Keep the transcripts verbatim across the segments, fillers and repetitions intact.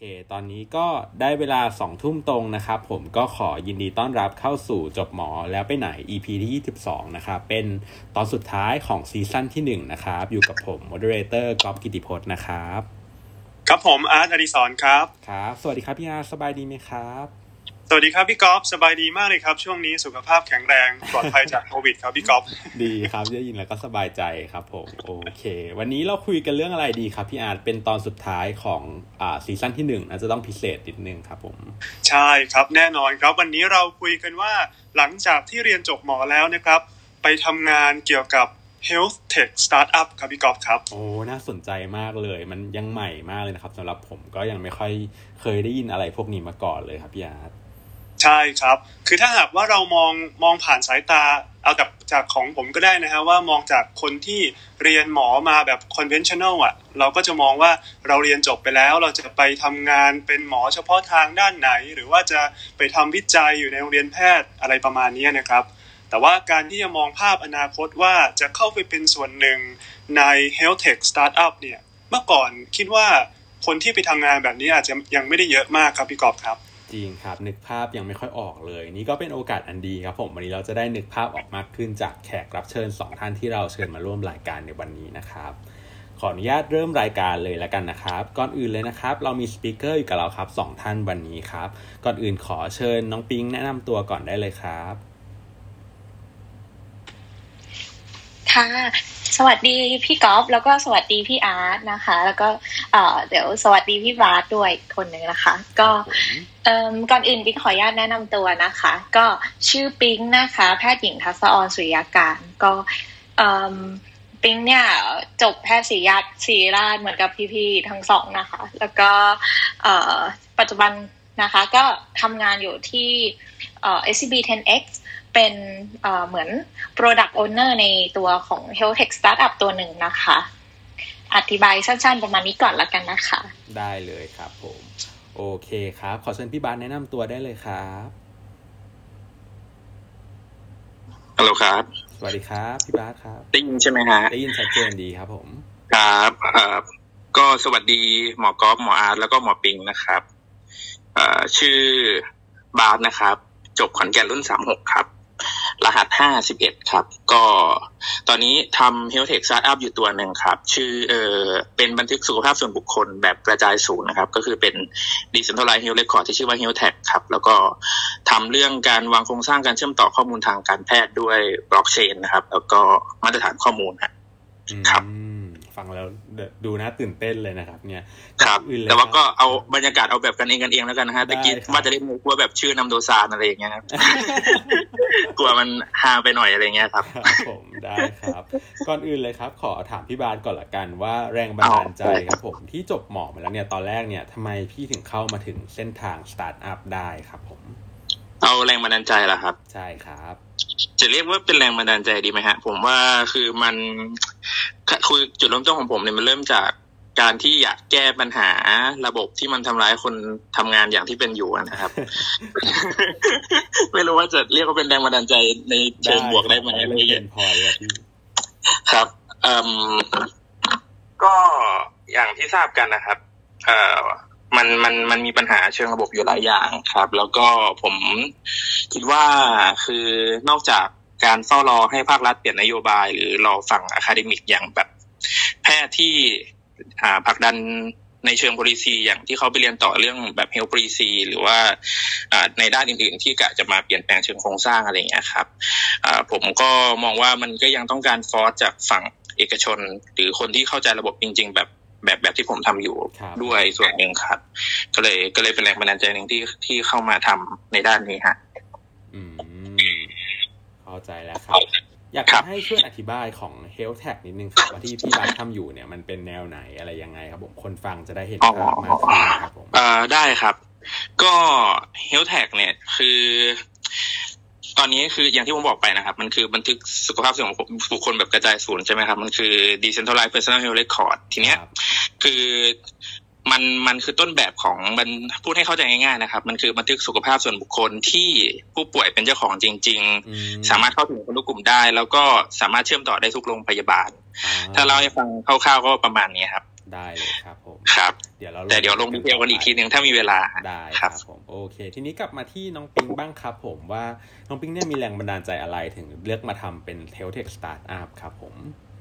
ตอนนี้ก็ได้เวลาสองทุ่มตรงนะครับผมก็ขอยินดีต้อนรับเข้าสู่จบหมอแล้วไปไหน อี พี ที่ยี่สิบสองนะครับเป็นตอนสุดท้ายของซีซั่นที่หนึ่งนะครับอยู่กับผมโมเดเลเตอร์ก๊อฟกิติพจน์นะครับครับผมอาร์ตอดิศรครับครับสวัสดีครับพี่อาร์ตสบายดีไหมครับสวัสดีครับพี่ก๊อฟสบายดีมากเลยครับช่วงนี้สุขภาพแข็งแรงปลอดภัยจากโควิดครับพี่ก๊อฟดีครับได้ยินแล้วก็สบายใจครับผมโอเควันนี้เราคุยกันเรื่องอะไรดีครับพี่อาร์ตเป็นตอนสุดท้ายของอ่าซีซั่นที่หนึ่งน่าจะต้องพิเศษนิดนึงครับผมใช่ครับแน่นอนครับวันนี้เราคุยกันว่าหลังจากที่เรียนจบหมอแล้วนะครับไปทำงานเกี่ยวกับ Health Tech Startup ครับพี่ก๊อฟครับโอ้น่าสนใจมากเลยมันยังใหม่มากเลยนะครับสำหรับผมก็ยังไม่ค่อยเคยได้ยินอะไรพวกนี้มาก่อนเลยครับพี่อาร์ตใช่ครับคือถ้าหากว่าเรามองมองผ่านสายตาเอาจากจากของผมก็ได้นะฮะว่ามองจากคนที่เรียนหมอมาแบบ conventional อ่ะเราก็จะมองว่าเราเรียนจบไปแล้วเราจะไปทำงานเป็นหมอเฉพาะทางด้านไหนหรือว่าจะไปทำวิจัยอยู่ในโรงเรียนแพทย์อะไรประมาณนี้นะครับแต่ว่าการที่จะมองภาพอนาคตว่าจะเข้าไปเป็นส่วนหนึ่งใน Health Tech Startup เนี่ยเมื่อก่อนคิดว่าคนที่ไปทำงานแบบนี้อาจจะยังไม่ได้เยอะมากครับพี่กอบครับจริงครับนึกภาพยังไม่ค่อยออกเลยนี่ก็เป็นโอกาสอันดีครับผมวันนี้เราจะได้นึกภาพออกมากขึ้นจากแขกรับเชิญสองท่านที่เราเชิญมาร่วมรายการในวันนี้นะครับขออนุญาตเริ่มรายการเลยแล้วกันนะครับก่อนอื่นเลยนะครับเรามีสปีกเกอร์อยู่กับเราครับสองท่านวันนี้ครับก่อนอื่นขอเชิญน้องปิงแนะนำตัวก่อนได้เลยครับค่ะสวัสดีพี่กอล์ฟแล้วก็สวัสดีพี่อาร์ตนะคะแล้วก็เอ่อเดี๋ยวสวัสดีพี่บาสด้วยคนหนึ่งนะคะก็เอ่อก่อนอื่นปิ๊งขออนุญาตแนะนำตัวนะคะก็ชื่อปิ๊งนะคะแพทย์หญิงทัศอรสุริยการก็เอ่อปิ๊งเนี่ยจบแพทย์ศิริราชศิริราชเหมือนกับพี่ๆทั้งสองนะคะแล้วก็เอ่อปัจจุบันนะคะก็ทำงานอยู่ที่เอ่อ เอส ซี บี เท็น เอ็กซ์เป็นเอ่อเหมือน Product Owner ในตัวของ Health Tech Startup ตัวหนึ่งนะคะอธิบายสั้นๆประมาณนี้ก่อนละกันนะคะได้เลยครับผมโอเคครับขอเชิญพี่บาสแนะนำตัวได้เลยครับฮัลโหลครับสวัสดีครับพี่บาสครับได้ยินใช่ไหมฮะได้ยินชัดเจนดีครับผมครับเอ่อก็สวัสดีหมอกอล์ฟหมออาร์ตแล้วก็หมอปิงนะครับเอ่อชื่อบาสนะครับจบขอนแก่นรุ่นสามสิบหกครับรหัสห้าสิบเอ็ดครับก็ตอนนี้ทำ Health Tech Startup อยู่ตัวหนึ่งครับชื่อเอ่อเป็นบันทึกสุขภาพส่วนบุคคลแบบกระจายศูนย์นะครับก็คือเป็น Decentralized Health Record ที่ชื่อว่า Health Tech ครับแล้วก็ทำเรื่องการวางโครงสร้างการเชื่อมต่อข้อมูลทางการแพทย์ด้วยบล็อกเชนนะครับแล้วก็มาตรฐานข้อมูลครับฟังแล้วดูน่าตื่นเต้นเลยนะครับเนี่ยครับแต่ว่าก็เอาบรรยากาศเอาแบบกันเองกันเองแล้วกันนะฮะตะกี้ว่าจะได้มุกว่าแบบชื่อนำโดซานอะไรอย่างเงี้ยครับกลัวมันฮาไปหน่อยอะไรเงี้ยครับผมได้ครับก่อนอื่นเลยครับขอถามพี่บาสก่อนละกันว่าแรงบันดาลใจครับผมที่จบหมอมาแล้วเนี่ยตอนแรกเนี่ยทำไมพี่ถึงเข้ามาถึงเส้นทางสตาร์ทอัพได้ครับผมเอาแรงบันดาลใจเหรอครับใช่ครับจะเรียกว่าเป็นแรงบันดาลใจดีไหมฮะผมว่าคือมันคือจุดเริ่มต้นของผมเนี่ยมันเริ่มจากการที่อยากแก้ปัญหาระบบที่มันทำร้ายคนทำงานอย่างที่เป็นอยู่นะครับ ไม่รู้ว่าจะเรียกว่าเป็นแรงบันดาลใจในเชิงบวกได้ไหมอะไรอย่างเงี้ยครับเอ่อก็อย่างที่ทราบกันนะครับเอ่อมันมันมันมีปัญหาเชิงระบบอยู่หลายอย่างครับแล้วก็ผมคิดว่าคือนอกจากการเฝ้ารอให้ภาครัฐเปลี่ยนนโยบายหรือรอฝั่งอะคาเดมิกอย่างแบบแพทย์ที่อ่าผลักดันในเชิง policy อย่างที่เขาไปเรียนต่อเรื่องแบบ health policy หรือว่าอ่าในด้านอื่นๆที่กะจะมาเปลี่ยนแปลงเชิงโครงสร้างอะไรอย่างเงี้ยครับอ่าผมก็มองว่ามันก็ยังต้องการฟอร์สจากฝั่งเอกชนหรือคนที่เข้าใจระบบจริงๆแบบแบบแบบที่ผมทำอยู่ด้วยส่วนหนึ่งครับก็เลยก็เลยเป็นแรงบันดาลใจหนึ่งที่ที่เข้ามาทำในด้านนี้ฮะอืมเข้าใจแล้วครับอยากให้ช่วยอธิบายของ Health Tech นิดนึงครับว่าที่พี่บาสทำอยู่เนี่ยมันเป็นแนวไหนอะไรยังไงครับผมคนฟังจะได้เห็นภาพมากขึ้นครับผมเอ่อได้ครับก็ Health Tech เนี่ยคือตอนนี้คืออย่างที่ผมบอกไปนะครับมันคือบันทึกสุขภาพส่วนบุคคลแบบกระจายศูนย์ใช่ไหมครับมันคือ Decentralized Personal Health Record ทีเนี้ยคือมันมันคือต้นแบบของมันพูดให้เข้าใจง่ายๆนะครับมันคือบันทึกสุขภาพส่วนบุคคลที่ผู้ป่วยเป็นเจ้าของจริงๆสามารถเข้าถึงคนทุกกลุ่มได้แล้วก็สามารถเชื่อมต่อได้ทุกโรงพยาบาลถ้าเล่าให้ฟังคร่าวๆก็ประมาณนี้ครับได้เลยครับผมครับเดี๋ยวเราแต่เดี๋ยวลงดีเทลกันอีกทีนึงถ้ามีเวลาได้ครับผมโอเคทีนี้กลับมาที่น้องปิงบ้างครับผมว่าน้องปิงเนี่ยมีแรงบันดาลใจอะไรถึงเลือกมาทำเป็น Health Tech Startup ครับผม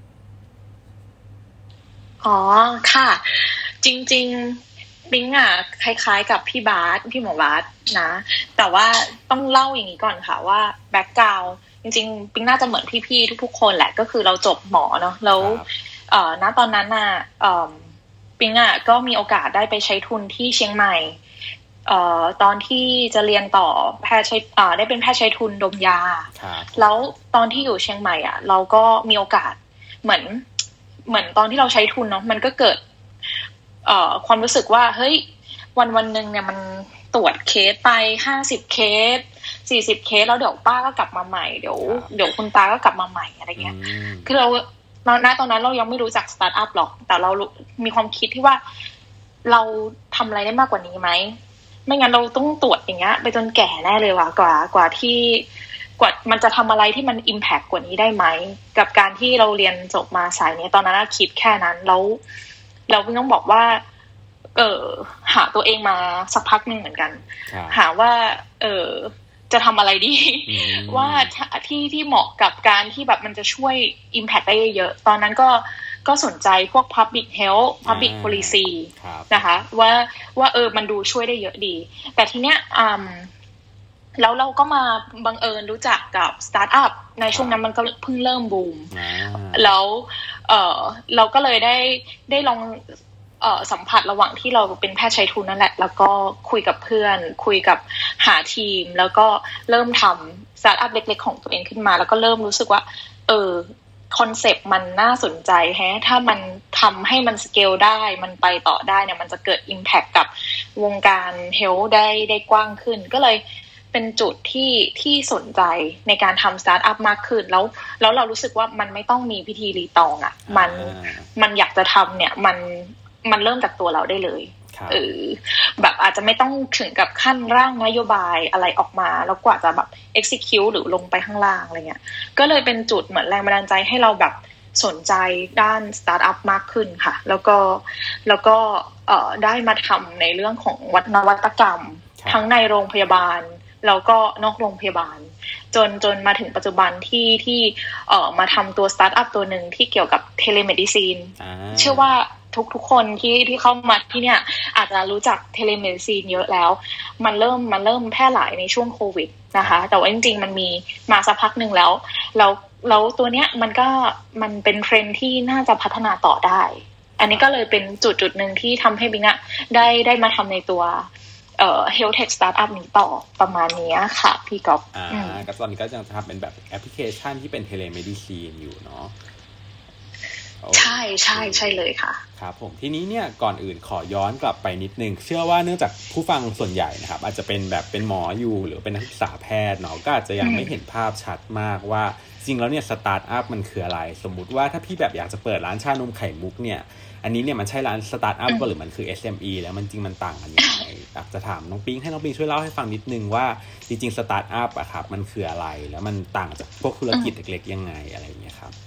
อ๋อค่ะจริงๆปิงอ่ะคล้ายๆกับพี่บาสพี่หมอบาสนะแต่ว่าต้องเล่าอย่างนี้ก่อนค่ะว่าแบ็คกราวด์จริงๆปิงน่าจะเหมือนพี่ๆทุกๆคนแหละก็คือเราจบหมอเนาะแล้วเอ่อณตอนนั้นน่ะเอ่อปิงอ่ะก็มีโอกาสได้ไปใช้ทุนที่เชียงใหม่เอ่อตอนที่จะเรียนต่อแพทย์ใช้อ่าได้เป็นแพทย์ใช้ทุนดมยาแล้วตอนที่อยู่เชียงใหม่อ่ะเราก็มีโอกาสเหมือนเหมือนตอนที่เราใช้ทุนเนาะมันก็เกิดเอ่อความรู้สึกว่าเฮ้ยวันวันนึงเนี่ยมันตรวจเคสไปห้าสิบเคสสี่สิบเคสแล้วเดี๋ยวป้าก็กลับมาใหม่เดี๋ยวเดี๋ยวคุณตาก็กลับมาใหม่อะไรเงี้ยคือเราณตอนนั้นเรายังไม่รู้จักสตาร์ทอัพหรอกแต่เรามีความคิดที่ว่าเราทำอะไรได้มากกว่านี้ไหมไม่งั้นเราต้องตรวจอย่างเงี้ยไปจนแก่แน่เลยว่ะกว่ากว่าที่กว่ามันจะทำอะไรที่มัน impact กว่านี้ได้ไหมกับการที่เราเรียนจบมาสายนี้ตอนนั้นคิดแค่นั้นแล้วเราเพิ่งต้องบอกว่าเออหาตัวเองมาสักพักนึงเหมือนกันหาว่าเออจะทำอะไรดีว่าที่ที่เหมาะกับการที่แบบมันจะช่วย impact ได้เยอะๆตอนนั้นก็ก็สนใจพวก public health public policy นะคะว่าว่าเออมันดูช่วยได้เยอะดีแต่ทีเนี้ยอืมแล้วเราก็มาบังเอิญรู้จักกับสตาร์ทอัพในช่วงนั้นมันก็เพิ่งเริ่มบูมแล้วเออเราก็เลยได้ได้ลองเอ่อสัมผัสระหว่างที่เราเป็นแพทย์ใช้ทุนนั่นแหละแล้วก็คุยกับเพื่อนคุยกับหาทีมแล้วก็เริ่มทำสตาร์ทอัพเล็กๆของตัวเองขึ้นมาแล้วก็เริ่มรู้สึกว่าเออคอนเซปต์มันน่าสนใจแฮะถ้ามันทำให้มันสเกลได้มันไปต่อได้เนี่ยมันจะเกิด impact กับวงการเฮลท์ได้ได้กว้างขึ้นก็เลยเป็นจุดที่ที่สนใจในการทำสตาร์ทอัพมากขึ้นแล้วแล้วเรารู้สึกว่ามันไม่ต้องมีพิธีรีตองอ่ะมันมันอยากจะทำเนี่ยมันมันเริ่มจากตัวเราได้เลยเออแบบอาจจะไม่ต้องถึงกับขั้นร่างนโยบายอะไรออกมาแล้วกว่าจะแบบ execute หรือลงไปข้างล่างอะไรเงี้ยก็เลยเป็นจุดเหมือนแรงบันดาลใจให้เราแบบสนใจด้านสตาร์ทอัพมากขึ้นค่ะแล้วก็แล้วก็เอ่อได้มาทำในเรื่องของนวัตกรรมทั้งในโรงพยาบาลแล้วก็นอกโรงพยาบาลจนจนมาถึงปัจจุบันที่ที่เอ่อมาทำตัวสตาร์ทอัพตัวหนึ่งที่เกี่ยวกับเทเลเมดิซีนเชื่อว่าทุกทุกคนที่ที่เข้ามาที่เนี่ยอาจจะรู้จักเทเลเมดิซีนเยอะแล้วมันเริ่มมันเริ่มแพร่หลายในช่วงโควิดนะคะแต่ว่าจริงๆมันมีมาสักพักหนึ่งแล้วแล้วแล้วตัวเนี้ยมันก็มันเป็นเทรนด์ที่น่าจะพัฒนาต่อได้อันนี้ก็เลยเป็นจุดจุดหนึ่งที่ทำให้บิงอะได้ได้มาทำในตัวเอ่อ Health Tech Startup นี้ต่อประมาณนี้ค่ะพี่ก๊อฟอ่าก็ตอนนี้ก็ยังทำเป็นแบบแอปพลิเคชันที่เป็นเทเลเมดิซีนอยู่เนาะใช่ใช่ใช่เลยค่ะครับผมทีนี้เนี่ยก่อนอื่นขอย้อนกลับไปนิดนึงเชื่อว่าเนื่องจากผู้ฟังส่วนใหญ่นะครับอาจจะเป็นแบบเป็นหมออยู่หรือเป็นนักศึกษาแพทย์เนาะก็อาจจะยังไม่เห็นภาพชัดมากว่าจริงแล้วเนี่ยสตาร์ทอัพมันคืออะไรสมมุติว่าถ้าพี่แบบอยากจะเปิดร้านชานมไข่มุกเนี่ยอันนี้เนี่ยมันใช่ร้านสตาร์ทอัพก็หรือมันคือ เอส เอ็ม อี แล้วมันจริงมันต่างกันยังไงอยากจะถามน้องปิงให้น้องปิงช่วยเล่าให้ฟังนิดนึงว่าจริงๆสตาร์ทอัพอะครับมันคืออะไรแล้วมันต่างจากพวกธุรกิจเล็กๆยังไงอะไรอย่างเงี้ยครับ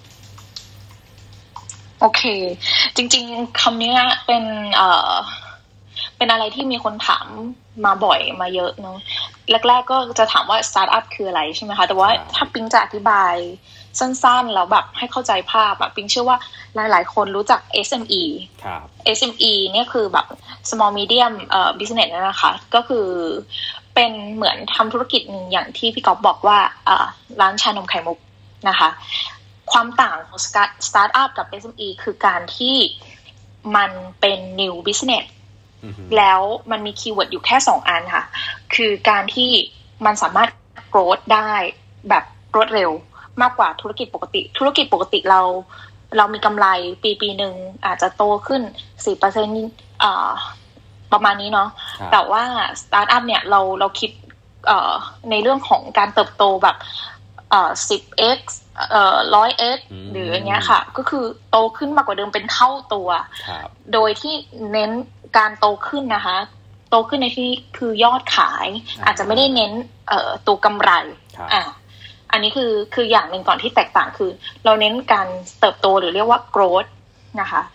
โอเคจริงๆคำนี้เป็นเอ่อเป็นอะไรที่มีคนถามมาบ่อยมาเยอะเนาะแรกๆก็จะถามว่าสตาร์ทอัพคืออะไรใช่ไหมคะแต่ว่าถ้าปิงจะอธิบายสั้นๆแล้วแบบให้เข้าใจภาพอะปิงเชื่อว่าหลายๆคนรู้จัก เอส เอ็ม อีครับเอส เอ็ม อี เนี่ยคือแบบ small medium เอ่อ business นะคะก็คือเป็นเหมือนทำธุรกิจนึงอย่างที่พี่ก๊อฟบอกว่าเอ่อร้านชานมไข่มุกนะคะความต่างของสตาร์ทอัพกับ เอส เอ็ม อี คือการที่มันเป็น new business แล้วมันมีคีย์เวิร์ดอยู่แค่สองอันค่ะคือการที่มันสามารถ growth ได้แบบรวดเร็วมากกว่าธุรกิจปกติธุรกิจปกติเราเรามีกำไรปีปีหนึ่งอาจจะโตขึ้น สี่เปอร์เซ็นต์ อ่าประมาณนี้เนาะแต่ว่าสตาร์ทอัพเนี่ยเราเราคิดเอ่อในเรื่องของการเติบโตแบบเอ่อ สิบ เอ็กซ์ เอ่อ หนึ่งร้อย เอ็กซ์ หรืออย่างเงี้ยค่ะก็คือโตขึ้นมากกว่าเดิมเป็นเท่าตัวโดยที่เน้นการโตขึ้นนะคะโตขึ้นในที่คือยอดขายอาจจะไม่ได้เน้นเอ่อตัวกำไรอ่ะอันนี้คือคืออย่างหนึ่งก่อนที่แตกต่างคือเราเน้นการเติบโตหรือเรียกว่า growth นะคะ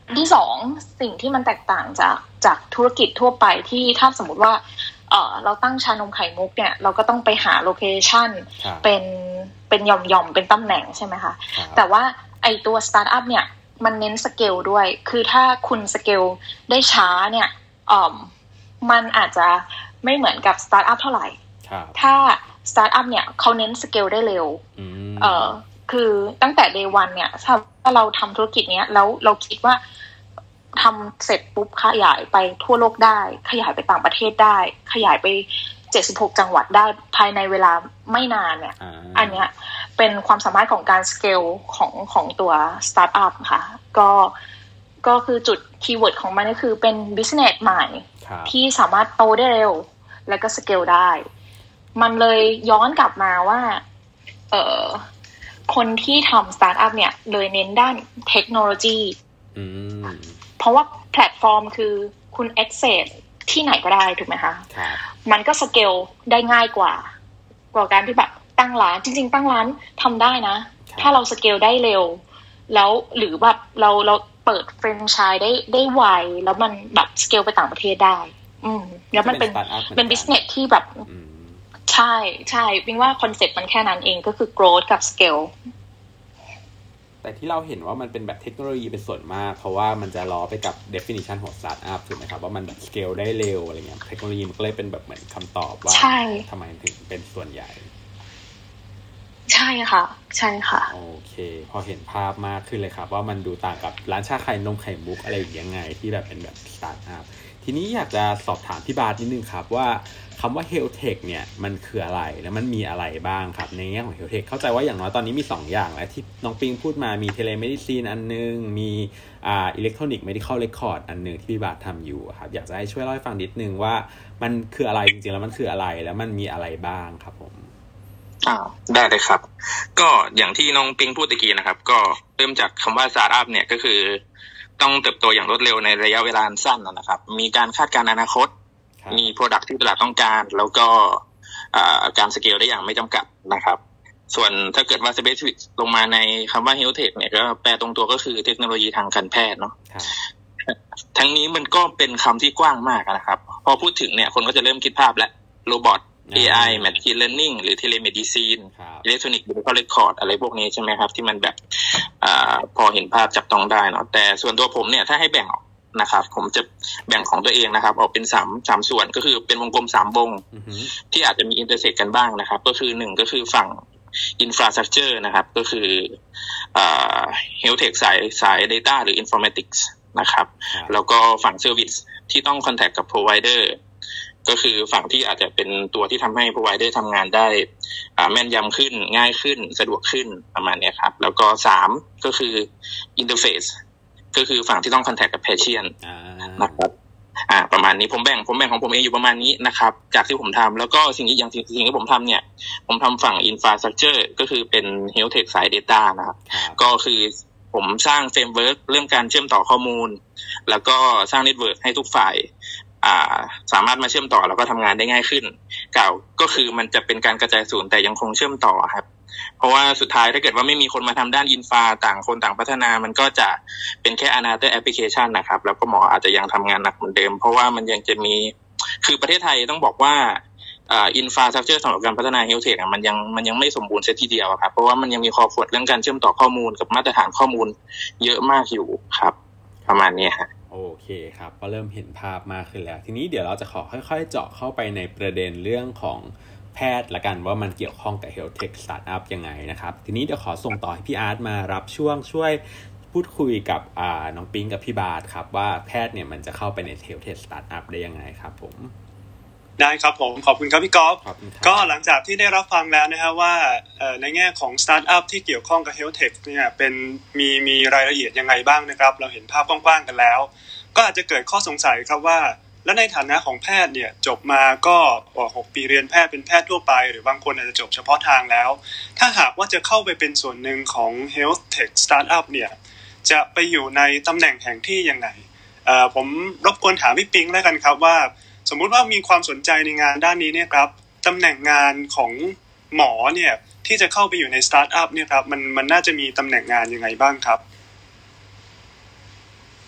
ที่สองสิ่งที่มันแตกต่างจากจากธุรกิจทั่วไปที่ถ้าสมมติว่าเออเราตั้งชานมไข่มุกเนี่ยเราก็ต้องไปหาโลเคชั่นเป็นเป็นหย่อมๆเป็นตำแหน่งใช่ไหมคะแต่ว่าไอตัวสตาร์ทอัพเนี่ยมันเน้นสเกลด้วยคือถ้าคุณสเกลได้ช้าเนี่ยอ่อมันอาจจะไม่เหมือนกับสตาร์ทอัพเท่าไหร่ถ้าสตาร์ทอัพเนี่ยเขาเน้นสเกลได้เร็วเออคือตั้งแต่ day one เนี่ยถ้าเราทำธุรกิจเนี้ยแล้วเราคิดว่าทำเสร็จปุ๊บขยายไปทั่วโลกได้ขยายไปต่างประเทศได้ขยายไปเจ็ดสิบหกจังหวัดได้ภายในเวลาไม่นานเนี่ยอันเนี้ยเป็นความสามารถของการสเกลของของตัวสตาร์ทอัพค่ะก็ก็คือจุดคีย์เวิร์ดของมันก็คือเป็น business ใหม่ที่สามารถโตได้เร็วแล้วก็สเกลได้มันเลยย้อนกลับมาว่าเอ่อคนที่ทำสตาร์ทอัพเนี่ยเลยเน้นด้านเทคโนโลยีเพราะว่าแพลตฟอร์มคือคุณ access ที่ไหนก็ได้ถูกไหมคะมันก็สเกลได้ง่ายกว่ากว่าการที่แบบตั้งร้านจริงๆตั้งร้านทำได้นะถ้าเราสเกลได้เร็วแล้วหรือแบบเราเราเปิดแฟรนไชส์ได้ได้ไวแล้วมันแบบสเกลไปต่างประเทศได้อืมแล้วมันเป็นเป็นบิสเนสที่แบบใช่ใช่วิงว่าคอนเซ็ปต์มันแค่นั้นเองก็คือ growth กับ scale แต่ที่เราเห็นว่ามันเป็นแบบเทคโนโลยีเป็นส่วนมากเพราะว่ามันจะล้อไปกับ definition ของ startup ถูกไหมครับว่ามันแบบ scale ได้เร็วอะไรเงี้ยเทคโนโลยีมันก็เลยเป็นแบบเหมือนคำตอบว่าทำไมถึงเป็นส่วนใหญ่ใช่ค่ะใช่ค่ะโอเคพอเห็นภาพมากขึ้นเลยครับว่ามันดูต่างกับร้านชาไข่นมไข่มุกอะไรอย่างไงที่แบบเป็นแบบ startup ทีนี้อยากจะสอบถามพี่บาสนิดนึงครับว่าคำว่า health tech เนี่ยมันคืออะไรแล้วมันมีอะไรบ้างครับในแง่ของ health tech เข้าใจว่าอย่างน้อยตอนนี้มีสองอย่างแล้วที่น้องปิงพูดมามี telemedicine อันนึงมีอ่า electronic medical record อันนึงที่พี่บาสทำอยู่ครับอยากจะให้ช่วยเล่าให้ฟังนิดนึงว่ามันคืออะไรจริงๆแล้วมันคืออะไรแล้วมันมีอะไรบ้างครับผมอ่าได้เลยครับก็อย่างที่น้องปิงพูดตะกี้นะครับก็เริ่มจากคำว่า startup เนี่ยก็คือต้องเติบโตอย่างรวดเร็วในระยะเวลาสั้นนะครับมีการคาดการณ์อนาคตมี product ที่ตลาดต้องการแล้วก็การสเกลได้อย่างไม่จำกัดนะครับส่วนถ้าเกิดว่า specific ลงมาในคำว่า health tech เนี่ยก็แปลตรงตัวก็คือเทคโนโลยีทางการแพทย์เนาะทั้งนี้มันก็เป็นคำที่กว้างมากนะครับพอพูดถึงเนี่ยคนก็จะเริ่มคิดภาพแล้วโรบอท เอ ไอ Machine Learning หรือ Telemedicine Electronic Medical Record อะไรพวกนี้ใช่ไหมครับที่มันแบบอ่าพอเห็นภาพจับต้องได้เนาะแต่ส่วนตัวผมเนี่ยถ้าให้แบ่งออกนะครับผมจะแบ่งของตัวเองนะครับออกเป็นสาม สามส่วนก็คือเป็นวงกลมสามวง mm-hmm. ที่อาจจะมีอินเตอร์เซกกันบ้างนะครับก็คือหนึ่งก็คือฝั่ง infrastructure นะครับก็คืออ่า health tech สายสาย data หรือ informatics นะครับ mm-hmm. แล้วก็ฝั่ง service ที่ต้อง contact กับ provider ก็คือฝั่งที่อาจจะเป็นตัวที่ทำให้ provider ทำงานได้อ่าแม่นยำขึ้นง่ายขึ้นสะดวกขึ้นประมาณนี้ครับแล้วก็สามก็คือ interfaceก็คือฝั่งที่ต้องคอนแทคกับ patient นะครับอ่าประมาณนี้ผมแบ่งผมแบ่งของผมเองอยู่ประมาณนี้นะครับจากที่ผมทำแล้วก็สิ่งที่อย่างสิ่งที่ผมทำเนี่ยผมทำฝั่ง infrastructure ก็คือเป็น health tech สาย data นะครับก็คือผมสร้างเฟรมเวิร์กเรื่องการเชื่อมต่อข้อมูลแล้วก็สร้างเน็ตเวิร์กให้ทุกฝ่ายอ่าสามารถมาเชื่อมต่อแล้วก็ทำงานได้ง่ายขึ้นกล่าวก็คือมันจะเป็นการกระจายศูนย์แต่ยังคงเชื่อมต่อครับเพราะว่าสุดท้ายถ้าเกิดว่าไม่มีคนมาทำด้านอินฟาต่างคนต่างพัฒนามันก็จะเป็นแค่ another application นะครับแล้วก็หมออาจจะยังทำงานหนักเหมือนเดิมเพราะว่ามันยังจะมีคือประเทศไทยต้องบอกว่าอ่า infrastructure สำหรับการพัฒนา health tech มันยังมันยังไม่สมบูรณ์เสียทีเดียวครับเพราะว่ามันยังมีข้อขวดเรื่องการเชื่อมต่อข้อมูลกับมาตรฐานข้อมูลเยอะมากอยู่ครับประมาณนี้ครับโอเคครับก็เริ่มเห็นภาพมากขึ้นแล้วทีนี้เดี๋ยวเราจะขอค่อยๆเจาะเข้าไปในประเด็นเรื่องของแพทย์ละกันว่ามันเกี่ยวข้องกับ Health Tech Startup ยังไงนะครับทีนี้เดี๋ยวขอส่งต่อให้พี่อาร์ตมารับช่วงช่วยพูดคุยกับอ่าน้องปิงกับพี่บาสครับว่าแพทย์เนี่ยมันจะเข้าไปใน Health Tech Startup ได้ยังไงครับผมได้ครับผมขอบคุณครับพี่ก๊อฟก็หลังจากที่ได้รับฟังแล้วนะครับว่าในแง่ของสตาร์ทอัพที่เกี่ยวข้องกับ Health Tech เนี่ยเป็นมีมีรายละเอียดยังไงบ้างนะครับเราเห็นภาพกว้างๆกันแล้วก็อาจจะเกิดข้อสงสัยครับว่าแล้วในฐานะของแพทย์เนี่ยจบมาก็หกปีเรียนแพทย์เป็นแพทย์ทั่วไปหรือบางคนอาจจะจบเฉพาะทางแล้วถ้าหากว่าจะเข้าไปเป็นส่วนหนึ่งของ Health Tech Startup เนี่ยจะไปอยู่ในตำแหน่งแห่งที่ยังไงเอ่อผมรบกวนถามพี่ปิงแล้วกันครับว่าสมมุติว่ามีความสนใจในงานด้านนี้เนี่ยครับตำแหน่งงานของหมอเนี่ยที่จะเข้าไปอยู่ในสตาร์ทอัพเนี่ยครับมันมันน่าจะมีตำแหน่งงานยังไงบ้างครับ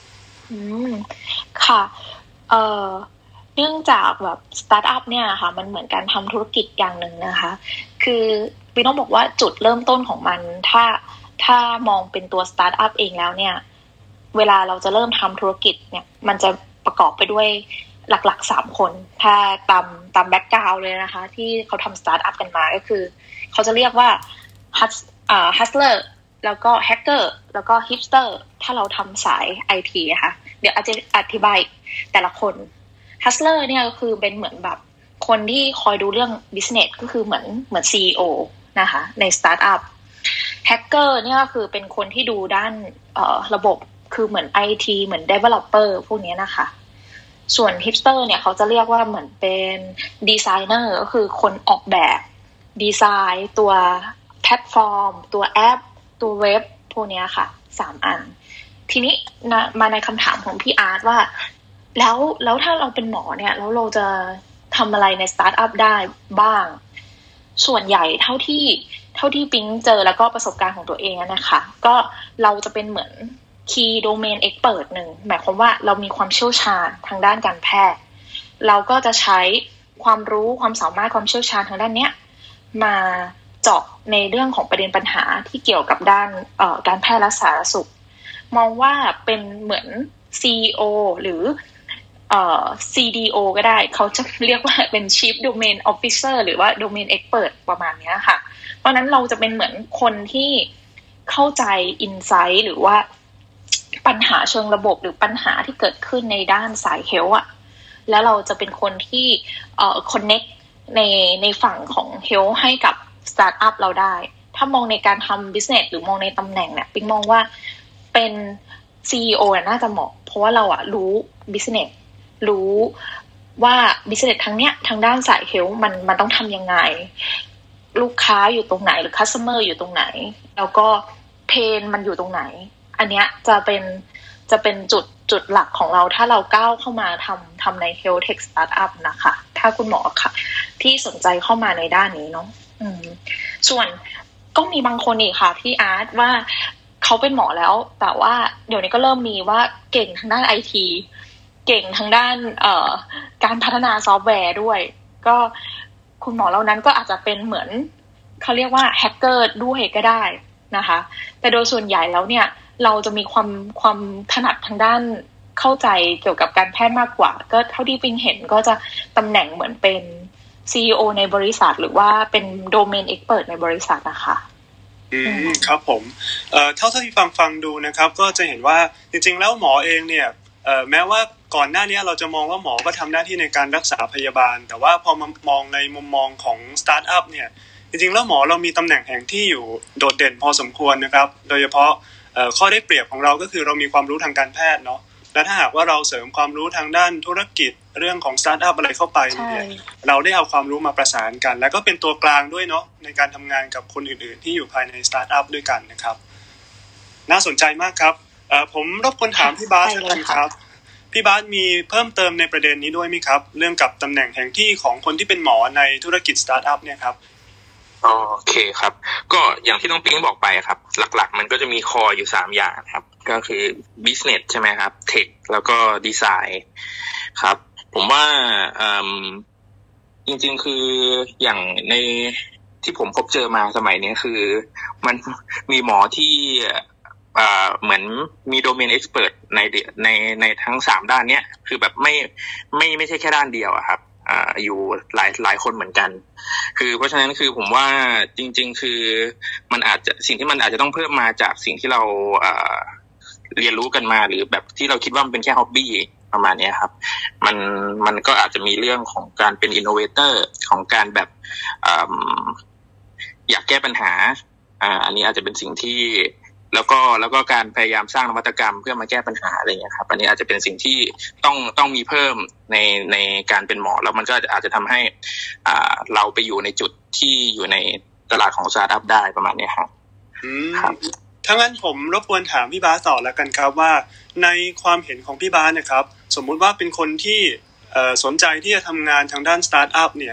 อืมค่ะเอ่อเนื่องจากแบบสตาร์ทอัพเนี่ยค่ะมันเหมือนการทำธุรกิจอย่างหนึ่งนะคะคือพี่ต้องบอกว่าจุดเริ่มต้นของมันถ้าถ้ามองเป็นตัวสตาร์ทอัพเองแล้วเนี่ยเวลาเราจะเริ่มทำธุรกิจเนี่ยมันจะประกอบไปด้วยหลักๆสามคนถ้าตามตามแบ็คกราวด์เลยนะคะที่เขาทำสตาร์ทอัพกันมาก็คือเขาจะเรียกว่าฮัสอ่าฮัสเลอร์แล้วก็แฮกเกอร์แล้วก็ฮิปสเตอร์ถ้าเราทำสาย ไอ ที นะคะเดี๋ยวอาจจะอธิบายแต่ละคนฮัสเลอร์เนี่ยก็คือเป็นเหมือนแบบคนที่คอยดูเรื่อง business ก็คือเหมือนเหมือน ซี อี โอ นะคะในสตาร์ทอัพแฮกเกอร์เนี่ยก็คือเป็นคนที่ดูด้านเอ่อระบบคือเหมือน ไอ ที เหมือน developer พวกนี้นะคะส่วนฮิปสเตอร์เนี่ยเขาจะเรียกว่าเหมือนเป็นดีไซเนอร์ก็คือคนออกแบบดีไซน์ตัวแพลตฟอร์มตัวแอปตัวเว็บพวกนี้ค่ะสามอันทีนี้นะมาในคำถามของพี่อาร์ตว่าแล้วแล้วถ้าเราเป็นหมอเนี่ยแล้วเราจะทำอะไรในสตาร์ทอัพได้บ้างส่วนใหญ่เท่าที่เท่าที่ปิ๊งเจอแล้วก็ประสบการณ์ของตัวเองนะคะก็เราจะเป็นเหมือน key domain expert หนึ่งหมายความว่าเรามีความเชี่ยวชาญทางด้านการแพทย์เราก็จะใช้ความรู้ความสามารถความเชี่ยวชาญทางด้านเนี้ยมาเจาะในเรื่องของประเด็นปัญหาที่เกี่ยวกับด้านเอ่อการแพทย์และสาธารณสุขมองว่าเป็นเหมือน ซี อี โอ หรือเอ่อ ซี ดี โอ ก็ได้เขาจะเรียกว่าเป็น Chief Domain Officer หรือว่า Domain Expert ประมาณนี้ค่ะเพราะนั้นเราจะเป็นเหมือนคนที่เข้าใจ insight หรือว่าปัญหาเชิงระบบหรือปัญหาที่เกิดขึ้นในด้านสาย health อ่ะแล้วเราจะเป็นคนที่เอ่อ connect ในในฝั่งของ health ให้กับสตาร์ทอัพเราได้ถ้ามองในการทำ business หรือมองในตำแหน่งเนี่ยปิ๊งมองว่าเป็น ซี อี โอ น่าจะเหมาะเพราะว่าเราอะรู้ business รู้ว่า business ทั้งเนี้ยทางด้านสาย health มันมันต้องทำยังไงลูกค้าอยู่ตรงไหนหรือ customer อยู่ตรงไหนแล้วก็ pain มันอยู่ตรงไหนอันเนี้ยจะเป็นจะเป็นจุดจุดหลักของเราถ้าเราก้าวเข้ามาทำทำใน health tech startup นะคะถ้าคุณหมอค่ะที่สนใจเข้ามาในด้านนี้เนาะอืมส่วนก็มีบางคนอีกค่ะพี่อาร์ตว่าเขาเป็นหมอแล้วแต่ว่าเดี๋ยวนี้ก็เริ่มมีว่าเก่งทางด้าน ไอ ที เก่งทางด้านเอ่อการพัฒนาซอฟต์แวร์ด้วยก็คุณหมอเหล่านั้นก็อาจจะเป็นเหมือนเขาเรียกว่าแฮกเกอร์ด้วยก็ได้นะคะแต่โดยส่วนใหญ่แล้วเนี่ยเราจะมีความความถนัดทางด้านเข้าใจเกี่ยวกับการแพทย์มากกว่าก็เท่าที่ปิ๊งเห็นก็จะตำแหน่งเหมือนเป็น ซี อี โอ ในบริษัทหรือว่าเป็น Domain Expert ในบริษัทนะคะอืมครับผมเอ่อเท่าที่ฟังฟังดูนะครับก็จะเห็นว่าจริงๆแล้วหมอเองเนี่ยเอ่อแม้ว่าก่อนหน้านี้เราจะมองว่าหมอก็ทำหน้าที่ในการรักษาพยาบาลแต่ว่าพอมามองในมุมมองของสตาร์ทอัพเนี่ยจริงๆแล้วหมอเรามีตำแหน่งแห่งที่อยู่โดดเด่นพอสมควรนะครับโดยเฉพาะเอ่อข้อได้เปรียบของเราก็คือเรามีความรู้ทางการแพทย์เนาะและถ้าหากว่าเราเสริมความรู้ทางด้านธุรกิจเรื่องของสตาร์ทอัพอะไรเข้าไปเนี่ยเราได้เอาความรู้มาประสานกันแล้วก็เป็นตัวกลางด้วยเนาะในการทำงานกับคนอื่นๆที่อยู่ภายในสตาร์ทอัพด้วยกันนะครับน่าสนใจมากครับเอ่อผมรบกวนถามพี่บาสกันครับพี่บาสมีเพิ่มเติมในประเด็นนี้ด้วยไหมครับเรื่องกับตำแหน่งแห่งที่ของคนที่เป็นหมอในธุรกิจสตาร์ทอัพเนี่ยครับโอเคครับก็อย่างที่น้องปิ๊งบอกไปครับหลักๆมันก็จะมีคออยู่สามอย่างครับก็คือ business ใช่ไหมครับ tech แล้วก็ design ครับผมว่าจริงๆคืออย่างในที่ผมพบเจอมาสมัยนี้คือมันมีหมอที่เหมือนมีโดเมนเอ็กซ์เพิร์ทในในในทั้งสามด้านเนี้ยคือแบบไม่ไม่ไม่ใช่แค่ด้านเดียวอะครับอ่าอยู่หลายหลายคนเหมือนกันคือเพราะฉะนั้นคือผมว่าจริงๆคือมันอาจจะสิ่งที่มันอาจจะต้องเพิ่มมาจากสิ่งที่เราอ่าเรียนรู้กันมาหรือแบบที่เราคิดว่ามันเป็นแค่ฮ็อบบี้ประมาณนี้ครับมันมันก็อาจจะมีเรื่องของการเป็นอินโนเวเตอร์ของการแบบอ่าอยากแก้ปัญหาอ่าอันนี้อาจจะเป็นสิ่งที่แล้วก็แล้วก็การพยายามสร้างนวัตกรรมเพื่อมาแก้ปัญหาอะไรอย่างเงี้ยครับอันนี้อาจจะเป็นสิ่งที่ต้องต้องมีเพิ่มในในการเป็นหมอแล้วมันก็อาจจะทำให้อ่าเราไปอยู่ในจุดที่อยู่ในตลาดของสตาร์ทอัพได้ประมาณนี้ครับอืมถ้างั้นผมรบกวนถามพี่บาสต่อแล้วกันครับว่าในความเห็นของพี่บาสนะครับสมมุติว่าเป็นคนที่เอ่อสนใจที่จะทำงานทางด้านสตาร์ทอัพเนี่ย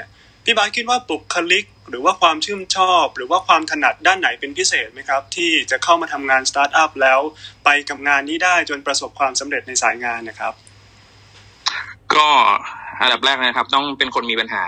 พี่บาสคิดว่าบุคลิกหรือว่าความชื่นชอบหรือว่าความถนัดด้านไหนเป็นพิเศษไหมครับที่จะเข้ามาทำงานสตาร์ทอัพแล้วไปกับงานนี้ได้จนประสบความสำเร็จในสายงานนะครับก็อันดับแรกนะครับต้องเป็นคนมีปัญหา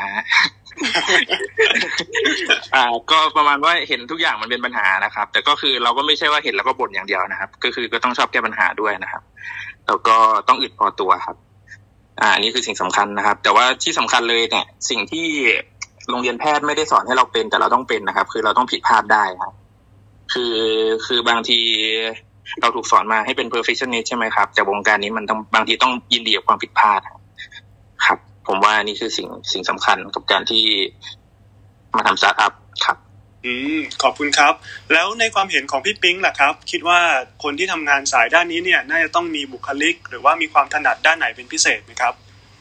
อ่าก็ประมาณว่าเห็นทุกอย่างมันเป็นปัญหานะครับแต่ก็คือเราก็ไม่ใช่ว่าเห็นแล้วก็บ่นอย่างเดียวนะครับก็คือก็ต้องชอบแก้ปัญหาด้วยนะครับแล้วก็ต้องอึดพอตัวครับอ่านี่คือสิ่งสำคัญนะครับแต่ว่าที่สำคัญเลยเนี่ยสิ่งที่โรงเรียนแพทย์ไม่ได้สอนให้เราเป็นแต่เราต้องเป็นนะครับคือเราต้องผิดพลาดได้ครับคือคือบางทีเราถูกสอนมาให้เป็น perfectionist ใช่ไหมครับแต่วงการนี้มันต้องบางทีต้องยินดีกับความผิดพลาดครับผมว่านี่คือสิ่งสิ่งสำคัญกับการที่มาทำสตาร์ทอัพครับอืมขอบคุณครับแล้วในความเห็นของพี่ปิ๊งล่ะครับคิดว่าคนที่ทำงานสายด้านนี้เนี่ยน่าจะต้องมีบุคลิกหรือว่ามีความถนัดด้านไหนเป็นพิเศษไหมครับ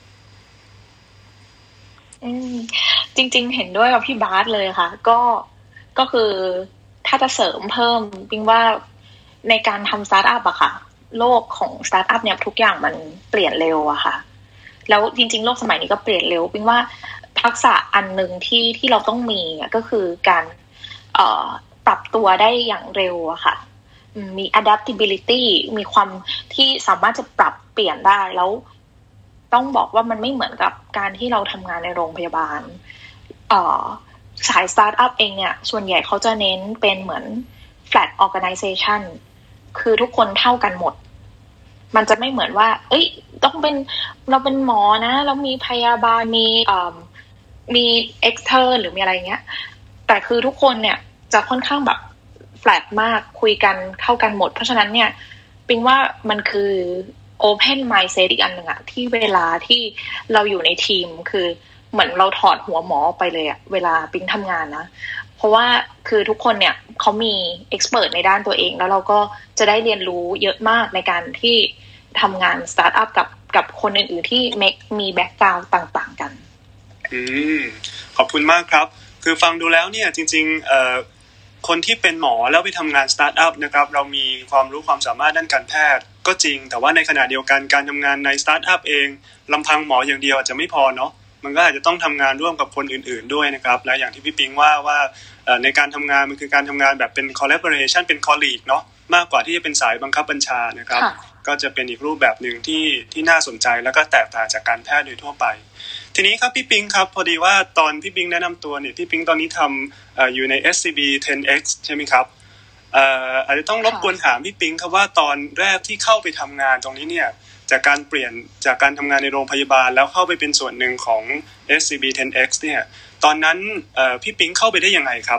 อืมจริงๆเห็นด้วยกับพี่บาสเลยค่ะก็ก็คือถ้าจะเสริมเพิ่มปิ๊งว่าในการทำสตาร์ทอัพอะค่ะโลกของสตาร์ทอัพเนี่ยทุกอย่างมันเปลี่ยนเร็วอะค่ะแล้วจริงๆโลกสมัยนี้ก็เปลี่ยนเร็วปิ๊งว่าทักษะอันนึงที่ที่เราต้องมีก็คือการเอ่อปรับตัวได้อย่างเร็วอะค่ะมี adaptability มีความที่สามารถจะปรับเปลี่ยนได้แล้วต้องบอกว่ามันไม่เหมือนกับการที่เราทำงานในโรงพยาบาลเอ่อสายสตาร์ทอัพเองเนี่ยส่วนใหญ่เขาจะเน้นเป็นเหมือน flat organization คือทุกคนเท่ากันหมดมันจะไม่เหมือนว่าเอ้ยต้องเป็นเราเป็นหมอนะแล้วมีพยาบาลมีเอ่อมี extern หรือมีอะไรเงี้ยแต่คือทุกคนเนี่ยจะค่อนข้างแบบ flat มากคุยกันเข้ากันหมดเพราะฉะนั้นเนี่ยปิ๊งว่ามันคือ open mindset อีกอันหนึ่งอะที่เวลาที่เราอยู่ในทีมคือเหมือนเราถอดหัวหมอไปเลยอะเวลาปิ๊งทำงานนะเพราะว่าคือทุกคนเนี่ยเขามี expert ในด้านตัวเองแล้วเราก็จะได้เรียนรู้เยอะมากในการที่ทำงานสตาร์ทอัพกับกับคนอื่นๆที่มีแบ็คกราวด์ต่างๆกันอืมขอบคุณมากครับคือฟังดูแล้วเนี่ยจริงๆเอ่อคนที่เป็นหมอแล้วไปทำงานสตาร์ทอัพนะครับเรามีความรู้ความสามารถด้านการแพทย์ก็จริงแต่ว่าในขณะเดียวกันการทำงานในสตาร์ทอัพเองลำพังหมออย่างเดียวอาจจะไม่พอเนาะมันก็อาจจะต้องทำงานร่วมกับคนอื่นๆด้วยนะครับและอย่างที่พี่ปิ๊งว่าว่าในการทำงานมันคือการทำงานแบบเป็น collaboration เป็น colleague เนาะมากกว่าที่จะเป็นสายบังคับบัญชานะครับก็จะเป็นอีกรูปแบบหนึ่งที่ที่น่าสนใจแล้วก็แตกต่างจากการแพทย์โดยทั่วไปทีนี้ครับพี่ปิ๊งครับพอดีว่าตอนพี่ปิ๊งแนะนำตัวเนี่ยพี่ปิ๊งตอนนี้ทำ อ, อยู่ใน เอส ซี บี เท็น เอ็กซ์ ใช่ไหมครับเอ่ออาจจะต้องรบกวนถามพี่ปิ๊งครับว่าตอนแรกที่เข้าไปทำงานตรงนี้เนี่ยจากการเปลี่ยนจากการทำงานในโรงพยาบาลแล้วเข้าไปเป็นส่วนหนึ่งของ เอส ซี บี เท็น เอ็กซ์ เนี่ยตอนนั้นเอ่อพี่ปิ๊งเข้าไปได้ยังไงครับ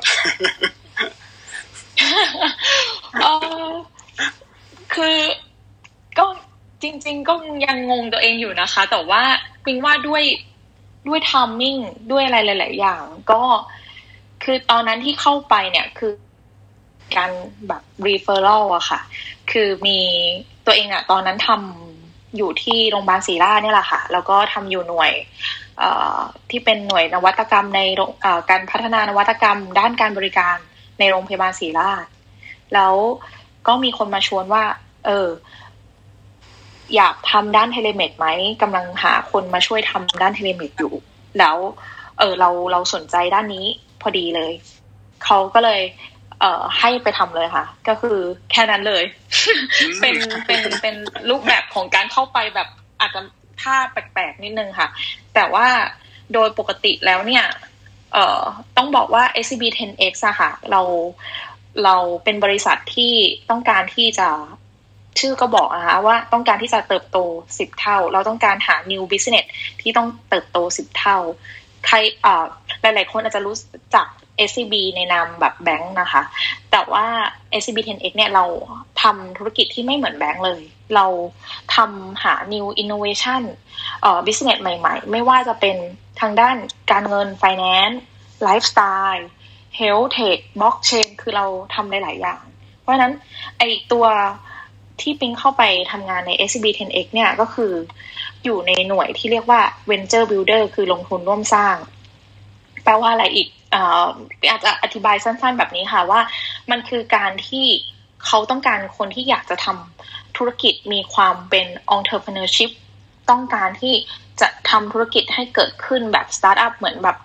เออคือก็จริงๆก็ยังงงตัวเองอยู่นะคะแต่ว่าปิ๊งว่าด้วยด้วยไทมิ่งด้วยอะไรหลายๆอย่างก็คือตอนนั้นที่เข้าไปเนี่ยคือการแบบ referral อะค่ะคือมีตัวเองอะตอนนั้นทำอยู่ที่โรงพยาบาลศรีราชเนี่ยแหละค่ะแล้วก็ทำอยู่หน่วยที่เป็นหน่วยนวัตกรรมในการพัฒนานวัตกรรมด้านการบริการในโรงพยาบาลศรีราชแล้วก็มีคนมาชวนว่าเอออยากทำด้านเทเลเมดไหมกำลังหาคนมาช่วยทำด้านเทเลเมดอยู่แล้วเออเราเราสนใจด้านนี้พอดีเลยเขาก็เลยเอ่อให้ไปทำเลยค่ะก็คือแค่นั้นเลย เป็นเป็นเป็นรูปแบบของการเข้าไปแบบอาจจะท่าแปลกๆนิดนึงค่ะแต่ว่าโดยปกติแล้วเนี่ยเอ่อต้องบอกว่า เอส ซี บี เท็น เอ็กซ์ อะค่ะเราเราเป็นบริษัทที่ต้องการที่จะชื่อก็บอกนะคะว่าต้องการที่จะเติบโตสิบเท่าเราต้องการหา new business ที่ต้องเติบโตสิบเท่าใครเอ่อหลายๆคนอาจจะรู้จัก เอส ซี บี ในนามแบบแบงค์นะคะแต่ว่า เอส ซี บี เท็น เอ็กซ์ เนี่ยเราทำธุรกิจที่ไม่เหมือนแบงค์เลยเราทำหา new innovation เอ่อ business ใหม่ๆไม่ว่าจะเป็นทางด้านการเงิน finance lifestyle health tech blockchain คือเราทำหลายๆอย่างเพราะฉะนั้นไอตัวที่ปิ๊งเข้าไปทำงานใน เอส ซี บี เท็น เอ็กซ์ เนี่ยก็คืออยู่ในหน่วยที่เรียกว่า Venture Builder คือลงทุนร่วมสร้างแปลว่าอะไรอีกอ่าอาจจะอธิบายสั้นๆแบบนี้ค่ะว่ามันคือการที่เขาต้องการคนที่อยากจะทำธุรกิจมีความเป็น entrepreneurship ต้องการที่จะทำธุรกิจให้เกิดขึ้นแบบสตาร์ทอัพเหมือนแบบอยาก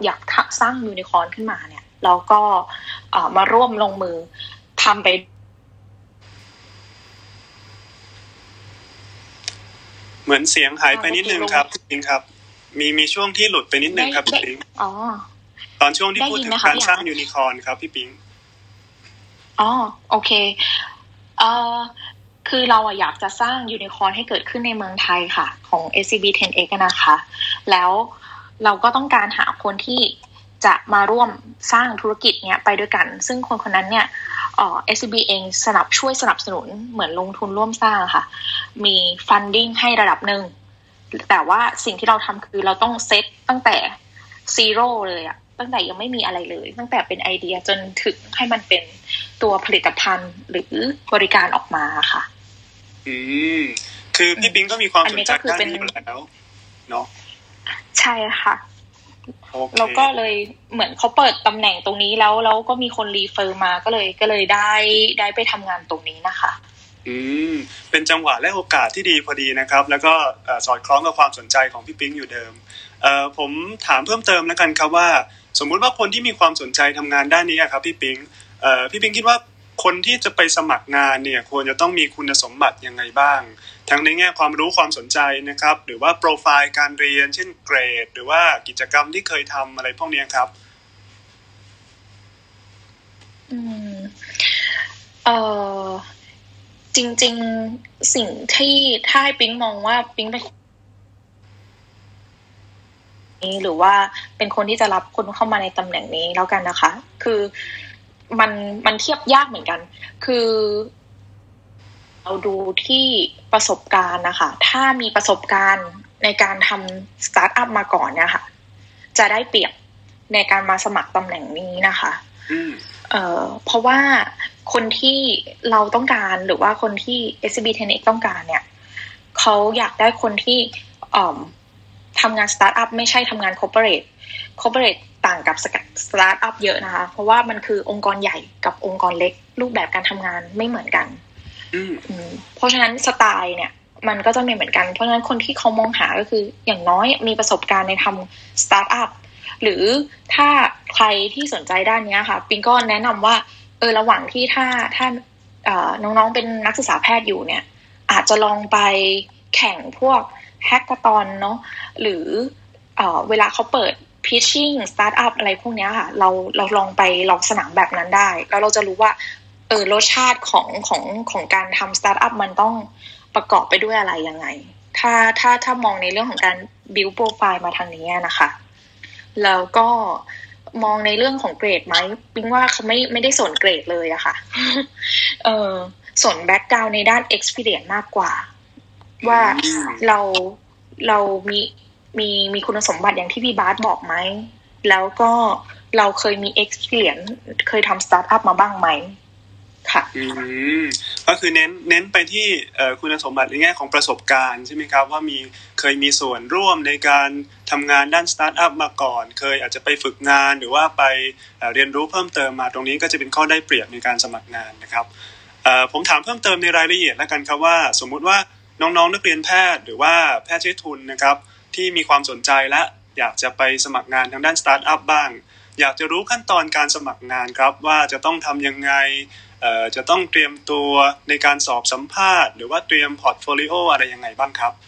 สร้างยูนิคอร์นขึ้นมาเนี่ยแล้วก็มาร่วมลงมือทำไปเหมือนเสียงหายไปนิดนึงครับพี่ปิงครับมีมีช่วงที่หลุดไปนิดนึงครับพี่ปิงอ๋อตอนช่วงที่พูดถึงการสร้างยูนิคอร์นครับพี่ปิงอ๋อโอเคเอ่อคือเราอยากจะสร้างยูนิคอร์นให้เกิดขึ้นในเมืองไทยค่ะของ เอส ซี บี เท็น เอ็กซ์ นะคะแล้วเราก็ต้องการหาคนที่จะมาร่วมสร้างธุรกิจเนี้ยไปด้วยกันซึ่งคนคนนั้นเนี่ยเอ่อ เอส ซี บี เองสนับช่วยสนับสนุนเหมือนลงทุนร่วมสร้างค่ะมี funding ให้ระดับหนึ่งแต่ว่าสิ่งที่เราทำคือเราต้องเซตตั้งแต่ซีโร่เลยอะตั้งแต่ยังไม่มีอะไรเลยตั้งแต่เป็นไอเดียจนถึงให้มันเป็นตัวผลิตภัณฑ์หรือบริการออกมาค่ะอืมคือพี่ปิงก็มีความสนใจด้านนี้อยู่แล้วเนาะใช่ค่ะแล้วก็เลยเหมือนเขาเปิดตำแหน่งตรงนี้แล้วแล้วก็มีคนรีเฟอร์มาก็เลยก็เลยได้ได้ไปทำงานตรงนี้นะคะอืมเป็นจังหวะและโอกาสที่ดีพอดีนะครับแล้วก็สอดคล้องกับความสนใจของพี่ปิ๊งอยู่เดิมเอ่อผมถามเพิ่มเติมแล้วกันครับว่าสมมุติว่าคนที่มีความสนใจทำงานด้านนี้ครับพี่ปิ๊งเอ่อพี่ปิ๊งคิดว่าคนที่จะไปสมัครงานเนี่ยควรจะต้องมีคุณสมบัติยังไงบ้างทั้งในแง่ความรู้ความสนใจนะครับหรือว่าโปรไฟล์การเรียนเช่นเกรดหรือว่ากิจกรรมที่เคยทำอะไรพวกนี้ครับอืมเอ่อจริงๆสิ่งที่ถ้าให้ปิ๊งมองว่าปิ๊งเป็นหรือว่าเป็นคนที่จะรับคนเข้ามาในตำแหน่งนี้แล้วกันนะคะคือมันมันเทียบยากเหมือนกันคือเราดูที่ประสบการณ์นะคะถ้ามีประสบการณ์ในการทำสตาร์ทอัพมาก่อนเนี่ยค่ะจะได้เปรียบในการมาสมัครตำแหน่งนี้นะคะเอ่อเพราะว่าคนที่เราต้องการหรือว่าคนที่ เอส ซี บี เท็น เอ็กซ์ ต้องการเนี่ยเขาอยากได้คนที่อ่อทำงานสตาร์ทอัพไม่ใช่ทำงานคอร์ปอเรทคอร์ปอเรทต่างกับสตาร์ทอัพเยอะนะคะเพราะว่ามันคือองค์กรใหญ่กับองค์กรเล็กรูปแบบการทำงานไม่เหมือนกันเพราะฉะนั้นสไตล์เนี่ยมันก็จะไม่เหมือนกันเพราะฉะนั้นคนที่เขามองหาก็คืออย่างน้อยมีประสบการณ์ในทำสตาร์ทอัพหรือถ้าใครที่สนใจด้านนี้ค่ะปิงก็แนะนำว่าเออระหว่างที่ถ้าถ้าน้องๆเป็นนักศึกษาแพทย์อยู่เนี่ยอาจจะลองไปแข่งพวกแฮกเกอร์ตอนเนาะหรือเอ่อเวลาเขาเปิด pitching startup อะไรพวกนี้ค่ะเราเราลองไปลองสนามแบบนั้นได้แล้วเราจะรู้ว่าเออรสชาติของของของการทำ startup มันต้องประกอบไปด้วยอะไรยังไงถ้าถ้าถ้ามองในเรื่องของการ build profile มาทางนี้นะคะแล้วก็มองในเรื่องของเกรดไหมปิ๊งว่าเขาไม่ไม่ได้สนเกรดเลยอะค่ะเออสนแบ็คกราวด์ในด้าน experience มากกว่าว่าเราเรามีมีมีคุณสมบัติอย่างที่พี่บาสบอกไหมแล้วก็เราเคยมี experience เคยทำสตาร์ทอัพมาบ้างไหมค่ะอืมก็คือเน้นเน้นไปที่เอ่อคุณสมบัติในแง่ของประสบการณ์ใช่ไหมครับว่ามีเคยมีส่วนร่วมในการทำงานด้านสตาร์ทอัพมาก่อนเคยอาจจะไปฝึกงานหรือว่าไปเอ่อเรียนรู้เพิ่มเติมมาตรงนี้ก็จะเป็นข้อได้เปรียบในการสมัครงานนะครับเอ่อผมถามเพิ่มเติมในรายละเอียดแล้วกันครับว่าสมมุติว่าน้องๆนักเรียนแพทย์หรือว่าแพทย์ใช้ทุนนะครับที่มีความสนใจและอยากจะไปสมัครงานทางด้านสตาร์ทอัพบ้างอยากจะรู้ขั้นตอนการสมัครงานครับว่าจะต้องทำยังไงเอ่อจะต้องเตรียมตัวในการสอบสัมภาษณ์หรือว่าเตรียมพอร์ตโฟลิโออะไรยังไงบ้างครับ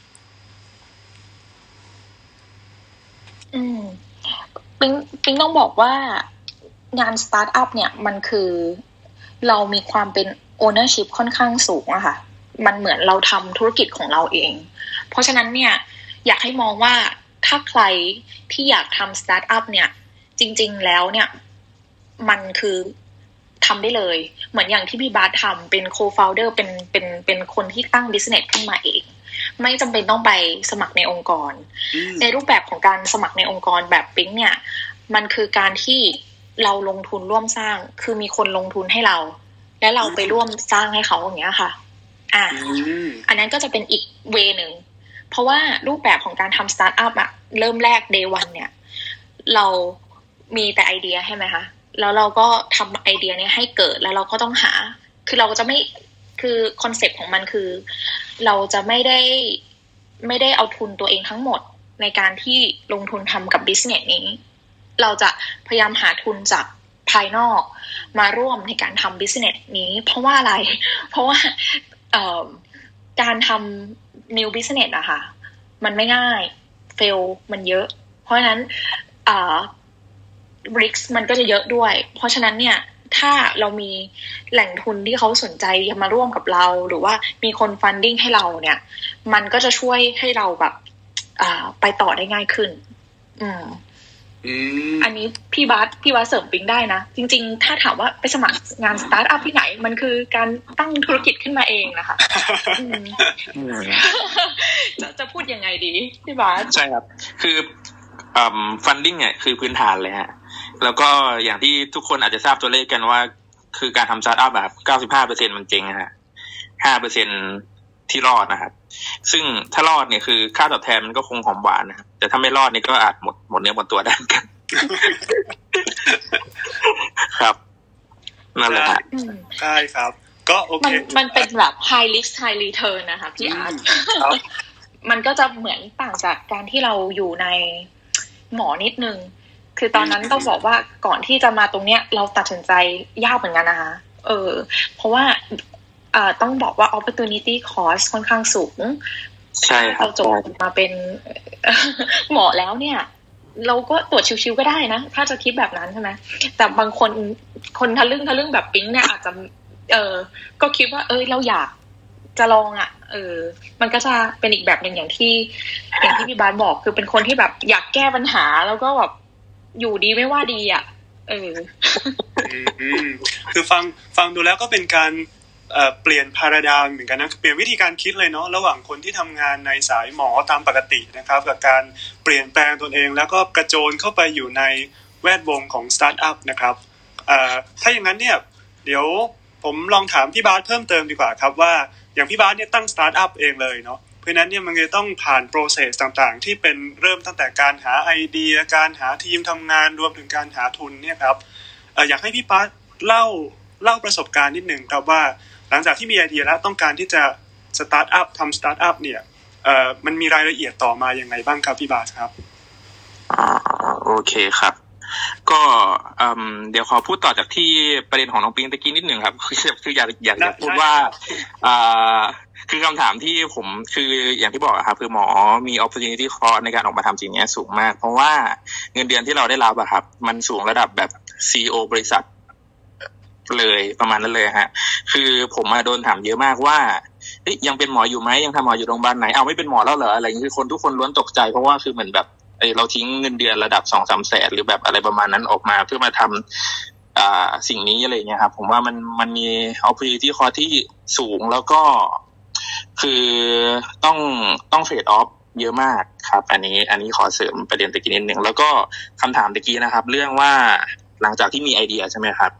อืมปิ๊งปิ๊งต้องบอกว่างานสตาร์ทอัพเนี่ยมันคือเรามีความเป็น ownership ค่อนข้างสูงอะค่ะมันเหมือนเราทำธุรกิจของเราเองเพราะฉะนั้นเนี่ยอยากให้มองว่าถ้าใครที่อยากทำสตาร์ทอัพเนี่ยจริงๆแล้วเนี่ยมันคือทำได้เลยเหมือนอย่างที่พี่บาสทำเป็นโคฟาวเดอร์เป็นเป็นเป็นคนที่ตั้งบิสเนสขึ้นมาเองไม่จำเป็นต้องไปสมัครในองค์กรในรูปแบบของการสมัครในองค์กรแบบปิ๊งเนี่ยมันคือการที่เราลงทุนร่วมสร้างคือมีคนลงทุนให้เราและเราไปร่วมสร้างให้เขาอย่างเงี้ยค่ะอ่าอันนั้นก็จะเป็นอีกเวนึงเพราะว่ารูปแบบของการทำสตาร์ทอัพอะเริ่มแรก day one เนี่ยเรามีแต่ไอเดียใช่ไหมคะแล้วเราก็ทำไอเดียนี้ให้เกิดแล้วเราก็ต้องหาคือเราจะไม่คือคอนเซ็ปต์ของมันคือเราจะไม่ได้ไม่ได้เอาทุนตัวเองทั้งหมดในการที่ลงทุนทำกับบิสเนสนี้เราจะพยายามหาทุนจากภายนอกมาร่วมในการทำ business นี้เพราะว่าอะไรเพราะว่าเอ่อการทำ new business อะค่ะมันไม่ง่าย fail มันเยอะเพราะฉะนั้นเอ่อ risk มันก็จะเยอะด้วยเพราะฉะนั้นเนี่ยถ้าเรามีแหล่งทุนที่เขาสนใจมาร่วมกับเราหรือว่ามีคน funding ให้เราเนี่ยมันก็จะช่วยให้เราแบบอ่าไปต่อได้ง่ายขึ้นอืมอันนี้พี่บาสพี่บาสเสริมปิ๊งได้นะจริงๆถ้าถามว่าไปสมัครงานสตาร์ทอัพที่ไหนมันคือการตั้งธุรกิจขึ้นมาเองนะคะจะจะพูดยังไงดีพี่บาสใช่ครับคืออ่า funding เนี่ยคือพื้นฐานเลยฮะแล้วก็อย่างที่ทุกคนอาจจะทราบตัวเลขกันว่าคือการทำสตาร์ทอัพแบบ เก้าสิบห้าเปอร์เซ็นต์ มันเจ๊งฮะ ห้าเปอร์เซ็นต์ ที่รอดนะครับซึ่งถ้ารอดเนี่ยคือค่าตอบแทนมันก็คงหอมหวานนะครับแต่ถ้าไม่รอดนี่ก็อาจหมดหมดเนื้อหมดตัวได้กันครับนั่นแหละฮะใช่ครับก็โอเคมันมันเป็นแบบ high risk high return นะคะพี่อาร์ตมันก็จะเหมือนต่างจากการที่เราอยู่ในหมอนิดนึงคือตอนนั้นต้องบอกว่าก่อนที่จะมาตรงเนี้ยเราตัดสินใจยากเหมือนกันนะคะเออเพราะว่าเอ่อต้องบอกว่า opportunity cost ค่อนข้างสูงใช่ครับเราจบมาเป็นหมอแล้วเนี่ยเราก็ตรวจชิวๆก็ได้นะถ้าจะคิดแบบนั้นใช่ไหมแต่บางคนคนทะลึ่งทะลึ่งแบบปิ๊งเนี่ยอาจจะเออก็คิดว่าเอ้ยเราอยากจะลองอ่ะเออมันก็จะเป็นอีกแบบนึงอย่างที่อย่างที่พี่บาสบอกคือเป็นคนที่แบบอยากแก้ปัญหาแล้วก็แบบอยู่ดีไม่ว่าดีอ่ะเออคือฟังฟังดูแล้วก็เป็นการเอ่อเปลี่ยนพาราไดม์เหมือนกันนะเปลี่ยนวิธีการคิดเลยเนาะระหว่างคนที่ทำงานในสายหมอตามปกตินะครับกับการเปลี่ยนแปลงตนเองแล้วก็กระโจนเข้าไปอยู่ในแวดวงของสตาร์ทอัพนะครับเอ่อถ้าอย่างนั้นเนี่ยเดี๋ยวผมลองถามพี่บาสเพิ่มเติมดีกว่าครับว่าอย่างพี่บาสเนี่ยตั้งสตาร์ทอัพเองเลยเนาะเพราะนั้นเนี่ยมันจะต้องผ่านโปรเซสต่างๆที่เป็นเริ่มตั้งแต่การหาไอเดียการหาทีมทำงานรวมถึงการหาทุนเนี่ยครับเอ่ออยากให้พี่บาสเล่าเล่าประสบการณ์นิดนึงครับว่าหลังจากที่มีไอเดียแล้วต้องการที่จะสตาร์ทอัพทำสตาร์ทอัพเนี่ยเอ่อมันมีรายละเอียดต่อมาอย่างไรบ้างครับพี่บาสครับอ่าโอเคครับก็เอ่อเดี๋ยวขอพูดต่อจากที่ประเด็นของน้องปิงตะกี้นิดนึงครับคือคืออยากอยากจะพูดว่าอ่าคือคำถามที่ผมคืออย่างที่บอกครับคือหมอมี opportunity cost ในการออกมาทำสิ่งนี้สูงมากเพราะว่าเงินเดือนที่เราได้รับอะครับมันสูงระดับแบบ ซี อี โอ บริษัทเลยประมาณนั้นเลยฮะคือผมมาโดนถามเยอะมากว่าเฮ้ยยังเป็นหมออยู่ไหมยังทำหมออยู่โรงพยาบาลไหนเอาไม่เป็นหมอแล้วเหรออะไรอย่างนี้คือคนทุกคนล้วนตกใจเพราะว่าคือเหมือนแบบเออเราทิ้งเงินเดือนระดับ สองสาม แสนหรือแบบอะไรประมาณนั้นออกมาเพื่อมาทำอ่าสิ่งนี้อะไรอย่างเงี้ยครับผมว่ามันมันมี opportunity cost ที่สูงแล้วก็คือต้องต้องเทรดออฟเยอะมากครับอันนี้อันนี้ขอเสริมประเด็นตะกี้นิดนึงแล้วก็คำถามตะกี้นะครับเรื่องว่าหลังจากที่มีไอเดียใช่ไหมครับ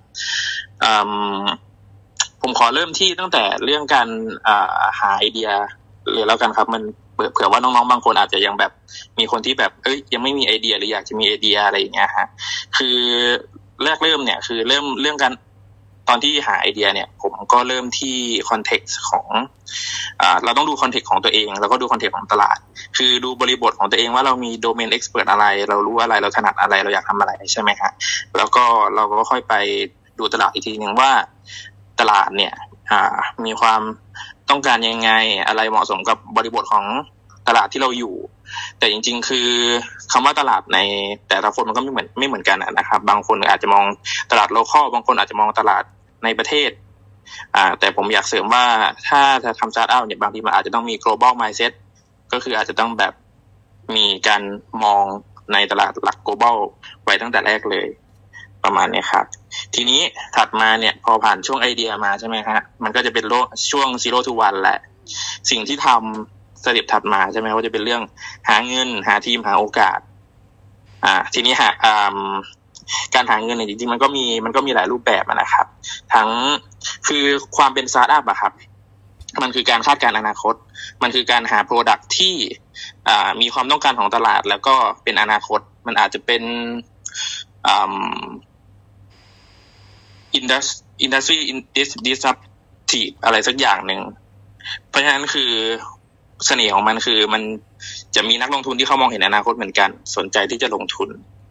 ผมขอเริ่มที่ตั้งแต่เรื่องการหาไอเดียเลยแล้วกันครับมันเผื่อว่าน้องๆบางคนอาจจะยังแบบมีคนที่แบบเอ้ยยังไม่มีไอเดียหรืออยากจะมีไอเดียอะไรอย่างเงี้ยฮะคือแรกเริ่มเนี่ยคือเริ่มเรื่องการตอนที่หาไอเดียเนี่ยผมก็เริ่มที่คอนเท็กซ์ของอ่าเราต้องดูคอนเท็กซ์ของตัวเองแล้วก็ดูคอนเท็กซ์ของตลาดคือดูบริบทของตัวเองว่าเรามีโดเมนเอ็กซ์เพิร์ทอะไรเรารู้อะไรเราถนัดอะไรเราอยากทำอะไรใช่ไหมฮะแล้วก็เราก็ค่อยไปดูตลาดอีกทีนึงว่าตลาดเนี่ยอ่ามีความต้องการยังไงอะไรเหมาะสมกับบริบทของตลาดที่เราอยู่แต่จริงๆคือคำว่าตลาดในแต่ละคนมันก็ไม่เหมือนไม่เหมือนกันนะครับบางคนอาจจะมองตลาดโลคอลบางคนอาจจะมองตลาดในประเทศอ่าแต่ผมอยากเสริมว่าถ้าจะทำสตาร์ทอัพเนี่ยบางทีมันอาจจะต้องมี global mindset ก็คืออาจจะต้องแบบมีการมองในตลาดหลัก global ไว้ตั้งแต่แรกเลยประมาณนี้ครับทีนี้ถัดมาเนี่ยพอผ่านช่วงไอเดียมาใช่ไหมฮะมันก็จะเป็นช่วง zero to one แหละสิ่งที่ทำสเต็ปถัดมาใช่ไหมว่าจะเป็นเรื่องหาเงินหาทีมหาโอกาสอ่าทีนี้หาอ่าการหาเงินเนี่ยจริงๆมันก็มีมันก็มีหลายรูปแบบนะครับทั้งคือความเป็นสตาร์ทอัพอะครับมันคือการคาดการณ์อนาคตมันคือการหาโปรดักต์ที่อ่ามีความต้องการของตลาดแล้วก็เป็นอนาคตมันอาจจะเป็นอ่าอินดัสอินดัสทรีดิสรัปทีฟอะไรสักอย่างหนึ่งเพราะฉะนั้นคือเสน่ห์ของมันคือมันจะมีนักลงทุนที่เขามองเห็นอนาคตเหมือนกันสนใจที่จะลงทุน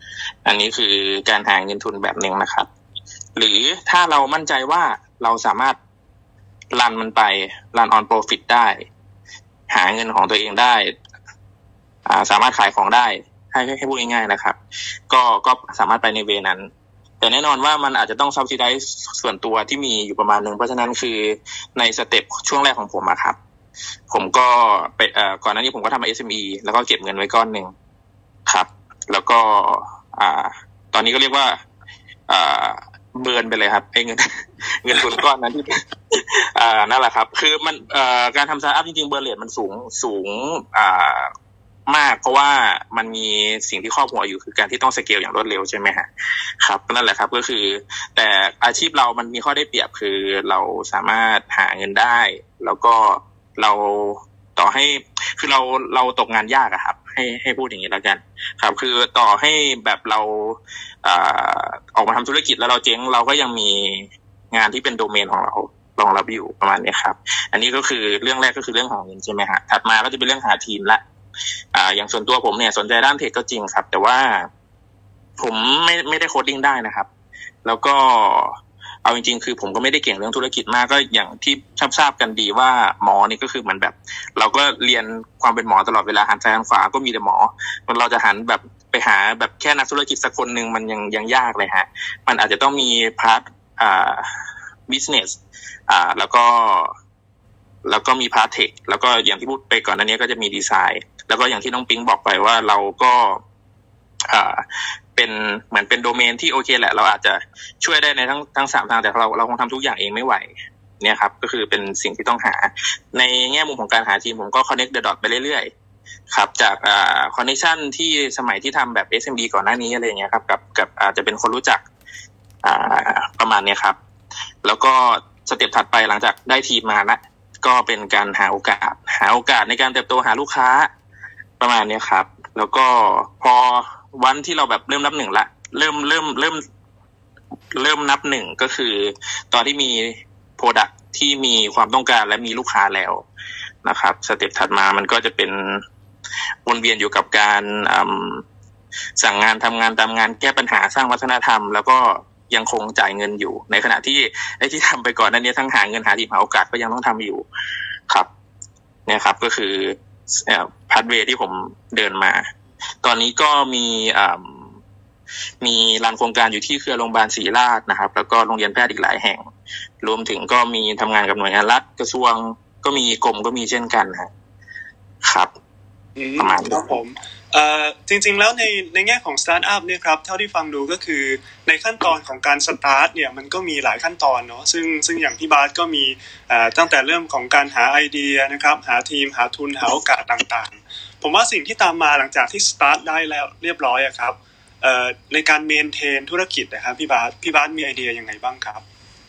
อันนี้คือการหาเงินทุนแบบหนึ่งนะครับหรือถ้าเรามั่นใจว่าเราสามารถรันมันไปรันออนโปรฟิตได้หาเงินของตัวเองได้อ่าสามารถขายของได้ให้ให้พูดง่ายๆนะครับก็ก็สามารถไปในเวนั้นแต่แน่นอนว่ามันอาจจะต้อง subsidize ส่วนตัวที่มีอยู่ประมาณนึงเพราะฉะนั้นคือในสเต็ปช่วงแรกของผมอะครับผมก็ไปเอ่อก่อนหน้านี้ผมก็ทำ เอส เอ็ม อี แล้วก็เก็บเงินไว้ก้อนนึงครับแล้วก็อ่าตอนนี้ก็เรียกว่าอ่าเบิร์นไปเลยครับไอ้เงินเงินทุนก้อนนั้นที่อ่านั่นแหละครับคือมันเอ่อการทำสตาร์ทอัพจริงๆเบิร์นเรทมันสูงสูงอ่ามากเพราะว่ามันมีสิ่งที่ครอบหัวอยู่คือการที่ต้องสเกลอย่างรวดเร็วใช่ไหมฮะครับนั่นแหละครับก็คือแต่อาชีพเรามันมีข้อได้เปรียบคือเราสามารถหาเงินได้แล้วก็เราต่อให้คือเราเราตกงานยากอะครับให้ให้พูดอย่างนี้แล้วกันครับคือต่อให้แบบเราอ่าออกมาทำธุรกิจแล้วเราเจ๊งเราก็ยังมีงานที่เป็นโดเมนของเรารองรับอยู่ประมาณนี้ครับอันนี้ก็คือเรื่องแรกก็คือเรื่องของเงินใช่ไหมฮะถัดมาก็จะเป็นเรื่องหาทีมละอ่าอย่างส่วนตัวผมเนี่ยสนใจด้านเทคก็จริงครับแต่ว่าผมไม่ไม่ได้โคดดิ้งได้นะครับแล้วก็เอาจริงๆคือผมก็ไม่ได้เก่งเรื่องธุรกิจมากก็อย่างที่ทราบๆกันดีว่าหมอนี่ก็คือเหมือนแบบเราก็เรียนความเป็นหมอตลอดเวลาหันซ้ายหันขวาก็มีแต่หมอเราจะหันแบบไปหาแบบแค่นักธุรกิจสักคนนึงมันยังยังยากเลยฮะมันอาจจะต้องมีพาร์ทอ่า business อ่าแล้วก็แล้วก็มีพาร์ทเทคแล้วก็อย่างที่พูดไปก่อนอันนี้ก็จะมีดีไซน์แล้วก็อย่างที่น้องปิ๊งบอกไปว่าเราก็อ่าเป็นเหมือนเป็นโดเมนที่โอเคแหละเราอาจจะช่วยได้ในทั้งทั้งสามทางแต่เราเราคงทำทุกอย่างเองไม่ไหวเนี่ยครับก็คือเป็นสิ่งที่ต้องหาในแง่มุมของการหาทีมผมก็ connect the dot ไปเรื่อยๆครับจากอ่า connection ที่สมัยที่ทำแบบ เอส เอ็ม บี ก่อนหน้านี้อะไรอย่างเงี้ยครับกับกับอาจจะเป็นคนรู้จักอ่าประมาณนี้ครับแล้วก็สเต็ปถัดไปหลังจากได้ทีมมาละก็เป็นการหาโอกาสหาโอกาสในการเติบโตหาลูกค้าประมาณนี้ครับแล้วก็พอวันที่เราแบบเริ่มนับหนึ่งละเริ่มเริ่มเริ่มเริ่มนับหนึ่งก็คือตอนที่มีโปรดักต์ที่มีความต้องการและมีลูกค้าแล้วนะครับสเต็ปถัดมามันก็จะเป็นวนเวียนอยู่กับการสั่งงานทำงานตามงานแก้ปัญหาสร้างวัฒนธรรมแล้วก็ยังคงจ่ายเงินอยู่ในขณะที่ไอ้ที่ทำไปก่อนนั้นเนี่ยทั้งหาเงินหาทีมหาโอกาสก็ยังต้องทำอยู่ครับเนี่ยครับก็คือพาธเวย์ที่ผมเดินมาตอนนี้ก็มีมีรันโครงการอยู่ที่เครือโรงพยาบาลศรีราชนะครับแล้วก็โรงเรียนแพทย์อีกหลายแห่งรวมถึงก็มีทำงานกับหน่วยงานรัฐกระทรวงก็มีกรมก็มีเช่นกันครับประมาณนี้ครับผมเอ่อจริงๆแล้วในในแง่ของสตาร์ทอัพเนี่ยครับเท่าที่ฟังดูก็คือในขั้นตอนของการสตาร์ทเนี่ยมันก็มีหลายขั้นตอนเนาะซึ่งซึ่งอย่างพี่บาสก็มีเอ่อตั้งแต่เรื่องของการหาไอเดียนะครับหาทีมหาทุนหาโอกาสต่างๆผมว่าสิ่งที่ตามมาหลังจากที่สตาร์ทได้แล้วเรียบร้อยอะครับเอ่อในการเมนเทนธุรกิจนะครับพี่บาสพี่บาสมีไอเดียยังไงบ้างครับ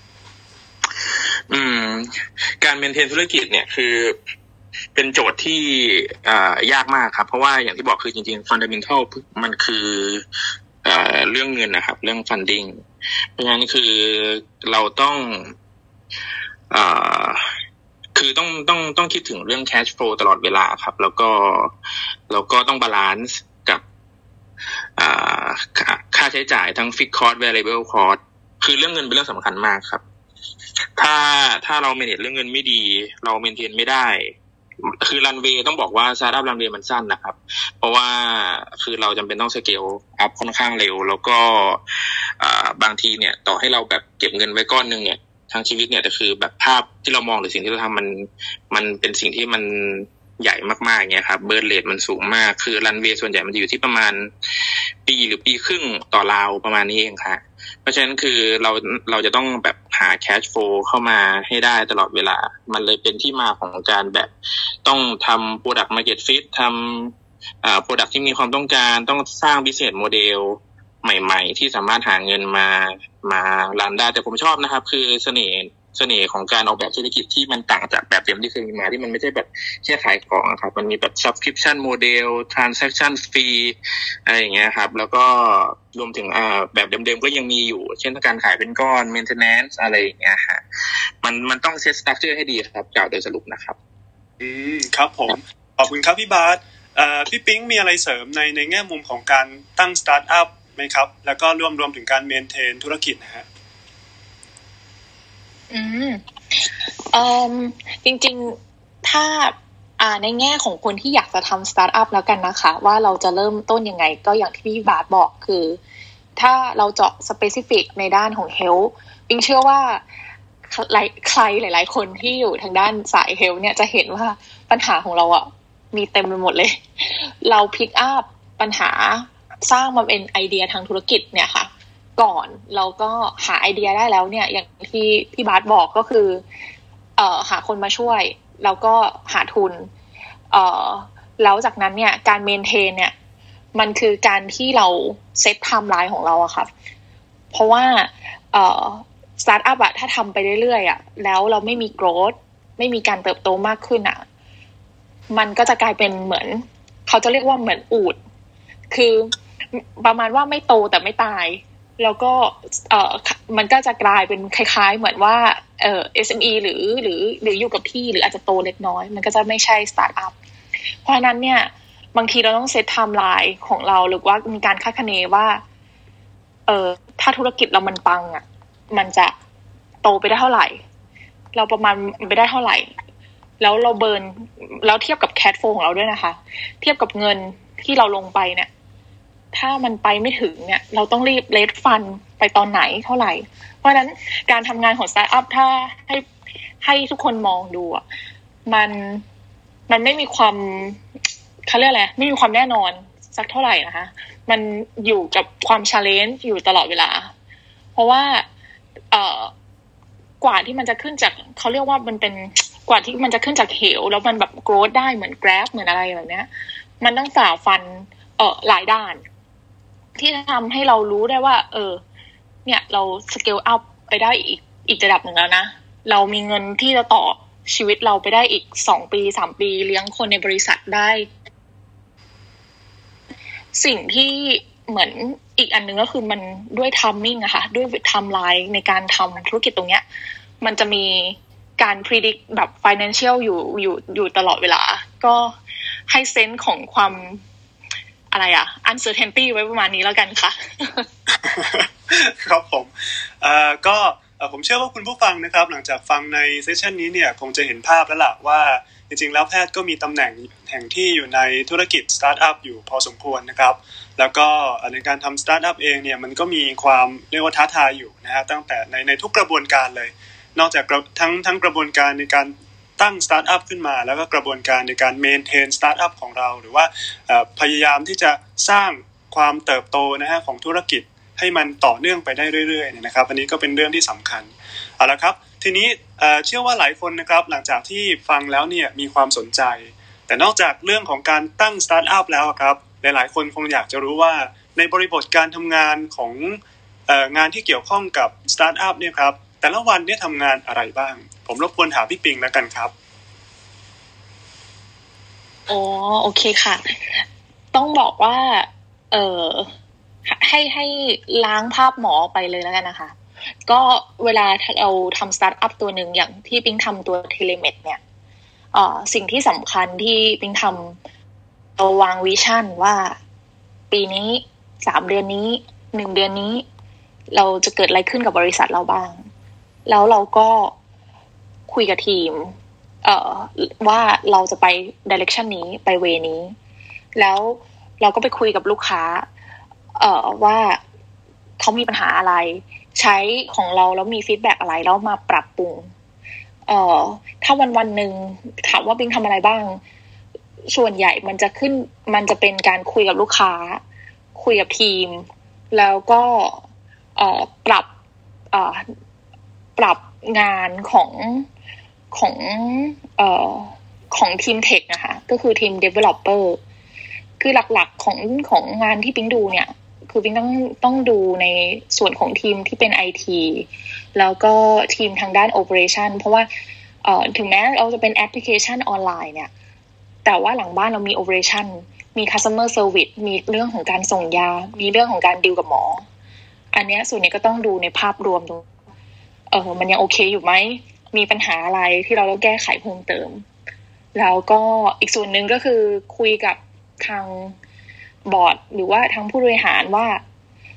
อืมการเมนเทนธุรกิจเนี่ยคือเป็นโจทย์ที่อ่ายากมากครับเพราะว่าอย่างที่บอกคือจริงๆ fundamental มันคือเอ่อเรื่องเงินนะครับเรื่อง funding เพราะฉะนั้นคือเราต้องเอ่อคือต้องต้องต้องคิดถึงเรื่อง cash flow ตลอดเวลาครับแล้วก็แล้วก็ต้องบาลานซ์กับอ่าค่าใช้จ่ายทั้ง fixed cost variable cost คือเรื่องเงินเป็นเรื่องสำคัญมากครับถ้าถ้าเรา manage เรื่องเงินไม่ดีเรา maintain ไม่ได้คือรันเวย์ต้องบอกว่าสตาร์ทอัพรันเวย์มันสั้นนะครับเพราะว่าคือเราจำเป็นต้องสเกลอัพค่อนข้างเร็วแล้วก็บางทีเนี่ยต่อให้เราแบบเก็บเงินไว้ก้อนนึงเนี่ยทางชีวิตเนี่ยแต่คือแบบภาพที่เรามองหรือสิ่งที่เราทำมันมันเป็นสิ่งที่มันใหญ่มากๆเนี่ยครับเบิร์นเรทมันสูงมากคือรันเวย์ส่วนใหญ่มันจะอยู่ที่ประมาณปีหรือปีครึ่งต่อราวประมาณนี้เองครับเพราะฉะนั้นคือเราเราจะต้องแบบหา cash flow เข้ามาให้ได้ตลอดเวลามันเลยเป็นที่มาของการแบบต้องทำ product market fit ทำอ่า product ที่มีความต้องการต้องสร้าง business model ใหม่ๆที่สามารถหาเงินมามารันได้แต่ผมชอบนะครับคือเสน่ห์เสน่ห์ของการออกแบบธุรกิจที่มันต่างจากแบบเดิมที่เคยมีมาที่มันไม่ใช่แบบแค่ขายของครับมันมีแบบ subscription model transaction fee อะไรอย่างเงี้ยครับแล้วก็รวมถึงอ่าแบบเดิมๆก็ยังมีอยู่เช่นการขายเป็นก้อน maintenance อะไรอย่างเงี้ยฮะมันมันต้อง set structure ให้ดีครับกล่าวโดยสรุปนะครับอืมครับผมขอบคุณครับพี่บาสเอ่อพี่ปิ๊งมีอะไรเสริมในในแง่มุมของการตั้งสตาร์ทอัพไหมครับแล้วก็รวมรวมถึงการเมนเทนธุรกิจนะฮะอืมเอ่อจริงๆถ้าอ่าในแง่ของคนที่อยากจะทำสตาร์ทอัพแล้วกันนะคะว่าเราจะเริ่มต้นยังไงก็อย่างที่พี่บาสบอกคือถ้าเราเจาะสเปซิฟิกในด้านของเฮลท์ปิงเชื่อว่าใครหลายๆคนที่อยู่ทางด้านสายเฮลท์เนี่ยจะเห็นว่าปัญหาของเราอ่ะมีเต็มไปหมดเลยเราพิกอัพปัญหาสร้างมาเป็นไอเดียทางธุรกิจเนี่ยค่ะก่อนเราก็หาไอเดียได้แล้วเนี่ยอย่างที่พี่บาสบอกก็คือเอ่อหาคนมาช่วยแล้วก็หาทุนเอ่อแล้วจากนั้นเนี่ยการเมนเทนเนี่ยมันคือการที่เราเซตไทม์ไลน์ของเราอะค่ะเพราะว่าเอ่อสตาร์ทอัพอะถ้าทำไปเรื่อยๆอะแล้วเราไม่มีโกรธไม่มีการเติบโตมากขึ้นอะมันก็จะกลายเป็นเหมือนเขาจะเรียกว่าเหมือนอูฐคือประมาณว่าไม่โตแต่ไม่ตายแล้วก็เอ่อมันก็จะกลายเป็นคล้ายๆเหมือนว่าเอ่อ เอส เอ็ม อี หรือหรือหรืออยู่กับที่หรืออาจจะโตเล็กน้อยมันก็จะไม่ใช่สตาร์ทอัพเพราะฉะนั้นเนี่ยบางทีเราต้องเซตไทม์ไลน์ของเราหรือว่ามีการคาดคะเนว่าเอ่อถ้าธุรกิจเรามันปังอ่ะมันจะโตไปได้เท่าไหร่เราประมาณไปได้เท่าไหร่แล้วเราเบิร์นแล้วเทียบกับแคชโฟลของเราด้วยนะคะเทียบกับเงินที่เราลงไปเนี่ยถ้ามันไปไม่ถึงเนี่ยเราต้องรีบเลทฟันไปตอนไหนเท่าไหร่เพราะฉะนั้นการทำงานของสตาร์ทอัพถ้าให้ให้ทุกคนมองดูอ่ะมันมันไม่มีความเขาเรียกอะไรไม่มีความแน่นอนสักเท่าไหร่นะคะมันอยู่กับความชาเลนจ์อยู่ตลอดเวลาเพราะว่าเอ่อกว่าที่มันจะขึ้นจากเขาเรียกว่ามันเป็นกว่าที่มันจะขึ้นจากเหวแล้วมันแบบโกรธได้เหมือนแกร็บเหมือนอะไรแบบเนี้ยมันต้องฝ่าฟันเอ่อหลายด้านที่ทำให้เรารู้ได้ว่าเออเนี่ยเราสเกลอัพไปได้อีกอีกระดับหนึ่งแล้วนะเรามีเงินที่จะต่อชีวิตเราไปได้อีกสองปีสามปีเลี้ยงคนในบริษัทได้สิ่งที่เหมือนอีกอันนึงก็คือมันด้วยทัมมิ่งอะค่ะด้วยไทม์ไลน์ในการทำธุรกิจตรงเนี้ยมันจะมีการ predict แบบ financial อยู่อยู่อยู่ตลอดเวลาก็ให้เซนส์ของความอะไรอะ uncertainty ไว้ประมาณนี้แล้วกันค่ะครับผมเอ่อก็ผมเชื่อว่าคุณผู้ฟังนะครับหลังจากฟังในเซสชันนี้เนี่ยคงจะเห็นภาพแล้วล่ะว่าจริงๆแล้วแพทย์ก็มีตำแหน่งแห่งที่อยู่ในธุรกิจสตาร์ทอัพอยู่พอสมควรนะครับแล้วก็ในการทำสตาร์ทอัพเองเนี่ยมันก็มีความเรียกว่าท้าทายอยู่นะฮะตั้งแต่ในในทุกกระบวนการเลยนอกจากทั้งทั้งกระบวนการในการตั้งสตาร์ทอัพขึ้นมาแล้วก็กระบวนการในการเมนเทนสตาร์ทอัพของเราหรือว่าพยายามที่จะสร้างความเติบโตนะฮะของธุรกิจให้มันต่อเนื่องไปได้เรื่อยๆเนี่ยนะครับอันนี้ก็เป็นเรื่องที่สำคัญเอาละครับทีนี้เชื่อว่าหลายคนนะครับหลังจากที่ฟังแล้วเนี่ยมีความสนใจแต่นอกจากเรื่องของการตั้งสตาร์ทอัพแล้วครับหลายๆคนคงอยากจะรู้ว่าในบริบทการทำงานของเอ่องานที่เกี่ยวข้องกับสตาร์ทอัพเนี่ยครับแต่ละวันเนี่ยทำงานอะไรบ้างผมรบกวนถามพี่ปิงแล้วกันครับอ๋อโอเคค่ะต้องบอกว่าเออให้ให้ล้างภาพหมอไปเลยแล้วกันนะคะก็เวลาเราทำสตาร์ทอัพตัวหนึ่งอย่างที่ปิงทำตัวเทเลเมดเนี่ยเอ่อสิ่งที่สำคัญที่ปิงทำเราวางวิชั่นว่าปีนี้สามเดือนนี้หนึ่งเดือนนี้เราจะเกิดอะไรขึ้นกับบริษัทเราบ้างแล้วเราก็คุยกับทีมเอ่อว่าเราจะไป direction นี้ไป way นี้แล้วเราก็ไปคุยกับลูกค้าเอ่อว่าเขามีปัญหาอะไรใช้ของเราแล้วมีฟีดแบ็กอะไรแล้วมาปรับปรุงเอ่อถ้าวันวันหนึ่งถามว่าปิงทำอะไรบ้างส่วนใหญ่มันจะขึ้นมันจะเป็นการคุยกับลูกค้าคุยกับทีมแล้วก็เอ่อปรับเอ่อปรับงานของของเอ่อของทีมเทคนะคะก็คือทีม developer คือหลักๆของของงานที่ปิ๊งดูเนี่ยคือปิ๊งต้องต้องดูในส่วนของทีมที่เป็น ไอ ที แล้วก็ทีมทางด้าน operation เพราะว่าเอ่อถึงแม้เราจะเป็นแอปพลิเคชันออนไลน์เนี่ยแต่ว่าหลังบ้านเรามี operation มี customer service มีเรื่องของการส่งยามีเรื่องของการดีลกับหมออันเนี้ยส่วนนี้ก็ต้องดูในภาพรวมดูเออมันยังโอเคอยู่ไหมมีปัญหาอะไรที่เราต้องแก้ไขเพิ่มเติมแล้วก็อีกส่วนหนึ่งก็คือคุยกับทางบอร์ดหรือว่าทางผู้บริหารว่า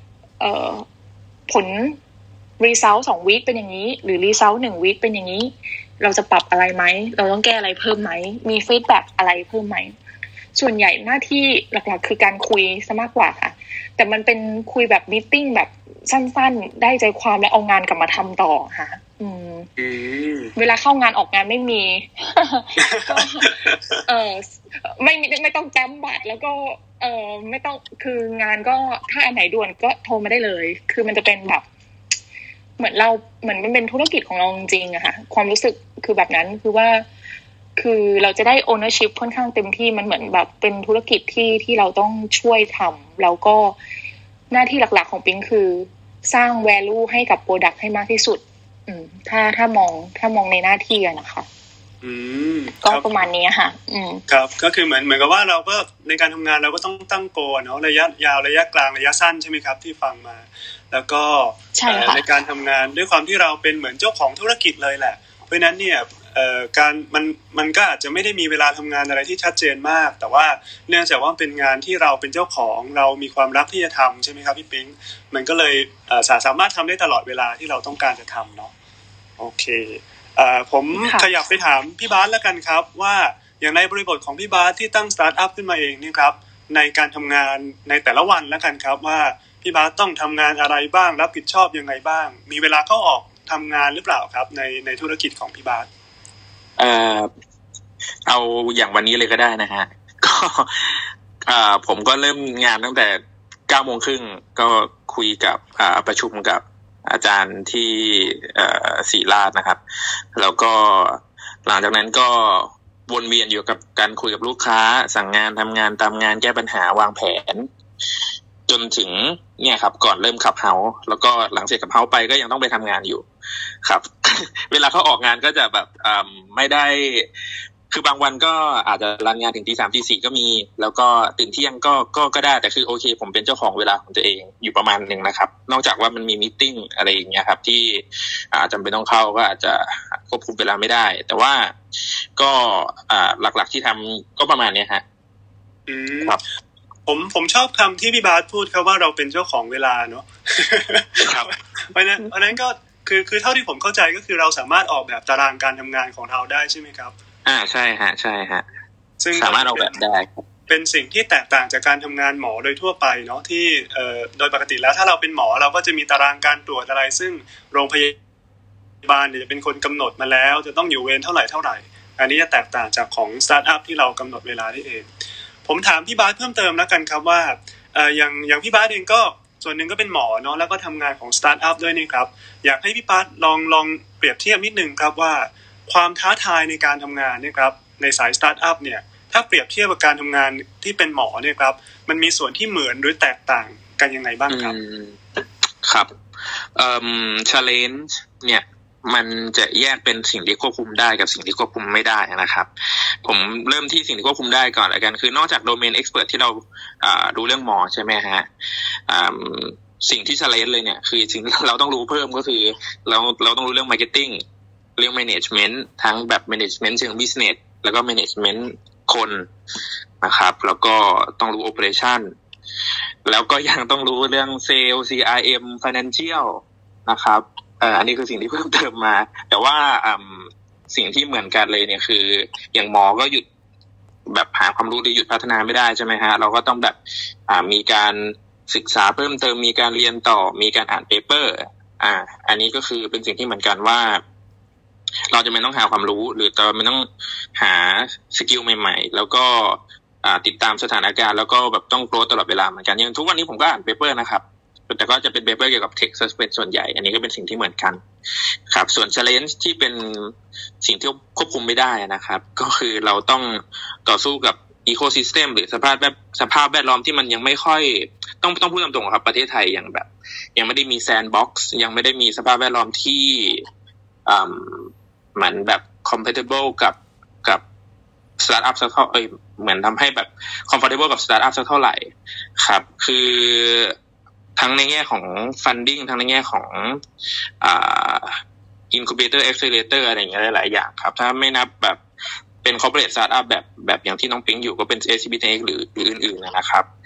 เอ่อผลรีซัลต์สองวีคเป็นอย่างนี้หรือรีซัลต์หนึ่งวีคเป็นอย่างนี้เราจะปรับอะไรไหมเราต้องแก้อะไรเพิ่มไหมมีฟีดแบ็กอะไรเพิ่มไหมส่วนใหญ่หน้าที่หลักๆคือการคุยซะมากกว่าค่ะแต่มันเป็นคุยแบบมีตติ้งแบบสั้นๆได้ใจความแล้วเอางานกลับมาทำต่อค่ะอืมเวลาเข้างานออกงานไม่มี ก็เออไม่มีไม่ต้องจำบัตรแล้วก็เออไม่ต้องคืองานก็ถ้าอันไหนด่วนก็โทรมาได้เลยคือมันจะเป็นแบบเหมือนเราเหมือนมันเป็นธุรกิจของเราจริงๆอะค่ะความรู้สึกคือแบบนั้นคือว่าคือเราจะได้ ownership ค่อนข้างเต็มที่มันเหมือนแบบเป็นธุรกิจที่ที่เราต้องช่วยทำแล้วก็หน้าที่หลักๆของปิ๊งคือสร้าง value ให้กับ product ให้มากที่สุดอืมถ้าถ้ามองถ้ามองในหน้าที่อะนะคะอืมก็ประมาณนี้ค่ะอืมครับก็คือเหมือนเหมือนกับว่าเราก็ในการทำงานเราก็ต้องตั้งโกเนาะระยะยาวระยะกลางระยะสั้นใช่ไหมครับที่ฟังมาแล้วก็ในการทำงานด้วยความที่เราเป็นเหมือนเจ้าของธุรกิจเลยแหละเพราะนั้นเนี่ยเอ่อการมันมันก็อาจจะไม่ได้มีเวลาทำงานอะไรที่ชัดเจนมากแต่ว่าเนื่องจากว่าเป็นงานที่เราเป็นเจ้าของเรามีความรักที่จะทำใช่ไหมครับพี่ปิ๊งมันก็เลยเอ่อสามารถทำได้ตลอดเวลาที่เราต้องการจะทำเนาะโอเคเอ่อผมขยับไปถามพี่บาสแล้วกันครับว่าอย่างในบริบทของพี่บาสที่ตั้งสตาร์ทอัพขึ้นมาเองนี่ครับในการทำงานในแต่ละวันแล้วกันครับว่าพี่บาสต้องทำงานอะไรบ้างรับผิดชอบยังไงบ้างมีเวลาเข้าออกทำงานหรือเปล่าครับในในธุรกิจของพี่บาสเอ่อเอาอย่างวันนี้เลยก็ได้นะฮะก็เอ่อผมก็เริ่มงานตั้งแต่เก้าโมงครึ่งก็คุยกับอ่าประชุมกับอาจารย์ที่เอ่อศรีราชนะครับแล้วก็หลังจากนั้นก็วนเวียนอยู่กับการคุยกับลูกค้าสั่งงานทำงานตามงานแก้ปัญหาวางแผนจนถึงเนี่ยครับก่อนเริ่มขับเฮาแล้วก็หลังเสร็จขับเฮาไปก็ยังต้องไปทำงานอยู่ครับ เวลาเขาออกงานก็จะแบบอ่าไม่ได้คือบางวันก็อาจจะรันงานถึงตีสามตีสี่ก็มีแล้วก็ตื่นเที่ยงก็ก็ก็ได้แต่คือโอเคผมเป็นเจ้าของเวลาของตัวเองอยู่ประมาณนึงนะครับนอกจากว่ามันมีมีตติ้งอะไรอย่างเงี้ยครับที่อาจจำเป็นต้องเข้าก็อาจจะควบคุมเวลาไม่ได้แต่ว่าก็อ่าหลักๆที่ทำก็ประมาณนี้ฮะอืมครับผมผมชอบคำที่พี่บาสพูดครับว่าเราเป็นเจ้าของเวลาเนาะครับเพราะนั้นเพราะนั้นก็คือคือเท่าที่ผมเข้าใจก็คือเราสามารถออกแบบตารางการทำงานของเราได้ใช่ไหมครับอ่าใช่ฮะใช่ฮะซึ่งสามารถออกแบบได้เป็นสิ่งที่แตกต่างจากการทำงานหมอโดยทั่วไปเนาะที่เอ่อโดยปกติแล้วถ้าเราเป็นหมอเราก็จะมีตารางการตรวจอะไรซึ่งโรงพยาบาลเนี่ยจะเป็นคนกำหนดมาแล้วจะต้องอยู่เวรเท่าไหร่เท่าไหร่อันนี้จะแตกต่างจากของสตาร์ทอัพที่เรากำหนดเวลาได้เองผมถามพี่บาสเพิ่มเติมแล้วกันครับว่าเอ่ออย่างอย่างพี่บาสเองก็ส่วนหนึ่งก็เป็นหมอเนาะแล้วก็ทำงานของสตาร์ทอัพด้วยนี่ครับอยากให้พี่บาสลองลองเปรียบเทียบนิดนึงครับว่าความท้าทายในการทำงานเนี่ยครับในสายสตาร์ทอัพเนี่ยถ้าเปรียบเทียบกับการทำงานที่เป็นหมอเนี่ยครับมันมีส่วนที่เหมือนหรือแตกต่างกันยังไงบ้างครับครับเอ่อ challenge เนี่ยมันจะแยกเป็นสิ่งที่ควบคุมได้กับสิ่งที่ควบคุมไม่ได้นะครับผมเริ่มที่สิ่งที่ควบคุมได้ก่อนแล้วกันคือนอกจากโดเมนเอ็กซ์เพรสที่เราอ่ารู้เรื่องหมอใช่ไหมฮะอ่าสิ่งที่ challenge เลยเนี่ยคือสิ่งที่เราต้องรู้เพิ่มก็คือเราเราต้องรู้เรื่อง marketing เรื่อง management ทั้งแบบ management เชิง business แล้วก็ management คนนะครับแล้วก็ต้องรู้ operation แล้วก็ยังต้องรู้เรื่อง sales ซี อาร์ เอ็ม financial นะครับเอ่ออันนี้คือสิ่งที่เพิ่มเติมมาแต่ว่าอ่าสิ่งที่เหมือนกันเลยเนี่ยคืออย่างหมอก็หยุดแบบหาความรู้หรือหยุดพัฒนาไม่ได้ใช่ไหมฮะเราก็ต้องแบบอ่ามีการศึกษาเพิ่มเติมมีการเรียนต่อมีการอ่านเปเปอร์อ่าอันนี้ก็คือเป็นสิ่งที่เหมือนกันว่าเราจะไม่ต้องหาความรู้หรือเราไม่ต้องหาสกิลใหม่ๆแล้วก็อ่าติดตามสถานการณ์แล้วก็แบบต้องโกรธตลอดเวลาเหมือนกันอย่างทุกวันนี้ผมก็อ่านเปเปอร์นะครับแต่ก็จะเป็นเปเปอร์เกี่ยวกับเทคเป็นส่วนใหญ่อันนี้ก็เป็นสิ่งที่เหมือนกันครับส่วน challenge ที่เป็นสิ่งที่ควบคุมไม่ได้นะครับก็คือเราต้องต่อสู้กับอีโคซิสเต็มหรือสภาพแบบสภาพแวดล้อมที่มันยังไม่ค่อยต้องต้องพูดตามตรงครับประเทศไทยยังแบบยังไม่ได้มีแซนด์บ็อกซ์ยังไม่ได้มีสภาพแวดล้อมที่อ่าเหมือนแบบ compatible กับกับสตาร์ทอัพสักเท่าเอ้ยเหมือนทำให้แบบ comfortable กับสตาร์ทอัพสักเท่าไหร่ครับคือทั้งในแง่ของ funding ทั้งในแง่ของอ่า incubator accelerator อะไรอย่างเงี้ยหลายๆอย่างครับถ้าไม่นับแบบเป็น corporate startup แบบแบบอย่างที่น้องปิ๊งอยู่ก็เป็น เอส ซี บี ที หรือหรืออื่นๆนะครับ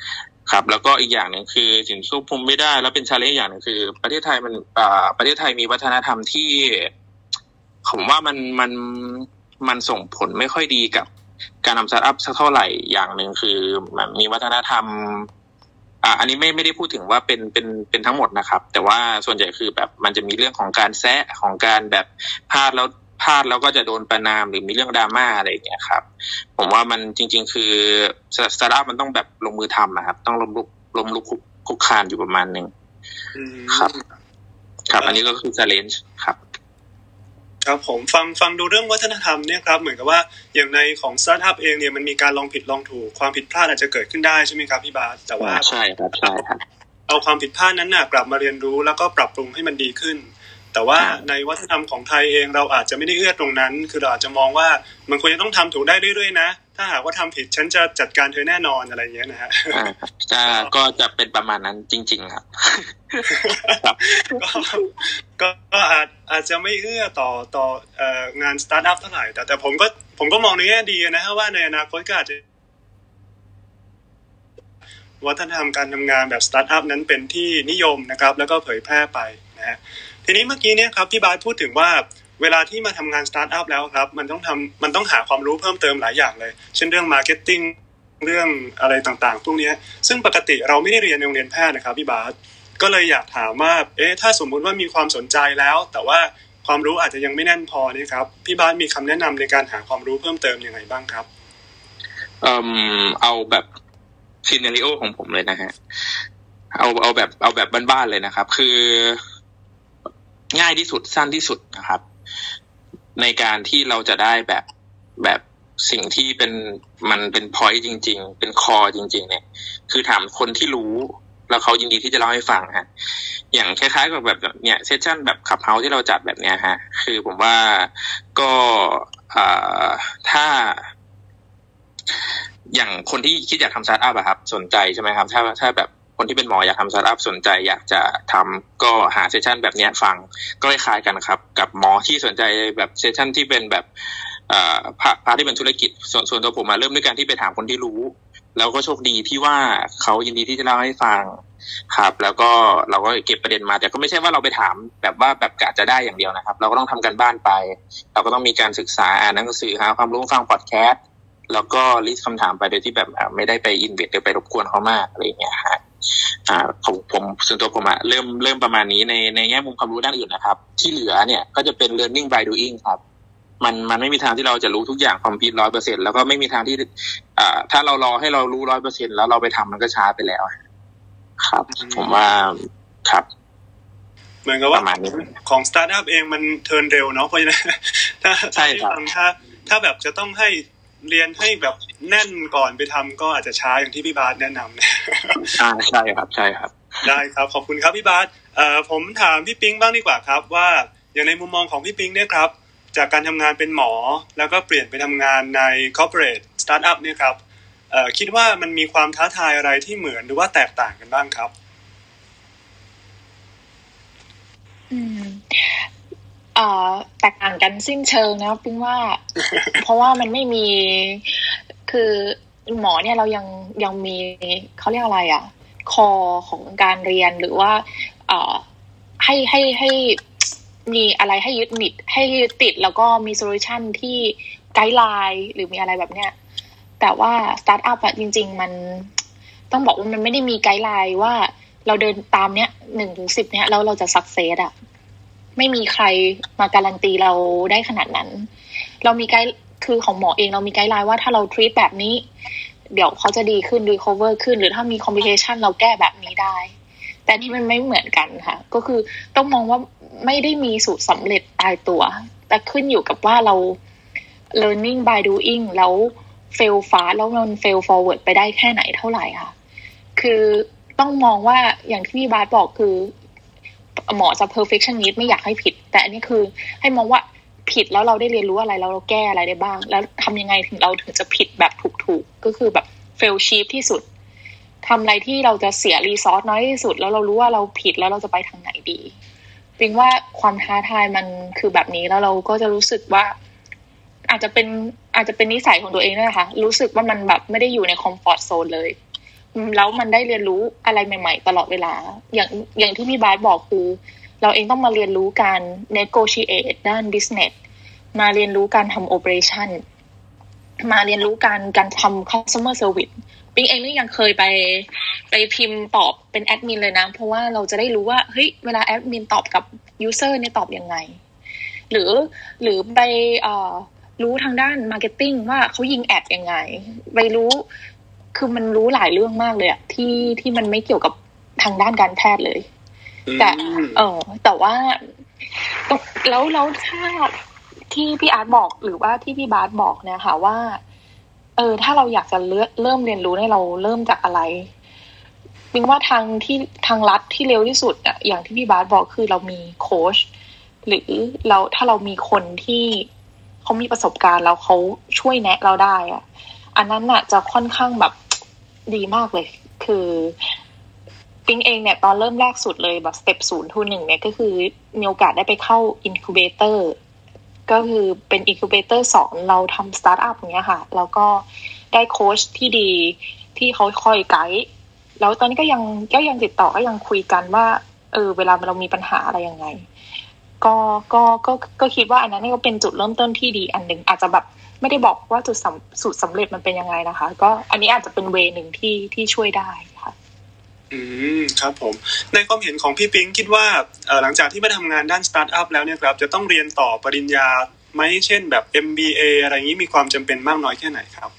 ครับแล้วก็อีกอย่างหนึ่งคือสิ่งที่ควบคุมไม่ได้แล้วเป็น challenge อย่างหนึ่งคือประเทศไทยมันอ่าประเทศไทยมีวัฒนธรรมที่ผมว่ามันมันมันส่งผลไม่ค่อยดีกับการทำสตาร์ทอัพสักเท่าไหร่อย่างหนึ่งคือมันมีวัฒนธรรมอ่าอันนี้ไม่ไม่ได้พูดถึงว่าเป็นเป็นเป็นทั้งหมดนะครับแต่ว่าส่วนใหญ่คือแบบมันจะมีเรื่องของการแซะของการแบบพลาดแล้วพลาดแล้วก็จะโดนประณามหรือมีเรื่องดราม่าอะไรอย่างเงี้ยครับผมว่ามันจริงๆคือสตาร์ทอัพมันต้องแบบลงมือทำนะครับต้องล้มลุกล้มลุกคุกคานอยู่ประมาณนึงครับครับอันนี้ก็คือ challenge ครับครับผมฟังฟังดูเรื่องวัฒนธรรมเนี่ยครับเหมือนกับว่าอย่างในของสตาร์ทอัพเองเนี่ยมันมีการลองผิดลองถูกความผิดพลาดอาจจะเกิดขึ้นได้ใช่ไหมครับพี่บาสแต่ว่าใช่ครับใช่ครับเอาความผิดพลาดนั้นน่ะกลับมาเรียนรู้แล้วก็ปรับปรุงให้มันดีขึ้นแต่ว่าในวัฒนธรรมของไทยเองเราอาจจะไม่ได้เอื้อตรงนั้นคือเราอาจจะมองว่ามันควรจะต้องทำถูกได้เรื่อยๆนะถ้าหากว่าทำผิดฉันจะจัดการเธอแน่นอนอะไรอย่างเงี้ยนะฮะอ่าก็จะเป็นประมาณนั้นจริงๆครับก็ก็อาจอาจจะไม่เอื้อต่อต่อเอ่องานสตาร์ทอัพเท่าไหร่แต่แต่ผมก็ผมก็มองในแง่ดีนะฮะว่าในอนาคตก็อาจจะวัฒนธรรมการทำงานแบบสตาร์ทอัพนั้นเป็นที่นิยมนะครับแล้วก็เผยแพร่ไปนะฮะทีนี้เมื่อกี้เนี่ยครับพี่บาสพูดถึงว่าเวลาที่มาทำงานสตาร์ทอัพแล้วครับมันต้องทำมันต้องหาความรู้เพิ่มเติมหลายอย่างเลยเช่นเรื่องมาร์เก็ตติ้งเรื่องอะไรต่างๆพวกนี้ซึ่งปกติเราไม่ได้เรียนในโรงเรียนแพทย์นะครับพี่บาสก็เลยอยากถามว่าเอ๊ะถ้าสมมุติว่ามีความสนใจแล้วแต่ว่าความรู้อาจจะยังไม่แน่นพอนี่ครับพี่บาสมีคำแนะนำในการหาความรู้เพิ่มเติมยังไงบ้างครับเอ่อเอาแบบซีนาริโอของผมเลยนะฮะเอาเอาแบบเอาแบบบ้านๆเลยนะครับคือง่ายที่สุดสั้นที่สุดนะครับในการที่เราจะได้แบบแบบสิ่งที่เป็นมันเป็น point จริงๆเป็น core จริงๆเนี่ยคือถามคนที่รู้แล้วเขายินดีที่จะเล่าให้ฟังฮะอย่างคล้ายๆกับแบบเนี่ยเซสชั่นแบบขับเฮาส์ที่เราจัดแบบเนี้ยฮะคือผมว่าก็อ่าถ้าอย่างคนที่คิดอยากทำสตาร์ทอัพอะครับสนใจใช่ไหมครับถ้าถ้าแบบคนที่เป็นหมออยากทำสตาร์ทอัพสนใจอยากจะทำก็หาเซสชั่นแบบนี้ฟังก็คล้ายกันครับกับหมอที่สนใจแบบเซสชั่นที่เป็นแบบอ่าพาพาที่เป็นธุรกิจส่วนส่วนตัวผมมาเริ่มด้วยการที่ไปถามคนที่รู้แล้วก็โชคดีที่ว่าเขายินดีที่จะเล่าให้ฟังครับแล้วก็เราก็เก็บประเด็นมาแต่ก็ไม่ใช่ว่าเราไปถามแบบว่าแบบกะจะได้อย่างเดียวนะครับเราก็ต้องทำกันบ้านไปเราก็ต้องมีการศึกษาอ่านหนังสือหาความรู้ฟังพอดแคสต์แล้วก็ลิสต์คำถามไปโดยที่แบบไม่ได้ไปอินเวสต์หรือไปรบกวนเขามากอะไรอย่างเงี้ยฮะอ่าผมผมส่วนตัวผมอะเริ่มเริ่มประมาณนี้ในในแง่มุมความรู้ด้านอื่นนะครับที่เหลือเนี่ยก็จะเป็น learning by doing ครับมันมันไม่มีทางที่เราจะรู้ทุกอย่างความคิด ร้อยเปอร์เซ็นต์ แล้วก็ไม่มีทางที่อ่าถ้าเรารอให้เรารู้ ร้อยเปอร์เซ็นต์ แล้วเราไปทำมันก็ช้าไปแล้วครับผมว่าครับเหมือนกับว่าของสตาร์ทอัพเองมันเทิร์นเร็วเนาะเพราะฉะนั้นถ้าใช่ครับถ้าถ้าแบบจะต้องให้เรียนให้แบบแน่นก่อนไปทำก็อาจจะช้าอย่างที่พี่บาสแนะนำนะอ่าใช่ครับใช่ครับได้ครับขอบคุณครับพี่บาสเอ่อผมถามพี่ปิ๊งบ้างดีกว่าครับว่าอย่างในมุมมองของพี่ปิ๊งเนี่ยครับจากการทำงานเป็นหมอแล้วก็เปลี่ยนไปทำงานใน corporate startup เนี่ยครับเอ่อคิดว่ามันมีความท้าทายอะไรที่เหมือนหรือว่าแตกต่างกันบ้างครับอืมเอ่อแตกต่างกันสิ้นเชิงนะปิ๊งว่า เพราะว่ามันไม่มีคือหมอเนี่ยเรายังยังมีเขาเรียกอะไรอ่ะคอของการเรียนหรือว่าเอ่อให้ให้ให้มีอะไรให้ยึดติดให้ยึดติดแล้วก็มีโซลูชันที่ไกด์ไลน์หรือมีอะไรแบบเนี้ยแต่ว่าสตาร์ทอัพอะจริงๆมันต้องบอกว่ามันไม่ได้มีไกด์ไลน์ว่าเราเดินตามเนี้ยหนึ่งถึงสิบเนี้ยแล้วเราจะสักเซสอะไม่มีใครมาการันตีเราได้ขนาดนั้นเรามีไกด์คือของหมอเองเรามีไกด์ไลน์ว่าถ้าเราทรีตแบบนี้เดี๋ยวเขาจะดีขึ้นรีคอเวอร์ขึ้นหรือถ้ามีคอมพลิเคชันเราแก้แบบนี้ได้แต่นี่มันไม่เหมือนกันค่ะก็คือต้องมองว่าไม่ได้มีสูตรสำเร็จตายตัวแต่ขึ้นอยู่กับว่าเรา learning by doing แล้ว fail fast แล้วมัน fail forward ไปได้แค่ไหนเท่าไหร่ค่ะคือต้องมองว่าอย่างที่พี่บาสบอกคือหมอจะ perfectionist ไม่อยากให้ผิดแต่อันนี้คือให้มองว่าผิดแล้วเราได้เรียนรู้อะไรแล้วเราแก้อะไรได้บ้างแล้วทำยังไงถึงเราถึงจะผิดแบบถูกๆก็คือแบบ fail cheap ที่สุดทำอะไรที่เราจะเสียรีซอสน้อยที่สุดแล้วเรารู้ว่าเราผิดแล้วเราจะไปทางไหนดีปิงว่าความท้าทายมันคือแบบนี้แล้วเราก็จะรู้สึกว่าอาจจะเป็นอาจจะเป็นนิสัยของตัวเองด้วยนะคะรู้สึกว่ามันแบบไม่ได้อยู่ในคอมฟอร์ตโซนเลยแล้วมันได้เรียนรู้อะไรใหม่ๆตลอดเวลาอย่างอย่างที่พี่บาสบอกคือเราเองต้องมาเรียนรู้การ negotiate ด้าน business มาเรียนรู้การทำ operation มาเรียนรู้การการทำ customer service ปิ๊งเองนี่ยังเคยไปไปพิมพ์ตอบเป็นแอดมินเลยนะเพราะว่าเราจะได้รู้ว่าเฮ้ยเวลาแอดมินตอบกับ user เนี่ยตอบยังไงหรือหรือไปเอ่อรู้ทางด้าน marketing ว่าเขายิงแอดยังไงไปรู้คือมันรู้หลายเรื่องมากเลยอะที่ที่มันไม่เกี่ยวกับทางด้านการแพทย์เลยแต่เออแต่ว่าแล้วแล้วถ้าที่พี่อาร์ตบอกหรือว่าที่พี่บาสบอกเนี่ยค่ะว่าเออถ้าเราอยากจะเริ่มเรียนรู้เนี่ยเราเริ่มจากอะไรปิงว่าทางที่ทางลัดที่เร็วที่สุดอะอย่างที่พี่บาสบอกคือเรามีโค้ชหรือเราถ้าเรามีคนที่เขามีประสบการณ์แล้วเขาช่วยแนะเราได้อะอันนั้นน่ะจะค่อนข้างแบบดีมากเลยคือปิงเองเนี่ยตอนเริ่มแรกสุดเลยแบบสเต็ปศูนย์ทูหนึ่งเนี่ยก็คือมีโอกาสได้ไปเข้าอินคิวเบเตอร์ก็คือเป็นอินคิวเบเตอร์สอนเราทำสตาร์ทอัพอย่างเงี้ยค่ะแล้วก็ได้โค้ชที่ดีที่เขาคอยไกด์แล้วตอนนี้ก็ยังก็ยังติดต่อก็ยังคุยกันว่าเออเวลาเรามีปัญหาอะไรยังไงก็ก็ก็ก็คิดว่าอันนั้นนี่ก็เป็นจุดเริ่มต้นที่ดีอันหนึ่งอาจจะแบบไม่ได้บอกว่าจุดสูตรสำเร็จมันเป็นยังไงนะคะก็อันนี้อาจจะเป็นเวนึงที่ที่ช่วยได้ค่ะอืมครับผมในความเห็นของพี่ปิ๊งคิดว่าเอ่อหลังจากที่มาทำงานด้านสตาร์ทอัพแล้วเนี่ยครับจะต้องเรียนต่อปริญญาไหมเช่นแบบ เอ็ม บี เอ อะไรอย่างนี้มีความจำเป็นมากน้อยแค่ไหนครับ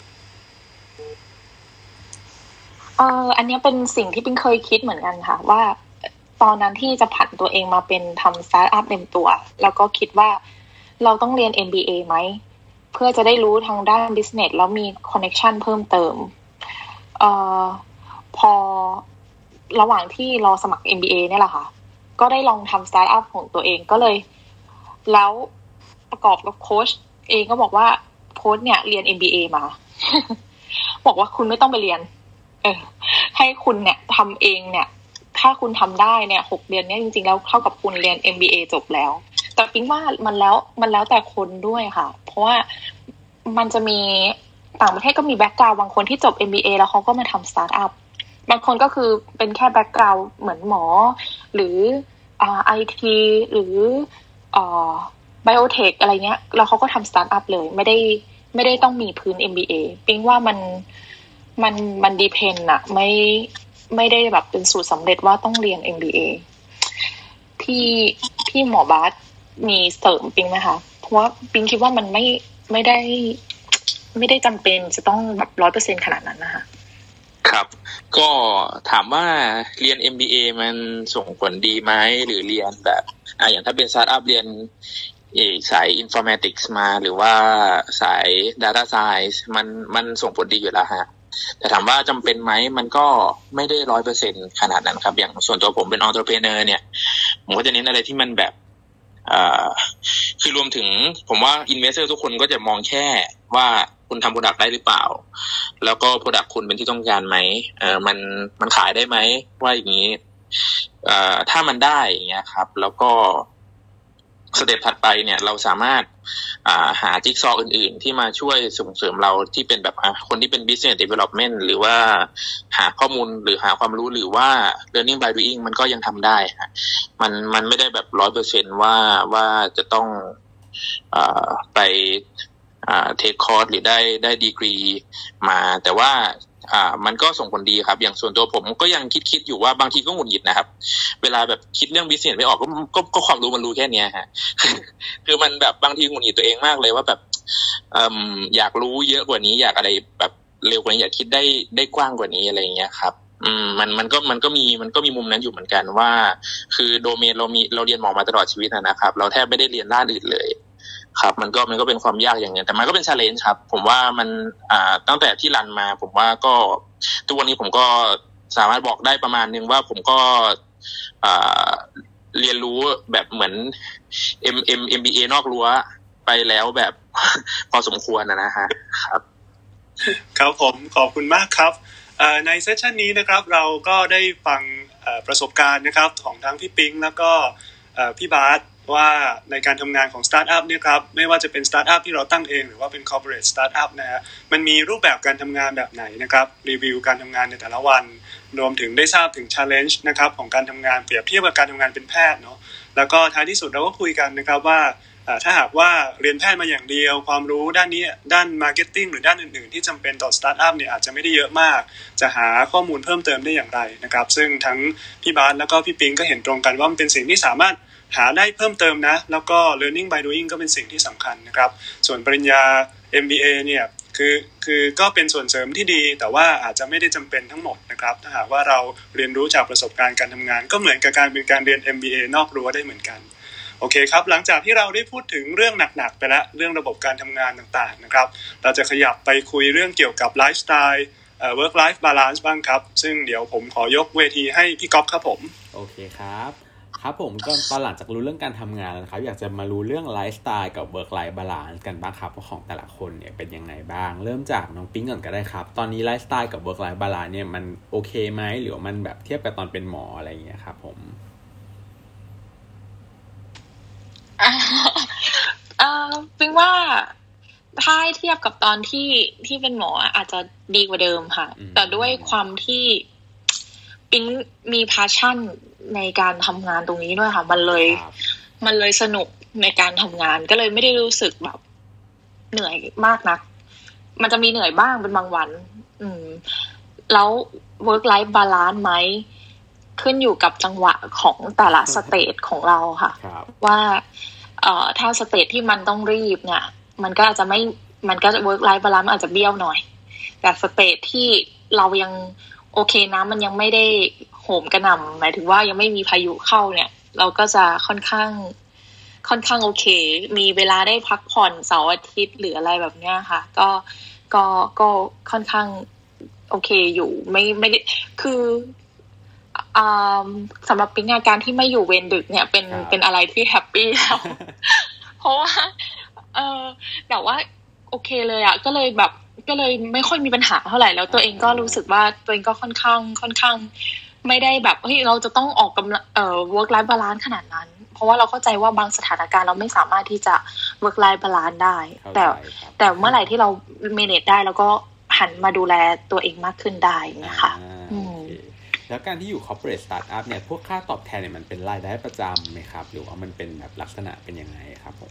เอออันนี้เป็นสิ่งที่ปิ๊งเคยคิดเหมือนกันค่ะว่าตอนนั้นที่จะผันตัวเองมาเป็นทำสตาร์ทอัพเต็มตัวแล้วก็คิดว่าเราต้องเรียน เอ็ม บี เอ ไหมเพื่อจะได้รู้ทางด้าน business แล้วมี connection เพิ่มเติมเอ่อพอระหว่างที่รอสมัคร เอ็ม บี เอ เนี่ยแหละค่ะก็ได้ลองทำสตาร์ทอัพของตัวเองก็เลยแล้วประกอบกับโค้ชเองก็บอกว่าโค้ชเนี่ยเรียน เอ็ม บี เอ มา บอกว่าคุณไม่ต้องไปเรียนเออให้คุณเนี่ยทำเองเนี่ยถ้าคุณทำได้เนี่ยหกเดือนเนี่ยจริงๆแล้วเท่ากับคุณเรียน เอ็ม บี เอ จบแล้วแต่ปิ๊งว่ามันแล้วมันแล้วแต่คนด้วยค่ะเพราะว่ามันจะมีต่างประเทศก็มีแบ็คกราวด์บางคนที่จบ เอ็ม บี เอ แล้วเขาก็มาทำสตาร์ทอัพบางคนก็คือเป็นแค่แบ็คกราวด์เหมือนหมอหรืออ่า ไอ ที หรืออ่าไบโอเทคอะไรเงี้ยแล้วเขาก็ทำสตาร์ทอัพเลยไม่ได้ไม่ได้ต้องมีพื้น เอ็ม บี เอ ปิ๊งว่ามันมันมันดีเพนอะไม่ไม่ได้แบบเป็นสูตรสำเร็จว่าต้องเรียน เอ็ม บี เอ พี่พี่หมอบาสมีเสริมปิ๊งไหมคะเพราะว่าปิ๊งคิดว่ามันไม่ไม่ได้ไม่ได้จำเป็นจะต้องแบบ ร้อยเปอร์เซ็นต์ ขนาดนั้นนะคะครับก็ถามว่าเรียน เอ็ม บี เอ มันส่งผลดีไหมหรือเรียนแบบอ่ะอย่างถ้าเป็นสตาร์ทอัพเรียนเอกสาย informatics มาหรือว่าสาย data science มันมันส่งผลดีอยู่แล้วฮะแต่ถามว่าจำเป็นไหมมันก็ไม่ได้ ร้อยเปอร์เซ็นต์ ขนาดนั้นครับอย่างส่วนตัวผมเป็น entrepreneur เนี่ยผมก็จะเน้นอะไรที่มันแบบอ่าคือรวมถึงผมว่า investor ทุกคนก็จะมองแค่ว่าคุณทำ product ได้หรือเปล่าแล้วก็ product คุณเป็นที่ต้องการไหมเอ่อมันมันขายได้ไหมว่าอย่างนี้เอ่อถ้ามันได้อย่างเงี้ยครับแล้วก็สเต็ปถัดไปเนี่ยเราสามารถอ่าหาจิ๊กซอว์อื่นๆที่มาช่วยส่งเสริมเราที่เป็นแบบคนที่เป็น business development หรือว่าหาข้อมูลหรือหาความรู้หรือว่า learning by doing มันก็ยังทำได้ฮะมันมันไม่ได้แบบ ร้อยเปอร์เซ็นต์ ว่าว่าจะต้องอ่าไปอ่าเทคคอร์สหรือได้ได้ดีกรีมาแต่ว่าอ่ามันก็ส่งผลดีครับอย่างส่วนตัวผมก็ยังคิดๆอยู่ว่าบางทีก็หงุดหงิดนะครับเวลาแบบคิดเรื่องบิสเนสไม่ออกก็ก็ก็ความรู้มันรู้แค่เนี้ยฮะ คือมันแบบบางทีหงุดหงิดตัวเองมากเลยว่าแบบอืมอยากรู้เยอะกว่านี้อยากอะไรแบบเร็วกว่านี้อยากคิดได้ได้กว้างกว่านี้อะไรอย่างเงี้ยครับอืมมันมันก็มันก็มีมันก็มีมุมนั้นอยู่เหมือนกันว่าคือโดเมนเรามีเราเรียนหมอมาตลอดชีวิตนะครับเราแทบไม่ได้เรียนด้านอื่นเลยครับมันก็มันก็เป็นความยากอย่างนึงแต่มันก็เป็น challenge ครับผมว่ามันอ่าตั้งแต่ที่รันมาผมว่าก็ทุกวันนี้ผมก็สามารถบอกได้ประมาณนึงว่าผมก็อ่าเรียนรู้แบบเหมือน M M เอ็ม บี เอ นอกรั้วไปแล้วแบบพอสมควรนะฮะครับครับผมขอบคุณมากครับในเซสชันนี้นะครับเราก็ได้ฟังประสบการณ์นะครับของทั้งพี่ปิ๊งแล้วก็พี่บาสว่าในการทำงานของสตาร์ทอัพเนี่ยครับไม่ว่าจะเป็นสตาร์ทอัพที่เราตั้งเองหรือว่าเป็นคอร์ปอเรทสตาร์ทอัพนะฮะมันมีรูปแบบการทำงานแบบไหนนะครับรีวิวการทำงานในแต่ละวันรวมถึงได้ทราบถึง challenge นะครับของการทำงานเปรียบเทียบกับการทำงานเป็นแพทย์เนาะแล้วก็ท้ายที่สุดเราก็คุยกันนะครับว่าถ้าหากว่าเรียนแพทย์มาอย่างเดียวความรู้ด้านนี้ด้าน marketing หรือด้านอื่นๆที่จำเป็นต่อสตาร์ทอัพเนี่ยอาจจะไม่ได้เยอะมากจะหาข้อมูลเพิ่มเติมได้อย่างไรนะครับซึ่งทั้งพี่บาสแล้วก็พี่ปิงก็เห็นตรงกันว่ามันเป็นสิ่งที่สามารถหาได้เพิ่มเติมนะแล้วก็ learning by doing ก็เป็นสิ่งที่สำคัญนะครับส่วนปริญญา เอ็ม บี เอ เนี่ยคือคือก็เป็นส่วนเสริมที่ดีแต่ว่าอาจจะไม่ได้จำเป็นทั้งหมดนะครับถ้าหากว่าเราเรียนรู้จากประสบการณ์การทำงานก็เหมือนกับการเป็นการเรียน เอ็ม บี เอ นอกรั้วได้เหมือนกันโอเคครับหลังจากที่เราได้พูดถึงเรื่องหนักๆไปแล้วเรื่องระบบการทำงานต่างๆนะครับเราจะขยับไปคุยเรื่องเกี่ยวกับไลฟ์สไตล์เอ่อ work life balance บ้างครับซึ่งเดี๋ยวผมขอยกเวทีให้พี่ก๊อฟครับผมโอเคครับครับผมก็ตอนหลังจากรู้เรื่องการทำงานแล้วนะครับอยากจะมารู้เรื่องไลฟ์สไตล์กับ work life balance กันบ้างครับว่าของแต่ละคนเนี่ยเป็นยังไงบ้างเริ่มจากน้องปิ๊งก่อนก็ได้ครับตอนนี้ไลฟ์สไตล์กับ work life balance เนี่ยมันโอเคไหมหรือว่ามันแบบเทียบกับตอนเป็นหมออะไรอย่างเงี้ยครับผมเอ่อปิ๊งว่าถ้าเทียบกับตอนที่ที่เป็นหมออาจจะดีกว่าเดิมค่ะแต่ด้วยความที่ปิ๊งมีพาชั่นในการทำงานตรงนี้ด้วยค่ะมันเลยมันเลยสนุกในการทำงานก็เลยไม่ได้รู้สึกแบบเหนื่อยมากนักมันจะมีเหนื่อยบ้างเป็นบางวันอืมแล้ว work life balance ไหมขึ้นอยู่กับจังหวะของแต่ละสเตจของเราค่ะว่าเอ่อถ้าสเตจที่มันต้องรีบเนี่ยมันก็อาจจะไม่มันก็ work life balance อาจจะเบี้ยวหน่อยแต่สเตจที่เรายังโอเคนะมันยังไม่ได้โหมกระหน่ำหมายถึงว่ายังไม่มีพายุเข้าเนี่ยเราก็จะค่อนข้างค่อนข้างโอเคมีเวลาได้พักผ่อนเสาร์อาทิตย์หรืออะไรแบบเนี้ยค่ะก็ก็ก็ค่อนข้างโอเคอยู่ไม่ไม่ได้คืออ่าสำหรับปิ๊งอาการที่ไม่อยู่เวรดึกเนี่ยเป็นเป็นอะไรที่แฮปปี้แล้วเพราะว่าเออแต่ว่าโอเคเลยอ่ะก็เลยแบบก็เลยไม่ค่อยมีปัญหาเท่าไหร่แล้วตัวเองก็รู้สึกว่าตัวเองก็ค่อนข้างค่อนข้างไม่ได้แบบเฮ้ยเราจะต้องออกกำลังเอ่อ work life balance ขนาดนั้นเพราะว่าเราเข้าใจว่าบางสถานการณ์เราไม่สามารถที่จะ work life balance ได้แต่แต่เมื่อไหร่ที่เรา manage ได้แล้วก็หันมาดูแลตัวเองมากขึ้นได้นะคะแล้วการที่อยู่ corporate startup เนี่ยพวกค่าตอบแทนเนี่ยมันเป็นรายได้ประจำไหมครับหรือว่ามันเป็นแบบลักษณะเป็นยังไงครับผม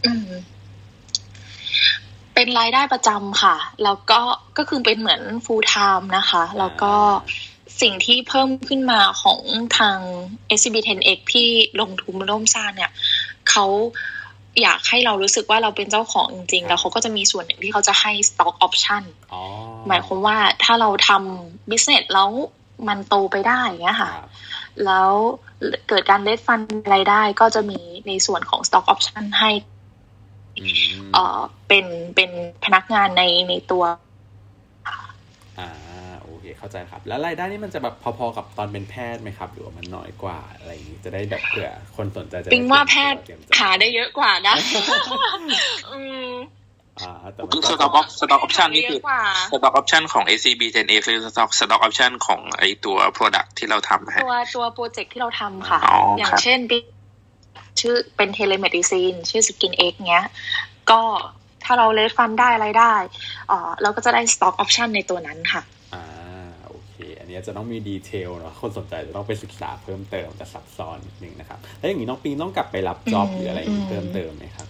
เป็นรายได้ประจำค่ะแล้วก็ก็คือเป็นเหมือน full time นะคะแล้วก็สิ่งที่เพิ่มขึ้นมาของทาง เอส ซี บี เท็น เอ็กซ์ ที่ลงทุนร่วมสร้างเนี่ยเขาอยากให้เรารู้สึกว่าเราเป็นเจ้าของจริงๆแล้วเขาก็จะมีส่วนหนึ่งที่เขาจะให้ stock option หมายความว่าถ้าเราทำ business แล้วมันโตไปได้อย่างเงี้ยค่ะแล้วเกิดการเลทฟันอะไรได้ก็จะมีในส่วนของ stock option ให้เอ่อเป็นเป็นพนักงานในในตัวอ่าโอเคเข้าใจครับแล้วรายได้นี่มันจะแบบพอๆกับตอนเป็นแพทย์ไหมครับหรือว่ามันน้อยกว่าอะไรอย่างนี้จะได้แบบเผื่อคนสนใจจะปิ๊งว่าแพทย์หาได้เยอะกว่านะอืมอ่าแต่คือ stock op stock option นี่คือ stock option ของ เอส ซี บี เท็น เอ็กซ์ คือ stock stock option ของไอตัว product ที่เราทำฮะตัวตัวโปรเจกต์ที่เราทำค่ะอย่างเช่นชื่อเป็น telemedicine ชื่อ Skin X เงี้ยก็ถ้าเราเลทฟันได้อะไรได้อ่าเราก็จะได้ stock option ในตัวนั้นค่ะอ่าโอเคอันนี้จะต้องมีดีเทลเนาะคนสนใจจะต้องไปศึกษาเพิ่มเติมจะซับซ้อนนิดนึงนะครับแล้วอย่างนี้น้องปิงต้องกลับไปรับจ็อบหรืออะไรเพิ่มเติมไหมครับ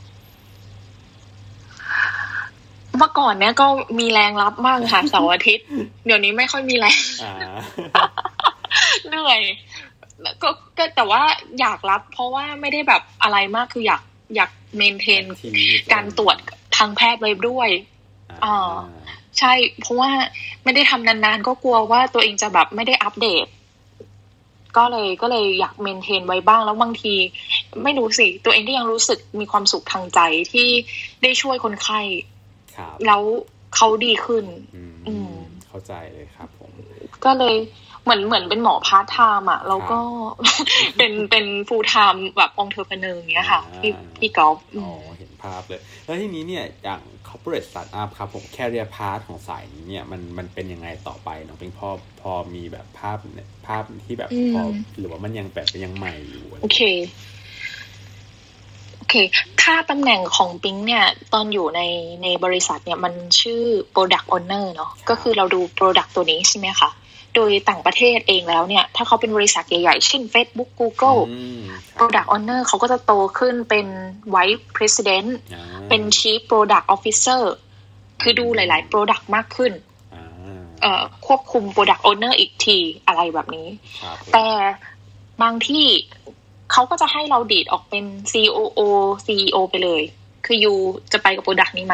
เมื่อก่อนเนี้ยก็มีแรงรับมากค่ะเสาร์อาทิตย์เดี๋ยวนี้ไม่ค่อยมีแรงเหนื่อยก็ก็แต่ว่าอยากรับเพราะว่าไม่ได้แบบอะไรมากคืออยากอยากเมนเทนการตรวจทางแพทย์ไว้ด้วยอ่าใช่เพราะว่าไม่ได้ทำนานๆก็กลัวว่าตัวเองจะแบบไม่ได้อัปเดตก็เลยก็เลยอยากเมนเทนไว้บ้างแล้วบางทีไม่รู้สิตัวเองก็ยังรู้สึกมีความสุขทางใจที่ได้ช่วยคนไข้แล้วเขาดีขึ้นอืมเข้าใจเลยครับผมก็เลยเหมือนเหมือนเป็นหมอพาร์ทไทม์อ่ะแล้วก็เป็นเป็นฟูลไทม์แบบองค์เทอร์เพเนอร์อย่างเงี้ยค่ะพี่พี่กอล์ฟอ๋อเห็นภาพเลยแล้วทีนี้เนี่ยอย่าง corporate startup ครับผม career path ของสายนี้เนี่ยมันมันเป็นยังไงต่อไปน้องเป็นพอพอมีแบบภาพภาพที่แบบพอหรือว่ามันยังแบบยังใหม่อยู่โอเคเคถ้าตำแหน่งของปิ๊งเนี่ยตอนอยู่ในในบริษัทเนี่ยมันชื่อ Product Owner เนาะก็คือเราดู Product ตัวนี้ใช่ไหมคะโดยต่างประเทศเองแล้วเนี่ยถ้าเขาเป็นบริษัทใหญ่ๆเช่น Facebook Google Product Owner เขาก็จะโตขึ้นเป็น Vice President เป็น Chief Product Officer คือดูหลายๆ Product มากขึ้นเอ่อควบคุม Product Owner อีกทีอะไรแบบนี้แต่บางที่เขาก็จะให้เราดีดออกเป็น ซี โอ โอ ซี อี โอ ไปเลยคือยูจะไปกับ Product นี้ไหม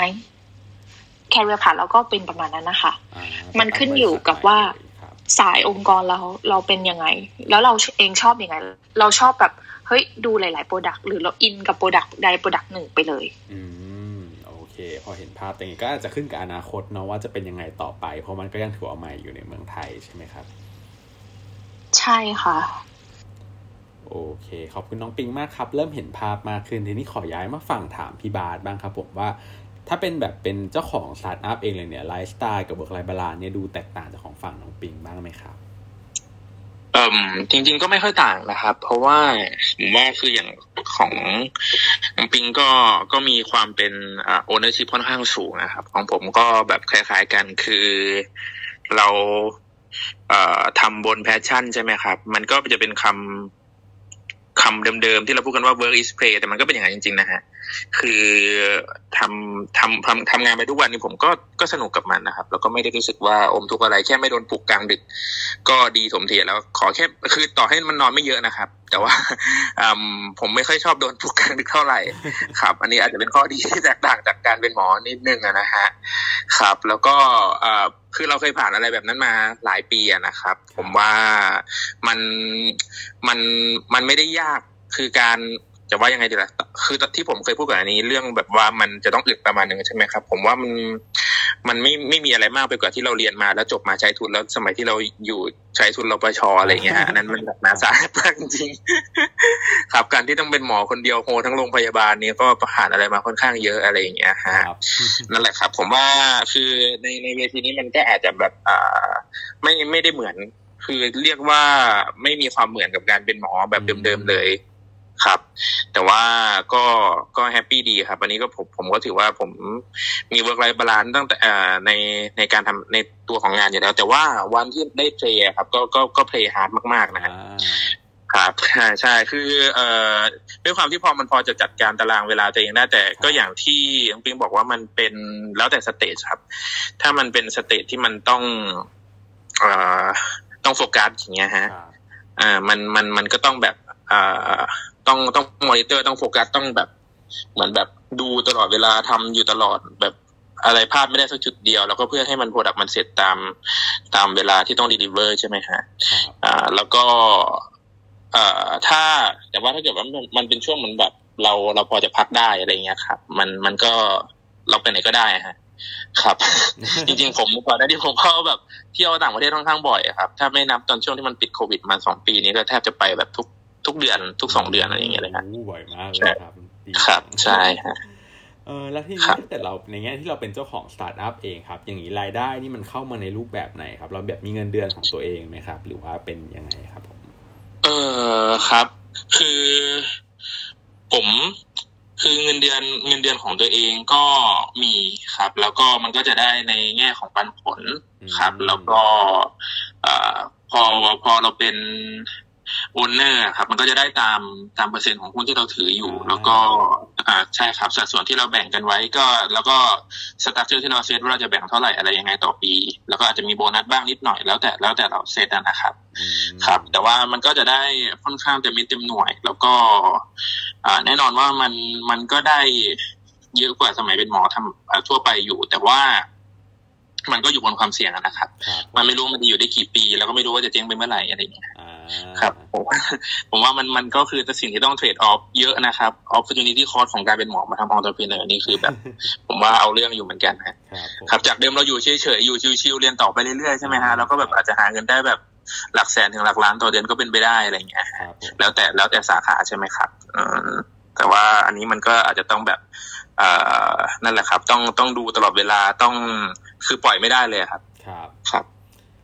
Career Path เราก็เป็นประมาณนั้นนะคะมันขึ้นอยู่กับว่าสายองค์กรเราเราเป็นยังไงแล้วเราเองชอบยังไงเราชอบแบบเฮ้ยดูหลายๆ Product หรือเราอินกับ Product ใด Product หนึ่งไปเลยอืมโอเคพอเห็นภาพอย่างนี้ก็อาจจะขึ้นกับอนาคตเนาะว่าจะเป็นยังไงต่อไปเพราะมันก็ยังถือว่าใหม่อยู่ในเมืองไทยใช่ไหมครับใช่ค่ะโอเคขอบคุณน้องปิงมากครับเริ่มเห็นภาพมากขึ้นทีนี้ขอย้ายมาฝั่งถามพี่บาสบ้างครับผมว่าถ้าเป็นแบบเป็นเจ้าของสตาร์ทอัพเองเลยเนี่ยไลฟ์สไตล์กับเวิร์คไลฟ์บาลานซ์เนี่ยดูแตกต่างจากของฝั่งน้องปิงบ้างไหมครับเอ่อจริงๆก็ไม่ค่อยต่างนะครับเพราะว่าผมว่าคืออย่างของน้องปิงก็ก็มีความเป็นอ่า ownership ค่อนข้างสูงนะครับของผมก็แบบคล้ายๆกันคือเราเอ่อทำบน passion ใช่ไหมครับมันก็จะเป็นคำคำเดิมๆที่เราพูดกันว่า work is play แต่มันก็เป็นอย่างนั้นจริงๆนะฮะคือทำทำทำทำงานไปทุกวันนี้ผมก็ก็สนุกกับมันนะครับแล้วก็ไม่ได้รู้สึกว่าอมทุกข์อะไรแค่ไม่โดนปลุกกลางดึกก็ดีสมเทียแล้วขอแค่คือต่อให้มันนอนไม่เยอะนะครับแต่ว่าผมไม่ค่อยชอบโดนปลุกกลางดึกเท่าไหร่ครับอันนี้อาจจะเป็นข้อดีที่แตกต่างจากการเป็นหมอนิดนึงนะฮะครับแล้วก็คือเราเคยผ่านอะไรแบบนั้นมาหลายปีนะครับผมว่ามันมันมันไม่ได้ยากคือการจะว่ายังไงดีล่ะคือที่ผมเคยพูดก่อนอันนี้เรื่องแบบว่ามันจะต้องอึดประมาณนึงใช่ไหมครับผมว่ามันมันไม่ไม่มีอะไรมากไปกว่าที่เราเรียนมาแล้วจบมาใช้ทุนแล้วสมัยที่เราอยู่ใช้ทุนรปชอะไรเงี้ยอันนั้นมันแบบน่าสาหัสมากจริงครับการที่ต้องเป็นหมอคนเดียวโฮทั้งโรงพยาบาลนี้ก็ผ่านอะไรมาค่อนข้างเยอะอะไรอย่างเงี้ยฮะนั่นแหละครับผมว่าคือในในเวทีนี้มันก็อาจจะแบบอ่าไม่ไม่ได้เหมือนคือเรียกว่าไม่มีความเหมือนกับการเป็นหมอแบบเดิมๆเลยครับแต่ว่าก็ก็แฮปปี้ดีครับวันนี้ก็ผมผมก็ถือว่าผมมีเวิร์คไลฟ์บาลานซ์ตั้งแต่อ่าในในการทำในตัวของงานอยู่แล้วแต่ว่าวันที่ได้เพลย์ครับก็ก็ก็เพลย์ฮาร์ดมากๆนะครับใช่ใช่คือเอ่อด้วยความที่พอมันพอจะจัดการตารางเวลาตัวเองได้แต่ก็อย่างที่น้องปิงบอกว่ามันเป็นแล้วแต่สเตจครับถ้ามันเป็นสเตจที่มันต้องเอ่อต้องโฟกัสอย่างเงี้ยฮะอ่ามันมันมันก็ต้องแบบอ่าต้องต้องมอนิเตอร์ต้องโฟกัสต้องแบบเหมือนแบบดูตลอดเวลาทำอยู่ตลอดแบบอะไรพลาดไม่ได้สักจุดเดียวแล้วก็เพื่อให้มันโปรดักต์มันเสร็จตามตามเวลาที่ต้อง deliver ใช่ไหมฮะอ่าแล้วก็อ่าถ้าแต่ว่าถ้าเกิดว่ามันมันเป็นช่วงเหมือนแบบเราเราพอจะพักได้อะไรเงี้ยครับมันมันก็เราไปไหนก็ได้ฮะครับ จริงๆผมก่อนหน้านี้ผมก็แบบเที่ยวต่างประเทศค่อนข้างบ่อยครับถ้าไม่นับตอนช่วงที่มันปิดโควิดมาสองปีนี้ก็แทบจะไปแบบทุกทุกเดือนทุกสองเดือนอะไรอย่างเงี้ยเลยครับบ่อยมากเลยครับครับใช่ฮะเออแล้วที่นี้ถ้าเกิดเราในแง่ที่เราเป็นเจ้าของสตาร์ทอัพเองครับอย่างนี้รายได้นี่มันเข้ามาในรูปแบบไหนครับเราแบบมีเงินเดือนของตัวเองไหมครับหรือว่าเป็นยังไงครับผมเออครับคือผมคือเงินเดือนเงินเดือนของตัวเองก็มีครับแล้วก็มันก็จะได้ในแง่ของปันผลครับแล้วก็อ่าพอพอเราเป็นโอนเนอร์ครับมันก็จะได้ตามตามเปอร์เซ็นต์ของหุ้นที่เราถืออยู่แล้วก็อ่าใช่ครับสัดส่วนที่เราแบ่งกันไว้ก็แล้วก็สตรัคเจอร์ที่เราเซตว่าเราจะแบ่งเท่าไหร่อะไรยังไงต่อปีแล้วก็อาจจะมีโบนัสบ้างนิดหน่อยแล้วแต่แล้วแต่เราเซตนะครับครับแต่ว่ามันก็จะได้ค่อนข้างเต็มเม็ดเต็มหน่วยแล้วก็อ่าแน่นอนว่ามันมันก็ได้เยอะกว่าสมัยเป็นหมอทำทั่วไปอยู่แต่ว่ามันก็อยู่บนความเสี่ยงนะครับมันไม่รู้มันจะอยู่ได้กี่ปีแล้วก็ไม่รู้ว่าจะเจ๊งไปเมื่อไหร่อะไรอย่างเงี้ยครับผมว่าผมว่ามันมันก็คือสิ่งที่ต้องเทรดออฟเยอะนะครับ opportunity cost ของการเป็นหมอมาทำ entrepreneur นี่คือแบบผมว่าเอาเรื่องอยู่เหมือนกันครับจากเดิมเราอยู่เฉยๆอยู่ชิวๆเรียนต่อไปเรื่อยๆใช่ไหมฮะแล้วก็แบบอาจจะหาเงินได้แบบหลักแสนถึงหลักล้านต่อเดือนก็เป็นไปได้อะไรอย่างเงี้ยแล้วแต่แล้วแต่สาขาใช่ไหมครับแต่ว่าอันนี้มันก็อาจจะต้องแบบอ่านั่นแหละครับต้องต้องดูตลอดเวลาต้องคือปล่อยไม่ได้เลยครับครับครับ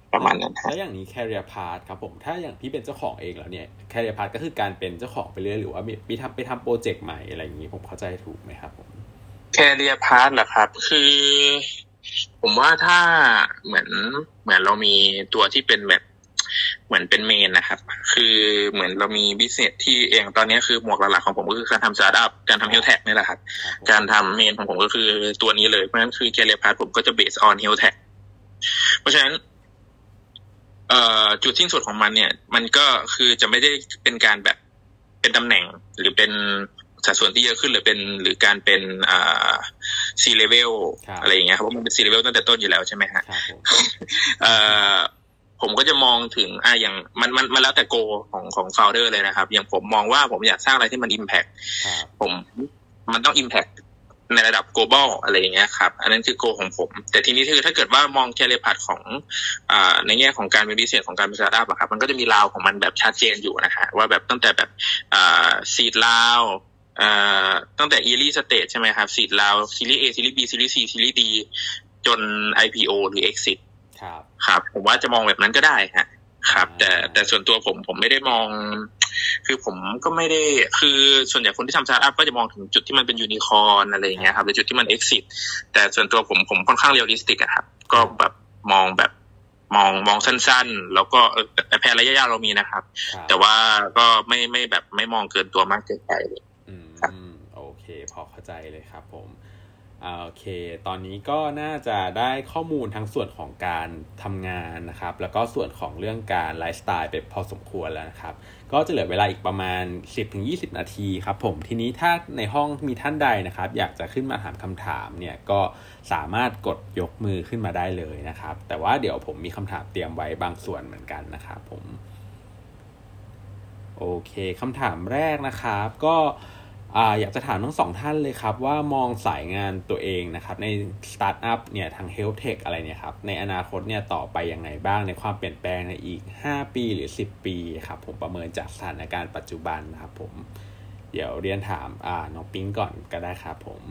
ประมาณนั้นแล้วอย่างนี้ career path ครับผมถ้าอย่างพี่เป็นเจ้าของเองแล้วเนี่ย career path ก็คือการเป็นเจ้าของไปเรื่อยหรือว่ามีทำไปทำโปรเจกต์ใหม่อะไรอย่างนี้ผมเข้าใจถูกไหมครับผม career path เหรอครับคือผมว่าถ้าเหมือนเหมือนเรามีตัวที่เป็นแบบเหมือนเป็นเมนนะครับคือเหมือนเรามีบิสเนสที่เองตอนนี้คือหมวกหลักๆของผมก็คือการทำสตาร์ทอัพการทำ health tech นี่แหละครับการทำเมนของผมก็คือตัวนี้เลยเพราะฉะนั้นคือ career path ผมก็จะ based on health tech เพราะฉะนั้นเอ่อจุดสิ้นสุดของมันเนี่ยมันก็คือจะไม่ได้เป็นการแบบเป็นตำแหน่งหรือเป็นสัดส่วนที่เยอะขึ้นหรือเป็นหรือการเป็นอ่า C level อะไรอย่างเงี้ยครับเพราะมันเป็น C level ตั้งแต่ต้นอยู่แล้วใช่ไหมฮะเอ่อผมก็จะมองถึงอ่าอย่างมันมันมันแล้วแต่โกของของ founder เลยนะครับอย่างผมมองว่าผมอยากสร้างอะไรที่มัน impact ผมมันต้อง impact ในระดับ global อะไรอย่างเงี้ยครับอันนั้นคือโกของผมแต่ทีนี้คือถ้าเกิดว่ามอง career path ของอ่าในแง่ของการเป็น business ของการเป็น startup อะครับมันก็จะมีราวของมันแบบชัดเจนอยู่นะฮะว่าแบบตั้งแต่แบบอ่า seed round อ่าตั้งแต่ early stage ใช่ไหมครับ seed round series A series B series C series D จน ไอ พี โอ หรือ exit ครับครับผมว่าจะมองแบบนั้นก็ได้ฮะครับแต่แต่ส่วนตัวผมผมไม่ได้มองคือผมก็ไม่ได้คือส่วนใหญ่คนที่ทำสตาร์ทอัพก็จะมองถึงจุดที่มันเป็นยูนิคอร์นอะไรอย่างเงี้ยครับหรือจุดที่มัน exit แต่ส่วนตัวผมผมค่อนข้างเรียลลิสติกอะครับก็แบบมองแบบมองมองสั้นๆแล้วก็แต่แผนระยะยาวเรามีนะครับแต่ว่าก็ไม่ไม่แบบไม่มองเกินตัวมากเกินไปเลยอืมโอเคพอเข้าใจเลยครับผมโอเคตอนนี้ก็น่าจะได้ข้อมูลทั้งส่วนของการทำงานนะครับแล้วก็ส่วนของเรื่องการไลฟ์สไตล์ไปพอสมควรแล้วนะครับก็จะเหลือเวลาอีกประมาณ สิบถึงยี่สิบ นาทีครับผมทีนี้ถ้าในห้องมีท่านใดนะครับอยากจะขึ้นมาถามคำถามเนี่ยก็สามารถกดยกมือขึ้นมาได้เลยนะครับแต่ว่าเดี๋ยวผมมีคำถามเตรียมไว้บางส่วนเหมือนกันนะครับผมโอเคคำถามแรกนะครับก็อ่าอยากจะถามทั้งสองท่านเลยครับว่ามองสายงานตัวเองนะครับในสตาร์ทอัพเนี่ยทาง Health Tech อะไรเนี่ยครับในอนาคตเนี่ยต่อไปยังไงบ้างในความเปลี่ยนแปลงในอีกห้าปีหรือสิบปีครับผมประเมินจากสถานการณ์ปัจจุบันนะครับผมเดี๋ยวเรียนถามอ่าน้องปิ๊งก่อนก็ได้ครับผม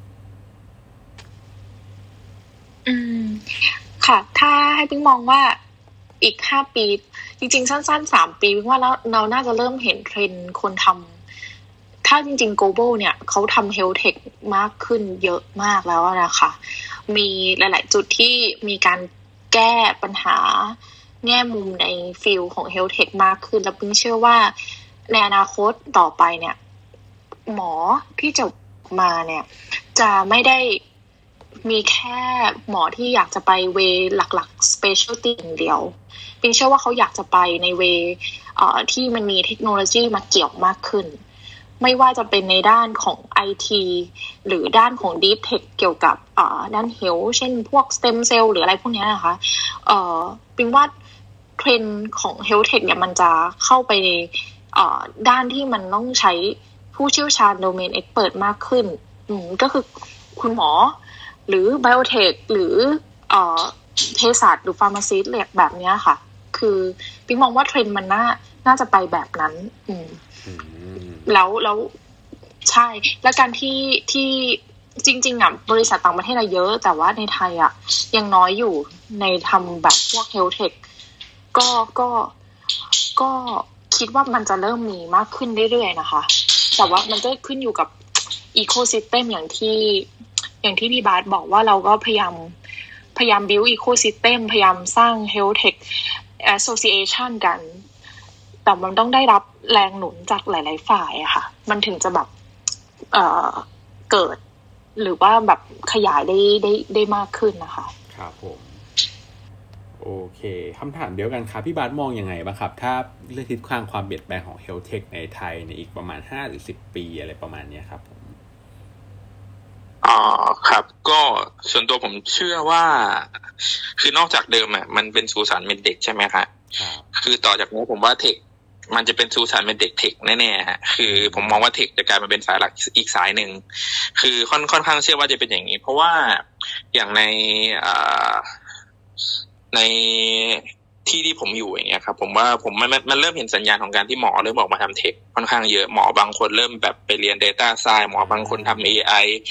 อืมค่ะถ้าให้ปิ๊งมองว่าอีกห้าปีจริงๆสั้นๆสามปีปิ๊งว่าเราเราน่าจะเริ่มเห็นเทรนด์คนทำถ้าจริงๆ global เนี่ยเขาทำ health tech มากขึ้นเยอะมากแล้วนะคะมีหลายๆจุดที่มีการแก้ปัญหาแง่มุมในฟิลของ health tech มากขึ้นแล้วปิ๊งเชื่อว่าในอนาคตต่อไปเนี่ยหมอที่จะมาเนี่ยจะไม่ได้มีแค่หมอที่อยากจะไปเวหลักๆ specialty อย่างเดียวปิ๊งเชื่อว่าเขาอยากจะไปในเวเอ่อที่มันมีเทคโนโลยีมาเกี่ยวมากขึ้นไม่ว่าจะเป็นในด้านของ ไอ ที หรือด้านของ Deep Tech เกี่ยวกับด้าน Health เช่นพวก Stem Cell หรืออะไรพวกนี้นะคะเอ่อปิ๊งว่าเทรนด์ของ Health Tech เนี่ยมันจะเข้าไปในด้านที่มันต้องใช้ผู้เชี่ยวชาญ Domain Expert มากขึ้นอืมก็คือคุณหมอหรือ Biotech หรือเอ่อเภสัชหรือ Pharmacist แบบนี้ค่ะคือปิ๊งมองว่าเทรนด์มันน่าน่าจะไปแบบนั้นอืมแล้วแล้วใช่แล้วการที่ที่จริงๆอ่ะบริษัทต่างประเทศอะเยอะแต่ว่าในไทยอ่ะยังน้อยอยู่ในทำแบบพวก Health Tech ก็ก็ก็คิดว่ามันจะเริ่มมีมากขึ้นเรื่อยๆนะคะแต่ว่ามันก็ขึ้นอยู่กับ Ecosystem อย่างที่อย่างที่พี่บาสบอกว่าเราก็พยายามพยายาม build Ecosystem พยายามสร้าง Health Tech Association กันแต่มันต้องได้รับแรงหนุนจากหลายๆฝ่ายอะค่ะมันถึงจะแบบเอ่อเกิดหรือว่าแบบขยายได้ได้ได้มากขึ้นนะคะครับผมโอเคคำถามเดียวกันครับพี่บาสมองยังไงบ้างครับถ้าเรื่องทิศทางความเปลี่ยนแปลงของ Health Tech ในไทยในอีกประมาณห้าหรือสิบปีอะไรประมาณนี้ครับผมอ๋อครับก็ส่วนตัวผมเชื่อว่าคือนอกจากเดิมอ่ะมันเป็นสุสานเม็ดเด็กใช่ไหมครับคือต่อจากนี้ผมว่าเทคมันจะเป็นสุสานเม็ดเด็กเทคแน่ๆฮะคือผมมองว่าเทคจะกลายมาเป็นสายหลักอีกสายหนึ่งคือค่อนค่อนข้างเชื่อว่าจะเป็นอย่างนี้เพราะว่าอย่างในอ่าในที่ที่ผมอยู่อย่างเงี้ยครับผมว่าผมมันมันเริ่มเห็นสัญญาณของการที่หมอเริ่มออกมาทำเทคค่อนข้างเยอะหมอบางคนเริ่มแบบไปเรียน Data Science หมอบางคนทำ เอ ไอ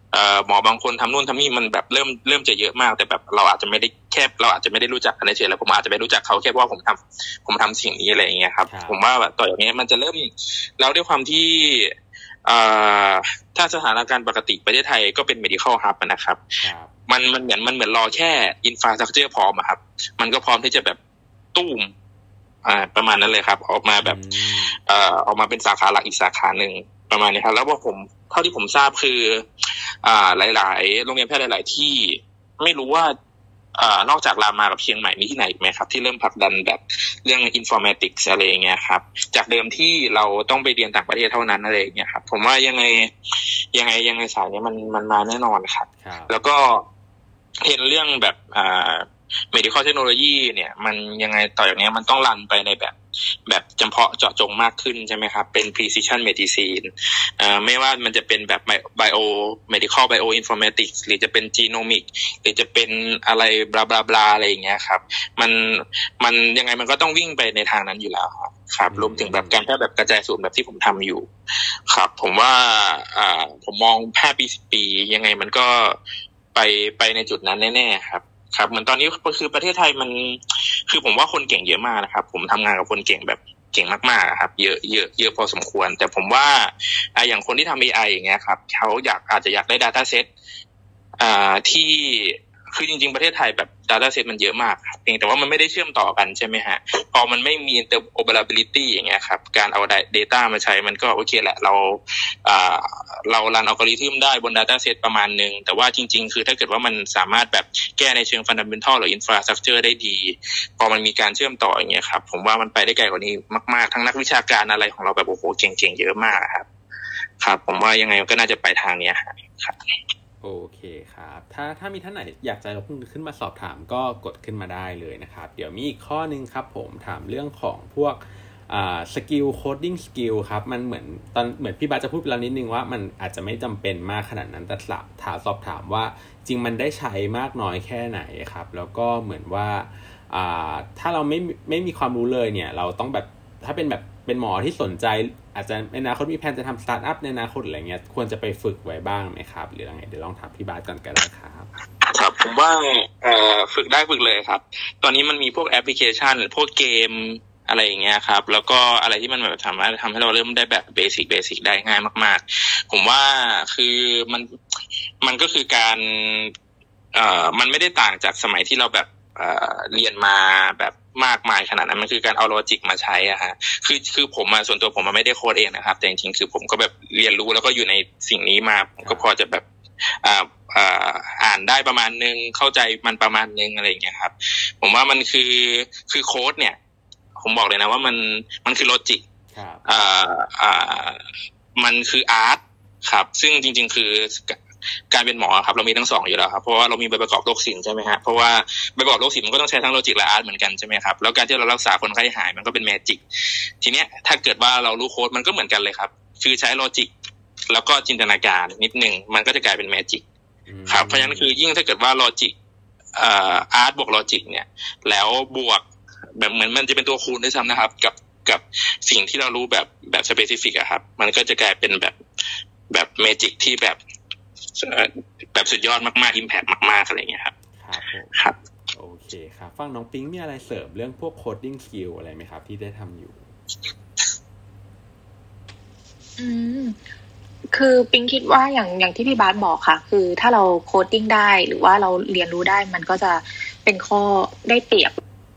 เอ่อหมอบางคนทำนู่นทำนี่มันแบบเริ่มเริ่มจะเยอะมากแต่แบบเราอาจจะไม่ได้แค่เราอาจจะไม่ได้รู้จักกันเฉยๆแล้วผมอาจจะไม่รู้จักเขาแค่เพราะว่าผมทำผมทำสิ่งนี้อะไรอย่างเงี้ยครับผมว่าแบบต่อจากนี้มันจะเริ่มแล้วด้วยความที่เอ่อถ้าสถานการณ์ปกติประเทศไทยก็เป็น medical hub นะครับมันมันเหมือนมันเหมือนรอแค่ infrastructure พร้อมอะครับมันก็พร้อมที่จะแบบตุ้มอ่าประมาณนั้นเลยครับออกมาแบบเอ่อออกมาเป็นสาขาหลักอีกสาขาหนึ่งประมาณนี้ครับแล้วว่าผมเท่าที่ผมทราบคืออ่าหลายๆโรงเรียนแพทย์หลายๆที่ไม่รู้ว่าอ่านอกจากรามากับเชียงใหม่มีที่ไหนอีกไหมครับที่เริ่มผลักดันแบบเรื่อง informatics อะไรอย่างเงี้ยครับจากเดิมที่เราต้องไปเรียนต่างประเทศเท่านั้นอะไรอย่างเงี้ยครับผมว่ายังไงยังไงยังไงสายนี้มันมันมาแน่นอนครับแล้วก็เห็นเรื่องแบบอ่าmedical technology เนี่ยมันยังไงต่อจากนี้มันต้องรันไปในแบบแบบจำเพาะเจาะจงมากขึ้นใช่ไหมครับเป็น precision medicine เอ่อไม่ว่ามันจะเป็นแบบ bio medical bio informatics หรือจะเป็น genomic หรือจะเป็นอะไรบลาบลาบลาอะไรอย่างเงี้ยครับมันมันยังไงมันก็ต้องวิ่งไปในทางนั้นอยู่แล้วครับครับรวมถึงแบบการแพทย์แบบกระจายศูนย์แบบที่ผมทำอยู่ครับผมว่าอ่าผมมองห้าปีสิบปียังไงมันก็ไปไปในจุดนั้นแน่ๆครับครับเหมือนตอนนี้คือประเทศไทยมันคือผมว่าคนเก่งเยอะมากนะครับผมทำงานกับคนเก่งแบบเก่งมากๆครับเยอะเยอะเยอะพอสมควรแต่ผมว่าอ่าอย่างคนที่ทำ เอ ไอ อย่างเงี้ยครับเขาอยากอาจจะอยากได้ data set อ่าที่คือจริงๆประเทศไทยแบบ data set มันเยอะมากเพียงแต่ว่ามันไม่ได้เชื่อมต่อกันใช่ไหมฮะพอมันไม่มี interoperability อย่างเงี้ยครับการเอา data มาใช้มันก็โอเคแหละเราอ่าเรารันอัลกอริทึมได้บน data set ประมาณนึงแต่ว่าจริงๆคือถ้าเกิดว่ามันสามารถแบบแก้ในเชิง fundamental หรือ infrastructure ได้ดีพอมันมีการเชื่อมต่ออย่างเงี้ยครับผมว่ามันไปได้ไกลกว่านี้มากๆทั้งนักวิชาการอะไรของเราแบบโอ้โหเก่งๆเยอะมากครับครับผมว่ายังไงก็น่าจะไปทางเนี้ยครับโอเคครับถ้าถ้ามีท่านไหนอยากจะขึ้นมาสอบถามก็กดขึ้นมาได้เลยนะครับเดี๋ยวมีอีกข้อนึงครับผมถามเรื่องของพวกอ่าสกิลโคดดิ้งสกิลครับมันเหมือนตอนเหมือนพี่บาจะพูดไปแล้วนิดนึงว่ามันอาจจะไม่จำเป็นมากขนาดนั้นแต่ถามสอบถามว่าจริงมันได้ใช้มากน้อยแค่ไหนครับแล้วก็เหมือนว่าอ่าถ้าเราไม่ไม่มีความรู้เลยเนี่ยเราต้องแบบถ้าเป็นแบบเป็นหมอที่สนใจอาจจะในอนาคตมีแผนจะทำสตาร์ทอัพในอนาคตอะไรเงี้ยควรจะไปฝึกไว้บ้างไหมครับหรือยังไงเดี๋ยวลองถามพี่บาสก่อนก็ได้ครับครับผมว่าเอ่อฝึกได้ฝึกเลยครับตอนนี้มันมีพวกแอปพลิเคชันพวกเกมอะไรอย่างเงี้ยครับแล้วก็อะไรที่มันแบบทำให้ทำให้เราเริ่มได้แบบเบสิกเบสิกได้ง่ายมากๆผมว่าคือมันมันก็คือการเอ่อมันไม่ได้ต่างจากสมัยที่เราแบบเอ่อเรียนมาแบบมากมายขนาดนั้นมันคือการเอาลอจิกมาใช้อะฮะคือคือผมมาส่วนตัวผมมันไม่ได้โค้ดเองนะครับแต่จริงๆคือผมก็แบบเรียนรู้แล้วก็อยู่ในสิ่งนี้มาผมก็พอจะแบบอ่าอ่าอ่านได้ประมาณนึงเข้าใจมันประมาณนึงอะไรอย่างเงี้ยครับผมว่ามันคือคือโค้ดเนี่ยผมบอกเลยนะว่ามันมันคือลอจิกอ่าอ่ามันคืออาร์ตครับซึ่งจริงๆคือการเป็นหมอครับเรามีทั้งสองอยู่แล้วครับเพราะว่าเรามีใบประกอบโรคศิลป์ใช่ไหมฮะเพราะว่าใบประกอบโรคศิลป์มันก็ต้องใช้ทั้งโลจิกและอาร์ตเหมือนกันใช่ไหมครับแล้วการที่เรารักษาคนไข้หายมันก็เป็นแมจิกทีเนี้ยถ้าเกิดว่าเรารู้โค้ดมันก็เหมือนกันเลยครับคือใช้โลจิกแล้วก็จินตนาการนิดนึงมันก็จะกลายเป็นแมจิกครับเพราะฉะนั้นคือยิ่งถ้าเกิดว่าโลจิกเอ่ออาร์ตบวกโลจิกเนี่ยแล้วบวกแบบเหมือนมันจะเป็นตัวคูณด้วยซ้ำนะครับกับกับสิ่งที่เรารู้แบบแบบสเปซิฟิกอะครับมันก็จะกลายเป็นแบบแบบแมจิกที่แบบแบบสุดยอดมากๆ impact มากๆอะไรอย่างเงี้ยครับครับครับโอเคครับฟังน้องปิ๊งมีอะไรเสริมเรื่องพวก coding skill อะไรไหมครับที่ได้ทำอยู่อืมคือปิ๊งคิดว่าอย่างอย่างที่พี่บาสบอกค่ะคือถ้าเราโคดดิ้งได้หรือว่าเราเรียนรู้ได้มันก็จะเป็นข้อได้เปรียบ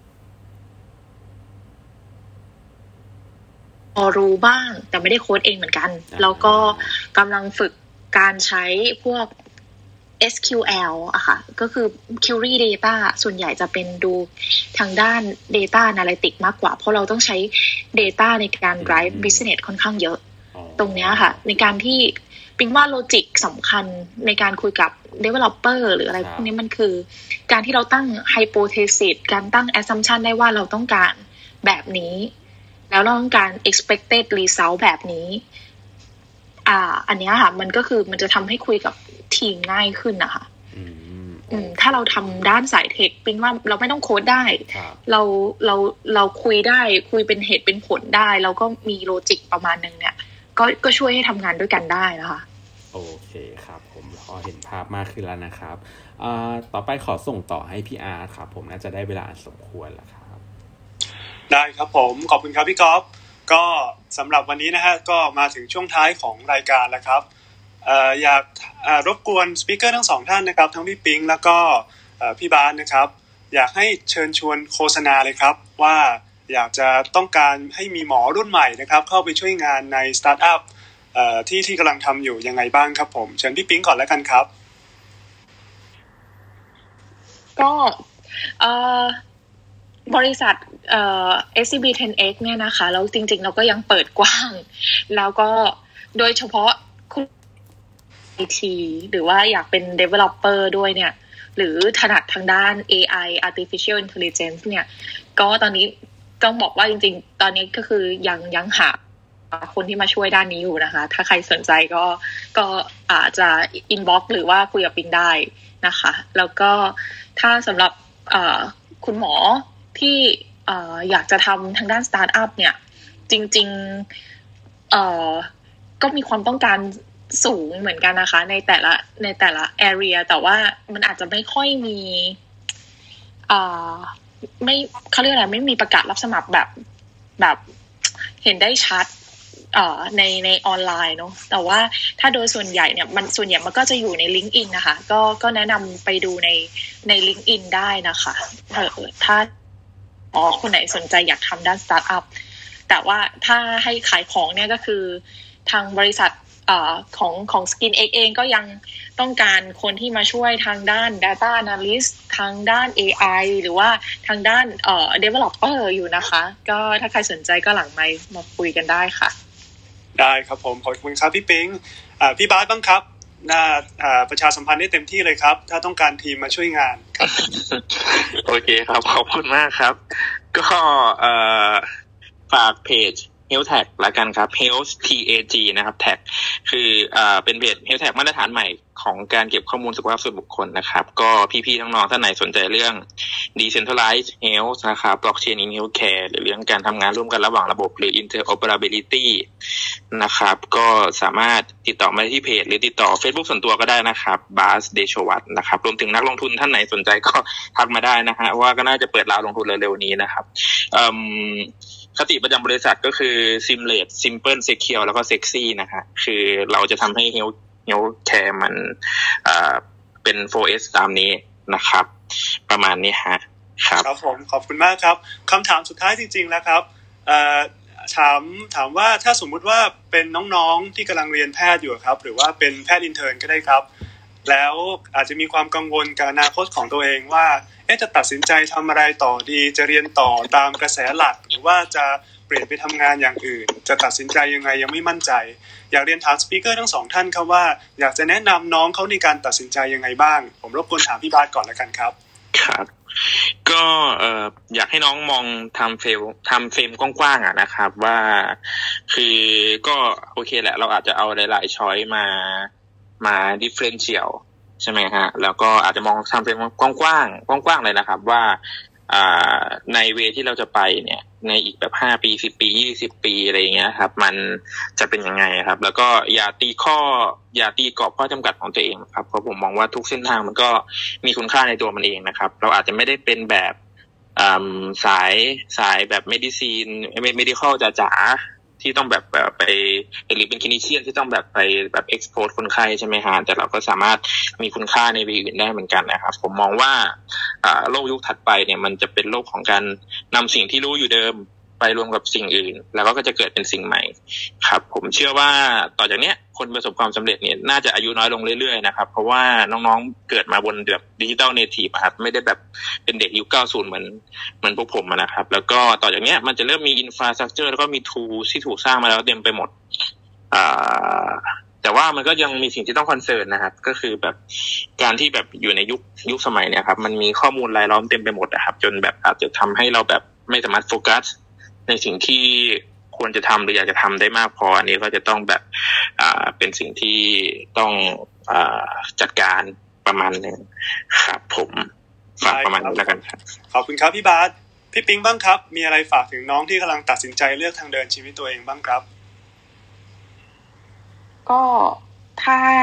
พอรู้บ้างแต่ไม่ได้โค้ดเองเหมือนกันแล้วก็กำลังฝึกการใช้พวก เอส คิว แอล อะค่ะก็คือ Query Data ส่วนใหญ่จะเป็นดูทางด้าน Data Analytics มากกว่าเพราะเราต้องใช้ Data ในการ drive business ค่อนข้างเยอะตรงนี้ค่ะในการที่ปิ๊งว่า Logic สำคัญในการคุยกับ Developer หรืออะไรพวกนี้มันคือการที่เราตั้ง Hypothesis การตั้ง Assumption ได้ว่าเราต้องการแบบนี้แล้วเราต้องการ expected result แบบนี้อ่าอันนี้ค่ะมันก็คือมันจะทำให้คุยกับทีมง่ายขึ้นนะคะอืมถ้าเราทำด้านสายเทคปิ๊งว่าเราไม่ต้องโค้ดได้เราเราเราคุยได้คุยเป็นเหตุเป็นผลได้แล้วก็มีโลจิกประมาณนึงเนี่ยก็ก็ช่วยให้ทำงานด้วยกันได้นะคะโอเคครับผมพออเห็นภาพมากขึ้นแล้วนะครับอ่าต่อไปขอส่งต่อให้พี่อาร์ตครับผมน่าจะได้เวลาอันสมควรแล้วครับได้ครับผมขอบคุณครับพี่ก๊อฟก็สำหรับวันนี้นะฮะก็มาถึงช่วงท้ายของรายการแล้วครับเอ่ออยากอ่ารบกวนสปีกเกอร์ทั้งสองท่านนะครับทั้งพี่ปิงแล้วก็พี่บาสนะครับอยากให้เชิญชวนโฆษณาเลยครับว่าอยากจะต้องการให้มีหมอรุ่นใหม่นะครับเข้าไปช่วยงานในสตาร์ทอัพเอ่อที่ที่กำลังทำอยู่ยังไงบ้างครับผมเชิญพี่ปิงก่อนแล้วกันครับก็เอ่อบริษัทเอ่อ เอส ซี บี เท็น เอ็กซ์ เนี่ยนะคะแล้วจริงๆเราก็ยังเปิดกว้างแล้วก็โดยเฉพาะคุณ ไอ ที หรือว่าอยากเป็น developer ด้วยเนี่ยหรือถนัดทางด้าน เอ ไอ artificial intelligence เนี่ยก็ตอนนี้ต้องบอกว่าจริงๆตอนนี้ก็คือยังยังหาคนที่มาช่วยด้านนี้อยู่นะคะถ้าใครสนใจก็ก็อาจจะ inbox หรือว่าคุยกับปิงได้นะคะแล้วก็ถ้าสำหรับคุณหมอที่อยากจะทำทางด้านสตาร์ทอัพเนี่ยจริงๆก็มีความต้องการสูงเหมือนกันนะคะในแต่ละในแต่ละ area แต่ว่ามันอาจจะไม่ค่อยมีไม่เขาเรียกอะไรไม่มีประกาศรับสมัครแบบแบบเห็นได้ชัดในในออนไลน์เนาะแต่ว่าถ้าโดยส่วนใหญ่เนี่ยมันส่วนใหญ่มันก็จะอยู่ใน LinkedIn นะคะก็ก็แนะนำไปดูในใน LinkedIn ได้นะคะเออถ้าอ๋อคนไหนสนใจอยากทำด้านสตาร์ทอัพแต่ว่าถ้าให้ขายของเนี่ยก็คือทางบริษัทอ่าของของ SkinX เองก็ยังต้องการคนที่มาช่วยทางด้าน Data Analyst ทางด้าน เอ ไอ หรือว่าทางด้านเอ่อ Developer อยู่นะคะก็ถ้าใครสนใจก็หลังไมค์มาคุยกันได้ค่ะได้ครับผมขอบคุณครับพี่ปิงอ่าพี่บาสบ้างครับน่าอ่าประชาสัมพันธ์ได้เต็มที่เลยครับถ้าต้องการทีมมาช่วยงานครับโอเคครับขอบคุณมากครับก็เอ่อฝากเพจHealth Tag ละกันครับ Health ที เอ จี นะครับ Tag คืออ่าเป็นเพจ Health Tag มาตรฐานใหม่ของการเก็บข้อมูลสุขภาพส่วนบุคคลนะครับก็พี่ๆน้องๆท่านไหนสนใจเรื่อง Decentralized Health นะครับ Blockchain in Healthcare หรือเรื่องการทำงานร่วมกันระหว่างระบบหรือ Interoperability นะครับก็สามารถติดต่อมาที่เพจหรือติดต่อ Facebook ส่วนตัวก็ได้นะครับ Bas Deshowat นะครับรวมถึงนักลงทุนท่านไหนสนใจก็ทักมาได้นะฮะว่าก็น่าจะเปิดราวลงทุนเร็วๆนี้นะครับอืมคติประจำบริษัทก็คือ Simulate Simple Secure แล้วก็ Sexy นะฮะคือเราจะทำให้ Health Health Care มันอ่าเป็น โฟร์ เอส ตามนี้นะครับประมาณนี้ฮะครับครับผมขอบคุณมากครับคำถามสุดท้ายจริงๆแล้วครับเอ่อถามถามว่าถ้าสมมุติว่าเป็นน้องๆที่กำลังเรียนแพทย์อยู่ครับหรือว่าเป็นแพทย์อินเทิร์นก็ได้ครับแล้วอาจจะมีความกังวลกับอนาคตของตัวเองว่าเอ๊ะจะตัดสินใจทำอะไรต่อดีจะเรียนต่อตามกระแสหลักหรือว่าจะเปลี่ยนไปทำงานอย่างอื่นจะตัดสินใจยังไงยังไม่มั่นใจอยากเรียนถามสปีกเกอร์ทั้งสองท่านครับว่าอยากจะแนะนำน้องเขาในการตัดสินใจยังไงบ้างผมรบกวนถามพี่บาสก่อนแล้วกันครับครับก็เอ่ออยากให้น้องมองทำเฟรมทำเฟรมกว้างๆอ่ะนะครับว่าคือก็โอเคแหละเราอาจจะเอาหลายๆช้อยมามาดิฟเฟอเรนเชียลใช่ไหมฮะแล้วก็อาจจะมองทำเฟรมกว้างๆกว้างๆเลยนะครับว่าอ่าในเวที่เราจะไปเนี่ยในอีกแบบห้าปีสิบปียี่สิบปีอะไรอย่างเงี้ยครับมันจะเป็นยังไงครับแล้วก็อย่าตีข้ออย่าตีกรอบข้อจำกัดของตัวเองครับเพราะผมมองว่าทุกเส้นทางมันก็มีคุณค่าในตัวมันเองนะครับเราอาจจะไม่ได้เป็นแบบอ่าสายสายแบบเมดิซีนเมดิคอลจ๋าที่ต้องแบบไปหรือเป็นคลินิเชียนที่ต้องแบบไปแบบเอ็กซ์โพสคนไข้ใช่ไหมฮะแต่เราก็สามารถมีคุณค่าในวีอื่นได้เหมือนกันนะครับผมมองว่าโลกยุคถัดไปเนี่ยมันจะเป็นโลกของการนำสิ่งที่รู้อยู่เดิมไปรวมกับสิ่งอื่นแล้วก็จะเกิดเป็นสิ่งใหม่ครับผมเชื่อว่าต่อจากเนี้ยคนประสบความสำเร็จเนี่ยน่าจะอายุน้อยลงเรื่อยๆนะครับเพราะว่าน้องๆเกิดมาบนแบบดิจิตอลเนทีฟครับไม่ได้แบบเป็นเด็กยุคเก้าสิบเหมือนเหมือนพวกผมนะครับแล้วก็ต่อจากเนี้ยมันจะเริ่มมีอินฟราสตรัคเจอร์แล้วก็มีทูลที่ถูกสร้างมาแล้วเต็มไปหมดอ่าแต่ว่ามันก็ยังมีสิ่งที่ต้องคอนเซิร์นนะครับก็คือแบบการที่แบบอยู่ในยุคยุคสมัยเนี่ยครับมันมีข้อมูลรายล้อมเต็มไปหมดนะครับจนแบบอาจจะทำให้เราแบบไม่สามารถโฟกัสในสิ่งที่ควรจะทำหรืออยากจะทำได้มากพออันนี้ก็จะต้องแบบอ่าเป็นสิ่งที่ต้องอ่าจัดการประมาณนึงครับผมฝากประมาณนี้แล้วกันครับขอบคุณครับพี่บาสพี่ปิ๊งบ้างครับมีอะไรฝากถึงน้องที่กำลังตัดสินใจเลือกทางเดินชีวิตตัวเองบ้างครับก็ถ้า